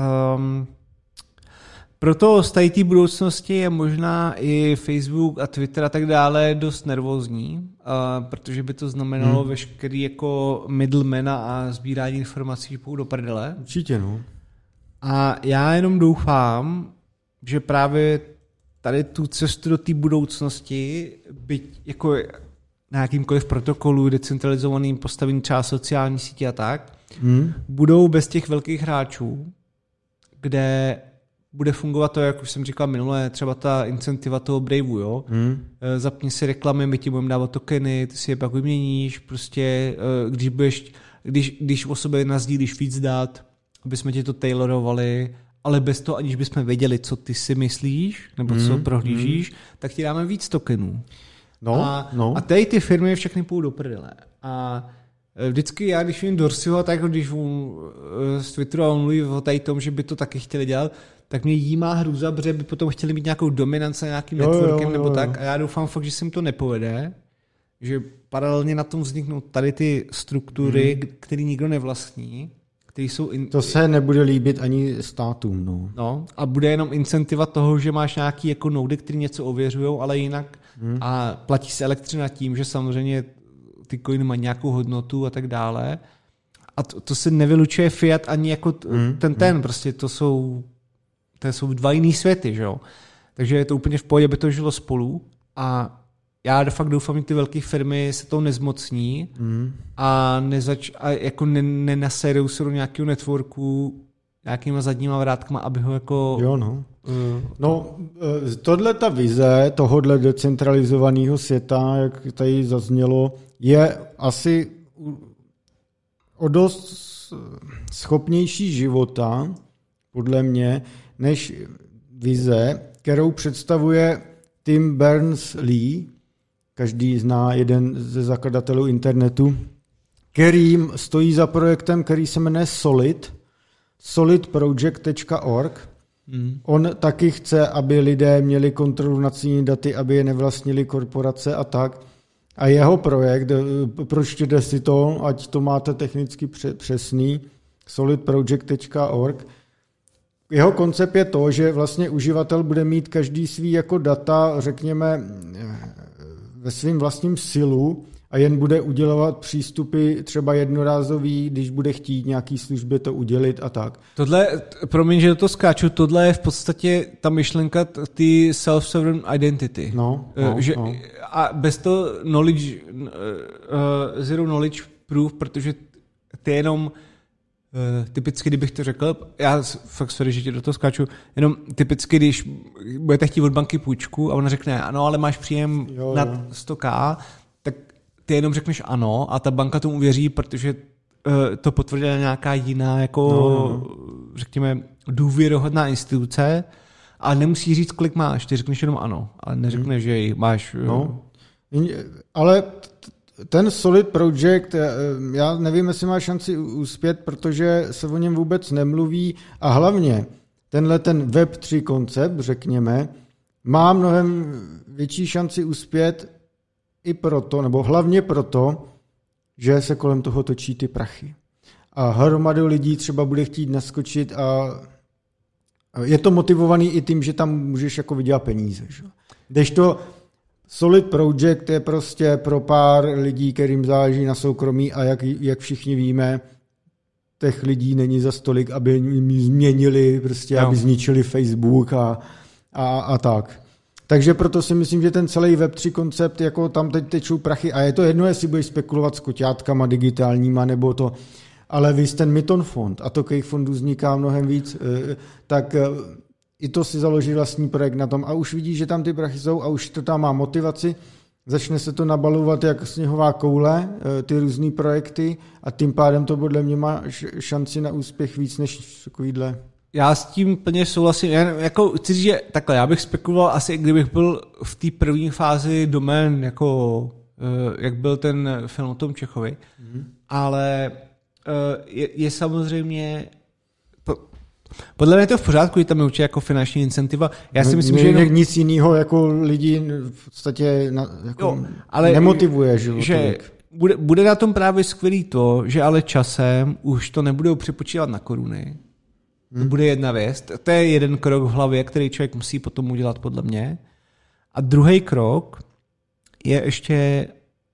proto z té budoucnosti je možná i Facebook a Twitter a tak dále dost nervózní, protože by to znamenalo veškerý jako middlemana a sbírání informací, že půjdu do prdele. Určitě, no. A já jenom doufám, že právě tady tu cestu do té budoucnosti, byť jako na jakýmkoliv protokolu decentralizovaným postavení třeba sociální sítě a tak, budou bez těch velkých hráčů, kde bude fungovat to, jak už jsem říkal minule, třeba ta incentiva toho Braveu, jo? Zapni si reklamy, my ti budeme dávat tokeny, ty si je pak vyměníš, prostě když o sobě nasdílíš víc dat, aby jsme ti to tailorovali, ale bez toho, aniž bychom věděli, co ty si myslíš, nebo co prohlížíš, tak ti dáme víc tokenů. A tady ty firmy všechny půjdou do prdele. A vždycky já, když vím Dorseyho, tak když z Twitteru a on mluví o tady tom, že by to taky chtěli dělat, tak mě jímá hrůza, protože by potom chtěli mít nějakou dominanci nějakým networkem nebo tak. A já doufám fakt, že se jim to nepovede, že paralelně na tom vzniknou tady ty struktury, které nikdo nevlastní, to se nebude líbit ani státům. No, a bude jenom incentiva toho, že máš nějaký jako nody, který něco ověřujou, ale jinak a platí se elektřina tím, že samozřejmě ty coiny mají nějakou hodnotu a tak dále. A to se nevylučuje fiat ani jako ten, prostě to jsou dva jiný světy, že jo. Takže je to úplně v pohodě, aby to žilo spolu a já de facto doufám, že ty velké firmy se toho nezmocní a jako nenaserou se do nějakého networku nějakýma zadníma vrátkama, aby ho jako No, tohle ta vize tohodle decentralizovaného světa, jak tady zaznělo, je asi o dost schopnější života, podle mě, než vize, kterou představuje Tim Berners-Lee, každý zná jeden ze zakladatelů internetu, který stojí za projektem, který se jmenuje solidproject.org. On taky chce, aby lidé měli kontrolu nad svými daty, aby je nevlastnili korporace a tak. A jeho projekt, pročtěte si to, ať to máte technicky přesný, solidproject.org. Jeho koncept je to, že vlastně uživatel bude mít každý svý jako data, řekněme, ve svým vlastním silu a jen bude udělovat přístupy třeba jednorázový, když bude chtít nějaký službě to udělit a tak. Tohle, promiň, že to skáču, tohle je v podstatě ta myšlenka ty self-sovereign identity. A bez toho knowledge, zero knowledge proof, protože ty jenom typicky, kdybych to řekl, já fakt sorry, že ti do toho skáču, jenom typicky, když budete chtít od banky půjčku a ona řekne, ano, ale máš příjem nad 100k, tak ty jenom řekneš ano a ta banka tomu uvěří, protože to potvrdila nějaká jiná, jako řekněme, důvěryhodná instituce, ale nemusí říct, kolik máš, ty řekneš jenom ano, ale neřekneš, že máš... Ale ten Solid Project, já nevím, jestli má šanci uspět, protože se o něm vůbec nemluví a hlavně tenhle ten Web3 koncept, řekněme, má mnohem větší šanci uspět i proto, nebo hlavně proto, že se kolem toho točí ty prachy. A hromadu lidí třeba bude chtít naskočit a je to motivovaný i tím, že tam můžeš jako vydělat peníze. Že? Kdežto Solid Project je prostě pro pár lidí, kterým záleží na soukromí a jak všichni víme, těch lidí není za stolik, aby jim změnili, prostě, aby zničili Facebook a tak. Takže proto si myslím, že ten celý Web3 koncept, jako tam teď tečou prachy a je to jedno, jestli budeš spekulovat s koťátkama digitálníma nebo to, ale víš ten Myton fond a takových fondů vzniká mnohem víc, tak i to si založí vlastní projekt na tom a už vidí, že tam ty prachy jsou a už to tam má motivaci, začne se to nabalovat jak sněhová koule, ty různý projekty a tím pádem to podle mě má šanci na úspěch víc než takovýhle. Já s tím plně souhlasím. Jako, chci říct, že takhle, já bych spekuloval asi, kdybych byl v té první fázi domén, jako, jak byl ten film o tom Čechovi, ale je samozřejmě... Podle mě je to v pořádku, že tam je určitě jako finanční incentiva. Já si myslím, že nic jiného jako lidi v podstatě nemotivuje. Že bude na tom právě skvělý to, že ale časem už to nebudou přepočítat na koruny. To bude jedna věc. To je jeden krok v hlavě, který člověk musí potom udělat podle mě. A druhý krok je ještě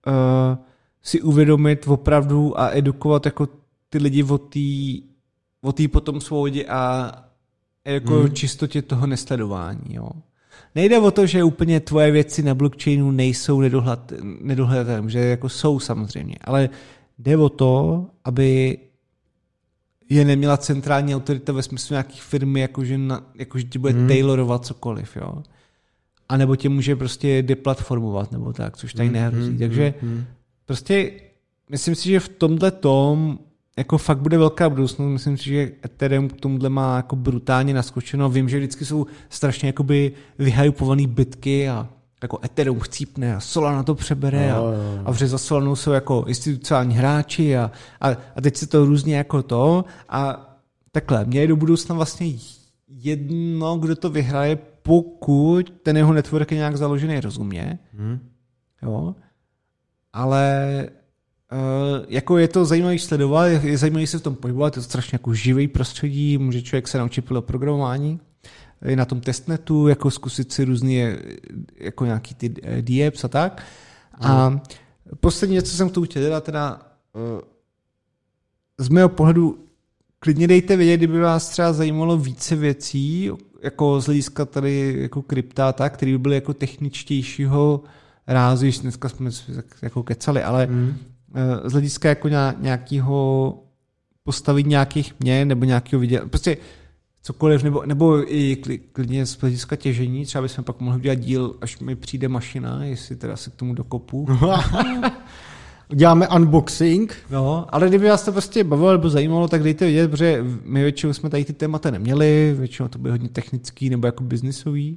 si uvědomit opravdu a edukovat jako ty lidi o té potom svobodě a jako čistotě toho nesledování. Jo. Nejde o to, že úplně tvoje věci na blockchainu nejsou nedohledatelné, že jako jsou samozřejmě, ale jde o to, aby je neměla centrální autorita ve smyslu nějakých firmy, jakože ti bude tailorovat cokoliv. Jo. A nebo tě může prostě deplatformovat, nebo tak, což tady nehrozí. Takže prostě myslím si, že v tomhle tom jako fakt bude velká budoucnost. Myslím si, že Ethereum k tomuhle má jako brutálně naskočeno. Vím, že vždycky jsou strašně jakoby vyhypovaný bitky a jako Ethereum chcípne a Solana to přebere a vře za Solanou jsou jako institucionální hráči a teď se to různě jako to a takhle. Mně je do budoucna vlastně jedno, kdo to vyhraje, pokud ten jeho network je nějak založený rozumně. Jo? Ale jako je to zajímavé sledovat, je zajímavé se v tom pohybovat, je to strašně jako živý prostředí, může člověk se naučit podle programování, i na tom testnetu, jako zkusit si různý jako nějaký ty DApps a tak. A poslední věc, co jsem k tomu chtěl dělat, teda z mého pohledu klidně dejte vědět, kdyby vás třeba zajímalo více věcí, jako z hlediska tady jako krypta, tak, který by byly jako techničtějšího rázu, když dneska jsme jako kecali, ale z hlediska jako nějakého postavit nějakých měn nebo nějakého vidět. Prostě cokoliv, nebo i klidně z hlediska těžení, třeba bychom pak mohli udělat díl, až mi přijde mašina, jestli teda se k tomu dokopu. Děláme unboxing. No, ale kdyby vás to prostě bavilo nebo zajímalo, tak dejte vědět, protože my většinou jsme tady ty témata neměli, většinou to bylo hodně technický nebo jako biznisový.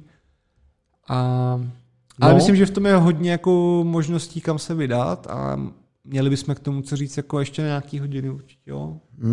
Ale myslím, že v tom je hodně jako možností, kam se vydat a měli bychom k tomu co říct jako ještě nějaký hodiny určitě, jo.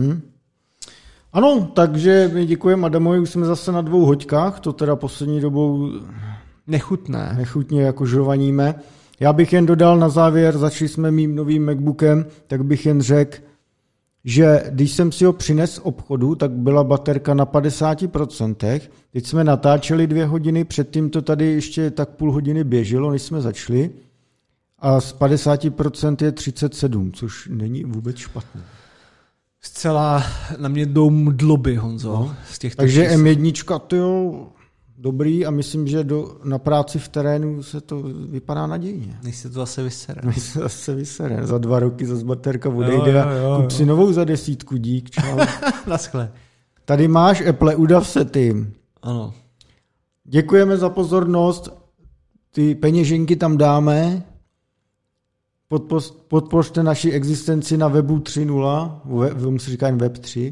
Ano, takže my děkujeme Adamovi, už jsme zase na 2 hoďkách, to teda poslední dobou nechutně jako žrovaníme. Já bych jen dodal na závěr, začali jsme mým novým MacBookem, tak bych jen řekl, že když jsem si ho přines z obchodu, tak byla baterka na 50%. Teď jsme natáčeli 2 hodiny, předtím to tady ještě tak půl hodiny běželo, než jsme začali. A z 50% je 37, což není vůbec špatné. Zcela na mě jdou mdloby, Honzo. No. Z těchto takže čísel. M1, tyjo, dobrý a myslím, že na práci v terénu se to vypadá nadějně. Než se to zase vysere. Za 2 roky zase baterka odejde a kup si novou za 10, dík, čau. Naschle. Tady máš Apple, udav se ty. Ano. Děkujeme za pozornost, ty peněženky tam dáme, podpořte naši existenci na webu 3.0, mu se říká jen web 3.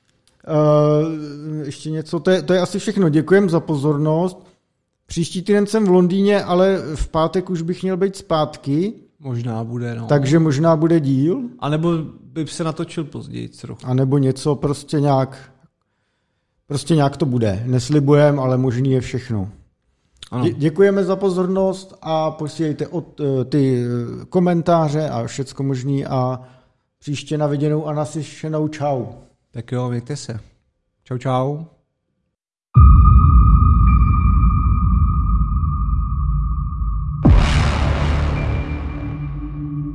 Ještě něco, to je asi všechno. Děkujeme za pozornost. Příští týden jsem v Londýně, ale v pátek už bych měl být zpátky. Možná bude, no. Takže možná bude díl. A nebo by se natočil později trochu. A nebo něco, prostě nějak to bude. Neslibujem, ale možný je všechno. Děkujeme za pozornost a posílejte ty komentáře a všecko možný a příště na viděnou a naslyšenou. Čau. Tak jo, mějte se. Čau, čau.